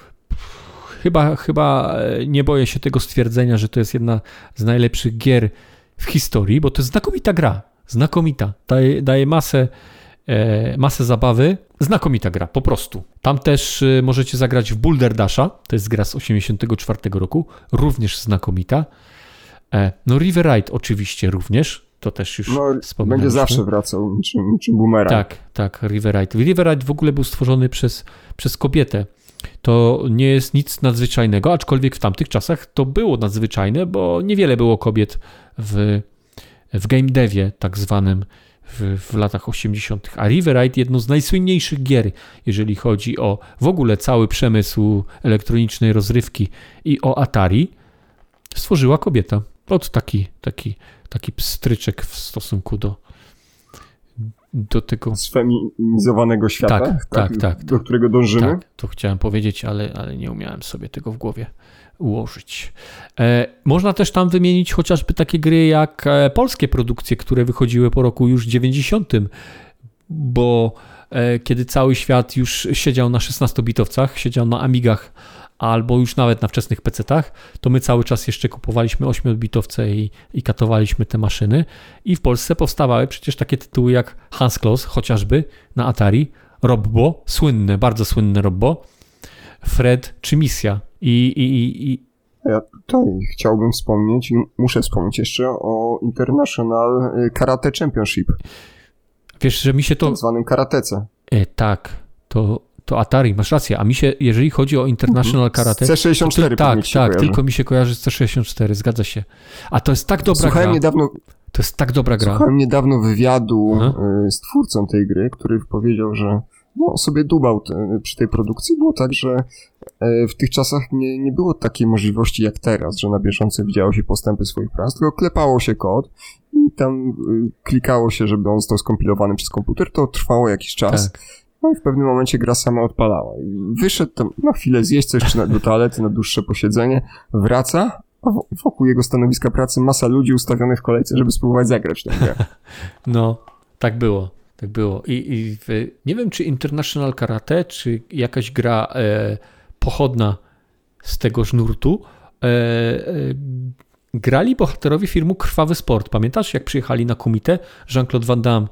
S1: Chyba nie boję się tego stwierdzenia, że to jest jedna z najlepszych gier w historii, bo to jest znakomita gra. Znakomita. Daje masę zabawy. Znakomita gra, po prostu. Tam też możecie zagrać w Boulder Dasha. To jest gra z 1984 roku. Również znakomita. No River Ride oczywiście również. To też już wspominaliśmy.
S2: Będzie zawsze wracał niczym boomerang.
S1: Tak, River Ride. River Ride w ogóle był stworzony przez kobietę. To nie jest nic nadzwyczajnego, aczkolwiek w tamtych czasach to było nadzwyczajne, bo niewiele było kobiet w game devie tak zwanym w latach 80. A River Ride, jedną z najsłynniejszych gier, jeżeli chodzi o w ogóle cały przemysł elektronicznej rozrywki i o Atari, stworzyła kobieta. Od taki pstryczek w stosunku do tego
S2: sfeminizowanego świata,
S1: tak,
S2: do którego dążymy.
S1: Tak, to chciałem powiedzieć, ale nie umiałem sobie tego w głowie ułożyć. Można też tam wymienić chociażby takie gry jak polskie produkcje, które wychodziły po roku już 90, bo kiedy cały świat już siedział na 16-bitowcach, siedział na Amigach albo już nawet na wczesnych PC-tach, to my cały czas jeszcze kupowaliśmy 8-bitowce i katowaliśmy te maszyny. I w Polsce powstawały przecież takie tytuły jak Hans Kloss, chociażby na Atari, Robbo, słynne, bardzo słynne Robbo, Fred czy Misja.
S2: Ja tutaj chciałbym wspomnieć, muszę wspomnieć jeszcze o International Karate Championship.
S1: Wiesz, że mi się to...
S2: Tak zwanym karatece.
S1: Tak, to Atari, masz rację, a mi się, jeżeli chodzi o International Karate...
S2: C64
S1: tak, tylko mi się kojarzy z C64, zgadza się. A to jest tak dobra gra. To jest tak dobra gra.
S2: Słuchałem niedawno wywiadu z twórcą tej gry, który powiedział, że sobie dubał przy tej produkcji. Było tak, że w tych czasach nie było takiej możliwości jak teraz, że na bieżąco widziało się postępy swoich prac, tylko klepało się kod i tam klikało się, żeby on został skompilowany przez komputer. To trwało jakiś czas. Tak. No i w pewnym momencie gra sama odpalała. Wyszedł tam na chwilę zjeść coś do toalety, na dłuższe posiedzenie, wraca, a wokół jego stanowiska pracy masa ludzi ustawionych w kolejce, żeby spróbować zagrać tę grę.
S1: No, tak było. Tak było. I nie wiem, czy International Karate, czy jakaś gra pochodna z tegoż nurtu, grali bohaterowie filmu Krwawy Sport. Pamiętasz, jak przyjechali na Kumite Jean-Claude Van Damme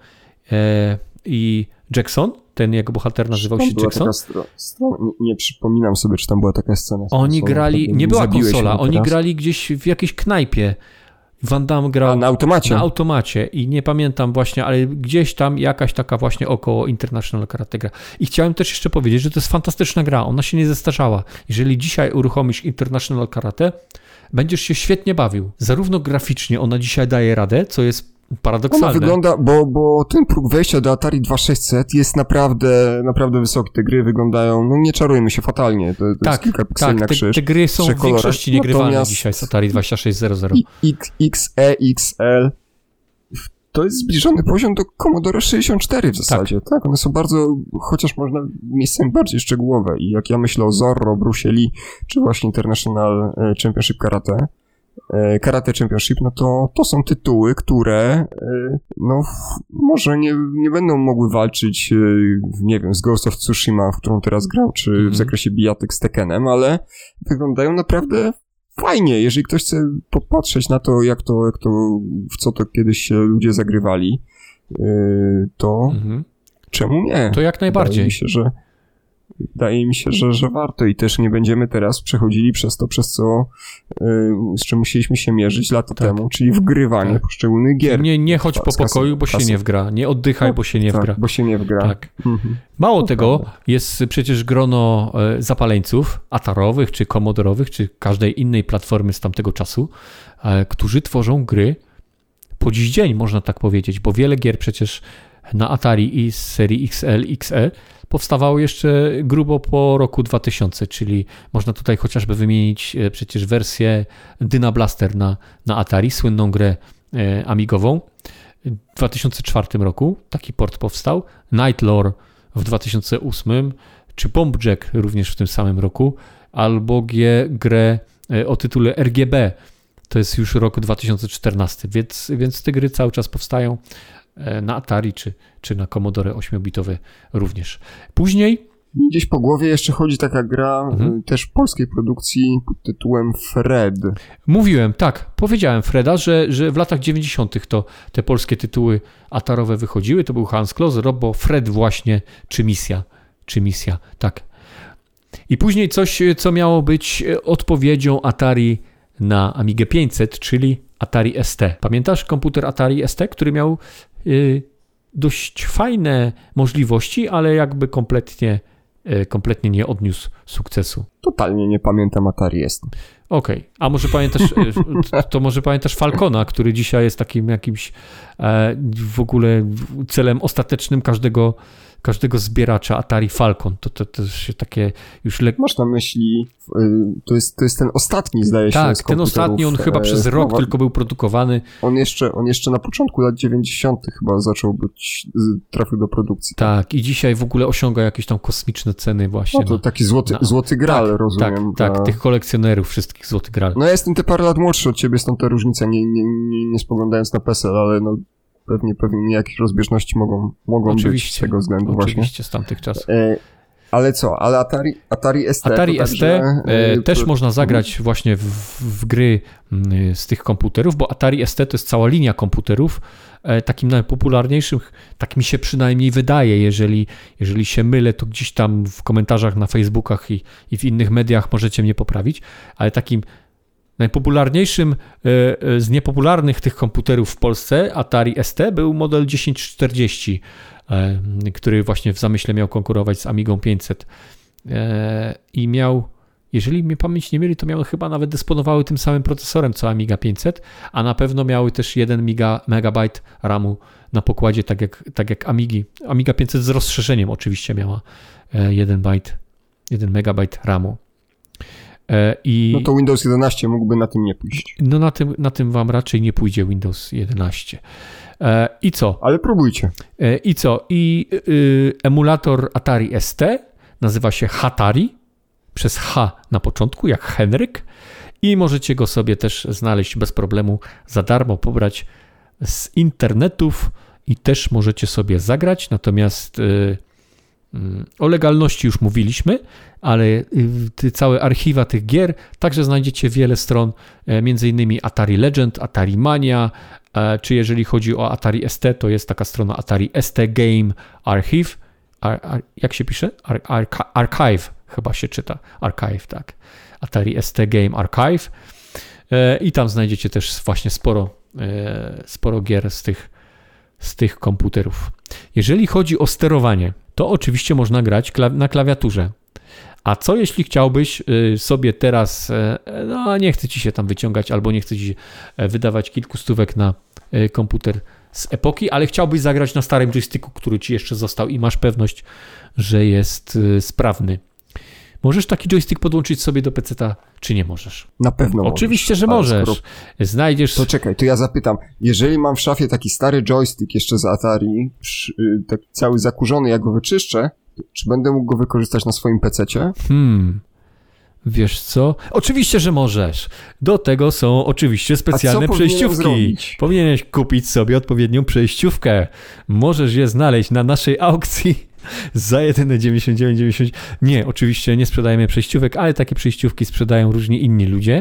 S1: i Jackson? Ten jego bohater nazywał się Jackson.
S2: Nie przypominam sobie, czy tam była taka scena.
S1: Oni grali, nie była konsola, oni grali gdzieś w jakiejś knajpie. Van Damme grał
S2: na automacie.
S1: Na automacie i nie pamiętam właśnie, ale gdzieś tam jakaś taka właśnie około International Karate gra. I chciałem też jeszcze powiedzieć, że to jest fantastyczna gra, ona się nie zestarzała. Jeżeli dzisiaj uruchomisz International Karate, będziesz się świetnie bawił. Zarówno graficznie ona dzisiaj daje radę, co jest paradoksalne.
S2: Ona wygląda, bo ten próg wejścia do Atari 2600 jest naprawdę wysoki. Te gry wyglądają, nie czarujmy się, fatalnie. To jest kilka pikseli na krzyż.
S1: Te gry są w większości niegrywalne dzisiaj z Atari 2600.
S2: XE, XL to jest zbliżony poziom do Commodore 64 w zasadzie. Tak, one są bardzo, chociaż można miejscami bardziej szczegółowe. I jak ja myślę o Zorro, Bruce Lee, czy właśnie International Championship Karate Championship, to są tytuły, które może nie będą mogły walczyć, nie wiem, z Ghost of Tsushima, w którą teraz gram, czy w zakresie bijatyk z Tekkenem, ale wyglądają naprawdę fajnie. Jeżeli ktoś chce popatrzeć na to, w co to kiedyś się ludzie zagrywali, to czemu nie?
S1: To jak najbardziej.
S2: Wydaje mi się, że warto i też nie będziemy teraz przechodzili przez to, z czym musieliśmy się mierzyć lata temu, czyli wgrywanie poszczególnych gier.
S1: Nie chodź po pokoju, bo się nie wgra. Nie oddychaj, bo się nie wgra.
S2: Bo się nie wgra.
S1: Tak. Mało tego, jest przecież grono zapaleńców atarowych, czy komodorowych, czy każdej innej platformy z tamtego czasu, którzy tworzą gry po dziś dzień, można tak powiedzieć, bo wiele gier przecież na Atari i z serii XL, XE powstawało jeszcze grubo po roku 2000, czyli można tutaj chociażby wymienić przecież wersję Dyna Blaster na Atari, słynną grę amigową. W 2004 roku taki port powstał, Night Lore w 2008, czy Bomb Jack również w tym samym roku, albo grę o tytule RGB, to jest już rok 2014, więc te gry cały czas powstają na Atari czy na Commodore 8-bitowe również. Później
S2: gdzieś po głowie jeszcze chodzi taka gra też polskiej produkcji pod tytułem Fred.
S1: Powiedziałem Freda, że w latach 90. to te polskie tytuły atarowe wychodziły, to był Hans Kloss, Robbo, Fred właśnie, czy Misja, tak. I później coś, co miało być odpowiedzią Atari na Amigę 500, czyli Atari ST. Pamiętasz komputer Atari ST, który miał dość fajne możliwości, ale jakby kompletnie nie odniósł sukcesu.
S2: Totalnie nie pamiętam Atari ST.
S1: Okej. A może pamiętasz Falcona, który dzisiaj jest takim jakimś w ogóle celem ostatecznym każdego zbieracza Atari Falcon. To się takie już
S2: Masz na myśli, to jest ten ostatni, zdaje się,
S1: tak, ten ostatni, on chyba przez rok tylko był produkowany.
S2: On jeszcze na początku lat 90. chyba trafił do produkcji.
S1: Tak, i dzisiaj w ogóle osiąga jakieś tam kosmiczne ceny właśnie.
S2: To taki złoty gral, rozumiem.
S1: Tak, tych kolekcjonerów wszystkich złoty gral.
S2: Ja jestem te parę lat młodszy od ciebie, stąd ta różnica, nie spoglądając na PESEL, ale pewnie jakieś rozbieżności mogą być z tego względu właśnie.
S1: Oczywiście, z tamtych czasów.
S2: Ale co? Ale Atari ST...
S1: Atari ST też można zagrać właśnie w gry z tych komputerów, bo Atari ST to jest cała linia komputerów. Takim najpopularniejszym, tak mi się przynajmniej wydaje, jeżeli się mylę, to gdzieś tam w komentarzach na Facebookach i w innych mediach możecie mnie poprawić, ale takim najpopularniejszym z niepopularnych tych komputerów w Polsce, Atari ST, był model 1040, który właśnie w zamyśle miał konkurować z Amigą 500 i miał, jeżeli mnie pamięć nie myli, to miały chyba nawet dysponowały tym samym procesorem co Amiga 500, a na pewno miały też 1 megabajt RAMu na pokładzie, tak jak Amigi. Amiga 500 z rozszerzeniem oczywiście miała 1 megabajt RAMu.
S2: No to Windows 11 mógłby na tym nie pójść.
S1: No na tym wam raczej nie pójdzie Windows 11. I co?
S2: Ale próbujcie.
S1: I co? Emulator Atari ST nazywa się Hatari, przez H na początku, jak Henryk, i możecie go sobie też znaleźć bez problemu, za darmo pobrać z internetów i też możecie sobie zagrać, natomiast o legalności już mówiliśmy, ale całe archiwa tych gier, także znajdziecie wiele stron, między innymi Atari Legend, Atari Mania, czy jeżeli chodzi o Atari ST, to jest taka strona Atari ST Game Archive, jak się pisze? Archive chyba się czyta, Archive, tak. Atari ST Game Archive i tam znajdziecie też właśnie sporo gier z tych komputerów. Jeżeli chodzi o sterowanie, to oczywiście można grać na klawiaturze. A co jeśli chciałbyś sobie teraz, no nie chce ci się tam wyciągać albo nie chce ci wydawać kilku stówek na komputer z epoki, ale chciałbyś zagrać na starym joysticku, który ci jeszcze został i masz pewność, że jest sprawny. Możesz taki joystick podłączyć sobie do PC-ta, czy nie możesz?
S2: Na pewno
S1: oczywiście, że możesz. Znajdziesz...
S2: To czekaj, to ja zapytam. Jeżeli mam w szafie taki stary joystick jeszcze z Atari, taki cały zakurzony, jak go wyczyszczę, czy będę mógł go wykorzystać na swoim PC-cie?
S1: Wiesz co? Oczywiście, że możesz. Do tego są oczywiście specjalne przejściówki. Powinieneś kupić sobie odpowiednią przejściówkę. Możesz je znaleźć na naszej aukcji za jedyne 99,90. Nie, oczywiście nie sprzedajemy przejściówek, ale takie przejściówki sprzedają różni inni ludzie,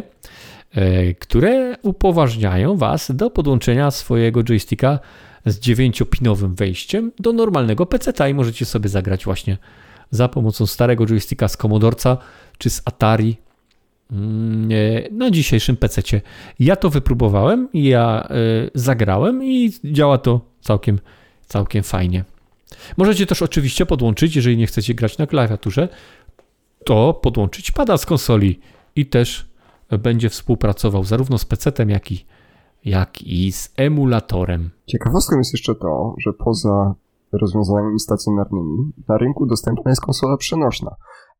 S1: które upoważniają was do podłączenia swojego joysticka z 9-pinowym wejściem do normalnego PC-ta i możecie sobie zagrać właśnie za pomocą starego joysticka z Commodorca czy z Atari na dzisiejszym PC-cie. Ja to wypróbowałem, ja zagrałem i działa to całkiem fajnie. Możecie też oczywiście podłączyć, jeżeli nie chcecie grać na klawiaturze, to podłączyć pada z konsoli i też będzie współpracował zarówno z PC-tem, jak i z emulatorem.
S2: Ciekawostką jest jeszcze to, że poza rozwiązaniami stacjonarnymi na rynku dostępna jest konsola przenośna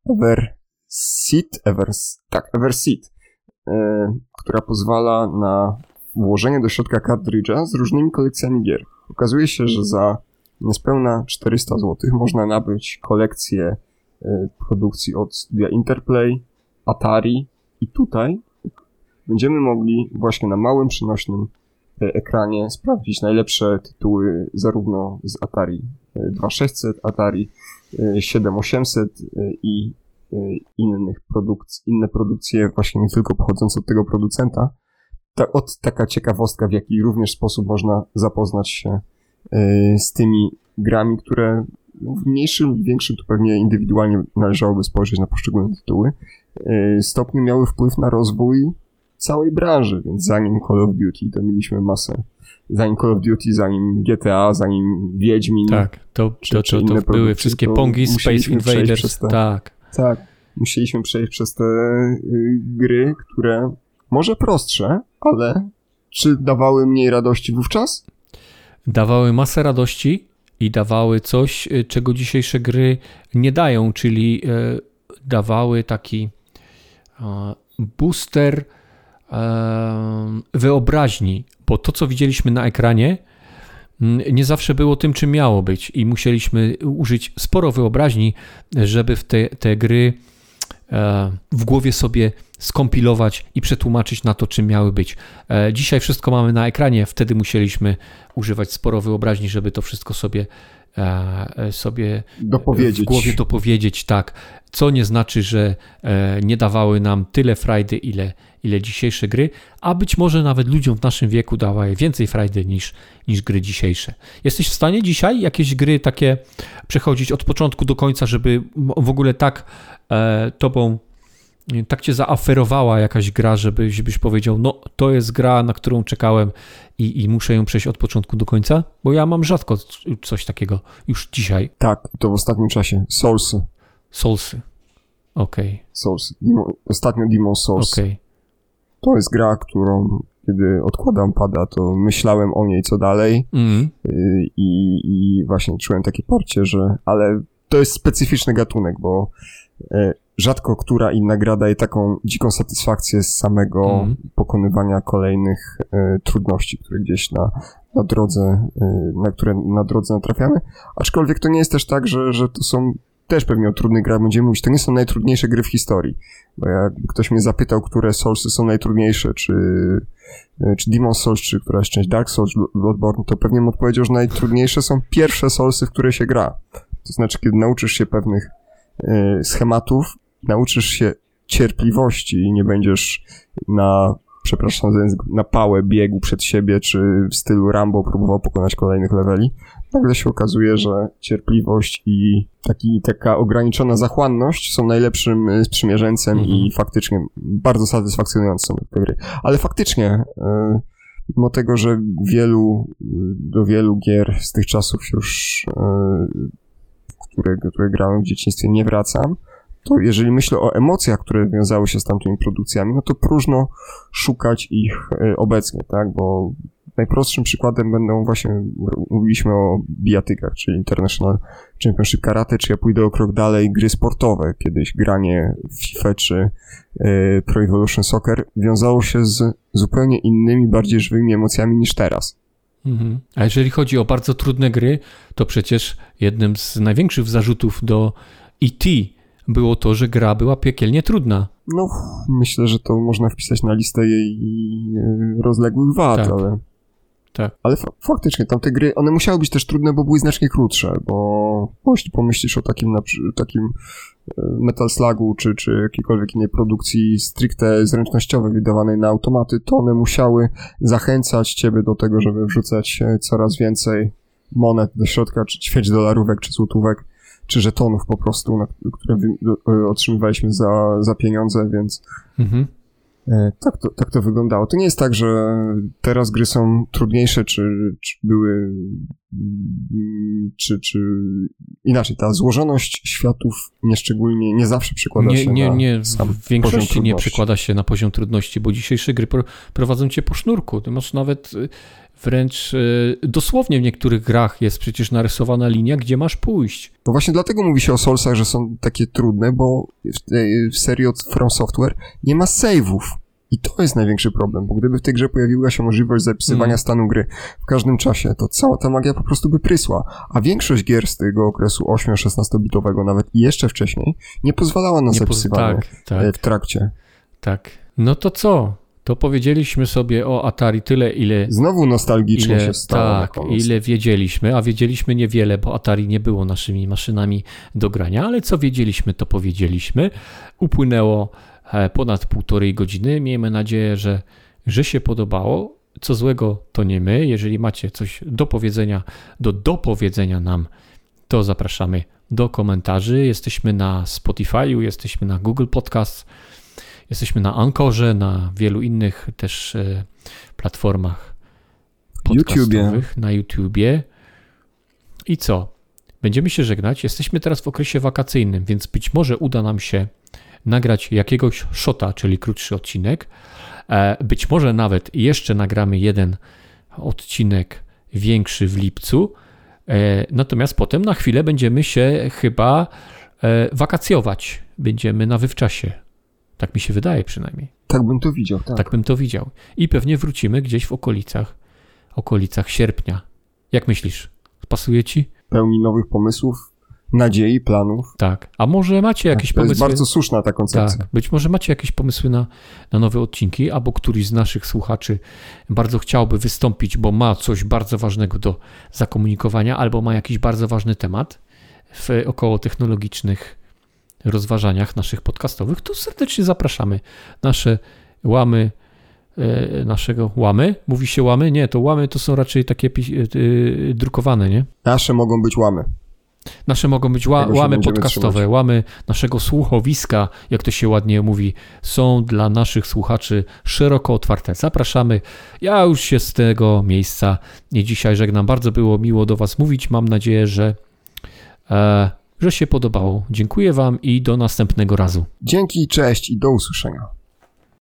S2: Everseat, która pozwala na włożenie do środka kartridża z różnymi kolekcjami gier. Okazuje się, że za niespełna 400 zł można nabyć kolekcję produkcji od studia Interplay, Atari i tutaj będziemy mogli właśnie na małym przenośnym ekranie sprawdzić najlepsze tytuły zarówno z Atari 2600, Atari 7800 i inne produkcje właśnie nie tylko pochodzące od tego producenta. Taka ciekawostka, w jaki również sposób można zapoznać się z tymi grami, które w mniejszym lub większym, to pewnie indywidualnie należałoby spojrzeć na poszczególne tytuły, stopniu miały wpływ na rozwój całej branży, więc zanim Call of Duty, to mieliśmy masę. Zanim Call of Duty, zanim GTA, zanim Wiedźmin.
S1: Tak, to były wszystkie Pongi, Space Invaders. Tak,
S2: musieliśmy przejść przez te gry, które może prostsze, ale czy dawały mniej radości wówczas?
S1: Dawały masę radości i dawały coś, czego dzisiejsze gry nie dają, czyli dawały taki booster wyobraźni, bo to, co widzieliśmy na ekranie, nie zawsze było tym, czym miało być i musieliśmy użyć sporo wyobraźni, żeby w te gry w głowie sobie skompilować i przetłumaczyć na to, czym miały być. Dzisiaj wszystko mamy na ekranie, wtedy musieliśmy używać sporo wyobraźni, żeby to wszystko sobie
S2: dopowiedzieć.
S1: W głowie dopowiedzieć, tak. Co nie znaczy, że nie dawały nam tyle frajdy, ile dzisiejsze gry, a być może nawet ludziom w naszym wieku dawały więcej frajdy niż gry dzisiejsze. Jesteś w stanie dzisiaj jakieś gry takie przechodzić od początku do końca, żeby w ogóle tak tak cię zaaferowała jakaś gra, żebyś powiedział, no to jest gra, na którą czekałem i muszę ją przejść od początku do końca? Bo ja mam rzadko coś takiego już dzisiaj.
S2: Tak, to w ostatnim czasie.
S1: Soulsy. Okej.
S2: Soulsy. Ostatnio Demon's Souls.
S1: Okej.
S2: To jest gra, którą kiedy odkładam pada, to myślałem o niej co dalej i właśnie czułem takie parcie, ale to jest specyficzny gatunek, bo rzadko która inna gra daje taką dziką satysfakcję z samego pokonywania kolejnych trudności, które gdzieś na drodze, które na drodze natrafiamy. Aczkolwiek to nie jest też tak, że to są też pewnie o trudnych grach będziemy mówić. To nie są najtrudniejsze gry w historii. Bo jakby ktoś mnie zapytał, które Soulsy są najtrudniejsze, czy Demon's Souls, czy któraś część Dark Souls, Bloodborne, to pewnie bym odpowiedział, że najtrudniejsze są pierwsze Soulsy, w które się gra. To znaczy, kiedy nauczysz się pewnych schematów, nauczysz się cierpliwości i nie będziesz na pałę biegł przed siebie, czy w stylu Rambo próbował pokonać kolejnych leveli. Nagle się okazuje, że cierpliwość i taka ograniczona zachłanność są najlepszym sprzymierzeńcem i faktycznie bardzo satysfakcjonujące są te gry. Ale faktycznie, mimo tego, że do wielu gier z tych czasów już, które grałem w dzieciństwie, nie wracam, to jeżeli myślę o emocjach, które wiązały się z tamtymi produkcjami, no to próżno szukać ich obecnie, tak, bo najprostszym przykładem będą właśnie, mówiliśmy o bijatykach, czyli International Championship Karate, czy ja pójdę o krok dalej, gry sportowe. Kiedyś granie w FIFA czy Pro Evolution Soccer wiązało się z zupełnie innymi, bardziej żywymi emocjami niż teraz.
S1: A jeżeli chodzi o bardzo trudne gry, to przecież jednym z największych zarzutów do E.T. było to, że gra była piekielnie trudna.
S2: No, myślę, że to można wpisać na listę jej rozległych wad,
S1: tak.
S2: Ale faktycznie tamte gry, one musiały być też trudne, bo były znacznie krótsze, bo jeśli pomyślisz o takim Metal Slugu, czy jakiejkolwiek innej produkcji stricte zręcznościowej wydawanej na automaty, to one musiały zachęcać ciebie do tego, żeby wrzucać coraz więcej monet do środka, czy $ćwierć, czy złotówek, czy żetonów po prostu, które otrzymywaliśmy za pieniądze, więc tak to wyglądało. To nie jest tak, że teraz gry są trudniejsze, czy były, czy inaczej, ta złożoność światów nie zawsze przekłada się na sam
S1: w większości nie
S2: trudności.
S1: przekłada się na poziom trudności, bo dzisiejsze gry prowadzą cię po sznurku. Ty masz nawet wręcz dosłownie w niektórych grach jest przecież narysowana linia, gdzie masz pójść.
S2: No właśnie dlatego mówi się o Soulsach, że są takie trudne, bo w serii od From Software nie ma save'ów. I to jest największy problem, bo gdyby w tej grze pojawiła się możliwość zapisywania stanu gry w każdym czasie, to cała ta magia po prostu by prysła. A większość gier z tego okresu 8-16-bitowego nawet i jeszcze wcześniej nie pozwalała na zapisywanie w trakcie.
S1: Tak. No to co? To powiedzieliśmy sobie o Atari tyle, ile...
S2: Znowu nostalgicznie się stało.
S1: Tak, ile wiedzieliśmy, a wiedzieliśmy niewiele, bo Atari nie było naszymi maszynami do grania, ale co wiedzieliśmy, to powiedzieliśmy. Upłynęło ponad 1,5 godziny. Miejmy nadzieję, że się podobało. Co złego, to nie my. Jeżeli macie coś do dopowiedzenia nam, to zapraszamy do komentarzy. Jesteśmy na Spotify'u, jesteśmy na Google Podcast, jesteśmy na Anchorze, na wielu innych też platformach podcastowych, na YouTubie. I co? Będziemy się żegnać. Jesteśmy teraz w okresie wakacyjnym, więc być może uda nam się nagrać jakiegoś shota, czyli krótszy odcinek. Być może nawet jeszcze nagramy jeden odcinek większy w lipcu. Natomiast potem na chwilę będziemy się chyba wakacjować. Będziemy na wywczasie. Tak mi się wydaje przynajmniej.
S2: Tak bym to widział, tak.
S1: Tak bym to widział. I pewnie wrócimy gdzieś w okolicach sierpnia. Jak myślisz? Pasuje ci?
S2: Pełni nowych pomysłów, nadziei, planów.
S1: Tak. A może macie jakieś pomysły?
S2: To jest bardzo słuszna ta koncepcja.
S1: Tak. Być może macie jakieś pomysły na nowe odcinki, albo któryś z naszych słuchaczy bardzo chciałby wystąpić, bo ma coś bardzo ważnego do zakomunikowania, albo ma jakiś bardzo ważny temat w około technologicznych rozważaniach naszych podcastowych, to serdecznie zapraszamy. Nasze łamy, Mówi się łamy? Nie, to łamy to są raczej takie drukowane, nie?
S2: Nasze mogą być łamy.
S1: Nasze mogą być łamy podcastowe, łamy naszego słuchowiska, jak to się ładnie mówi, są dla naszych słuchaczy szeroko otwarte. Zapraszamy. Ja już się z tego miejsca dzisiaj żegnam. Bardzo było miło do Was mówić. Mam nadzieję, że się podobało. Dziękuję Wam i do następnego razu.
S2: Dzięki, cześć i do usłyszenia.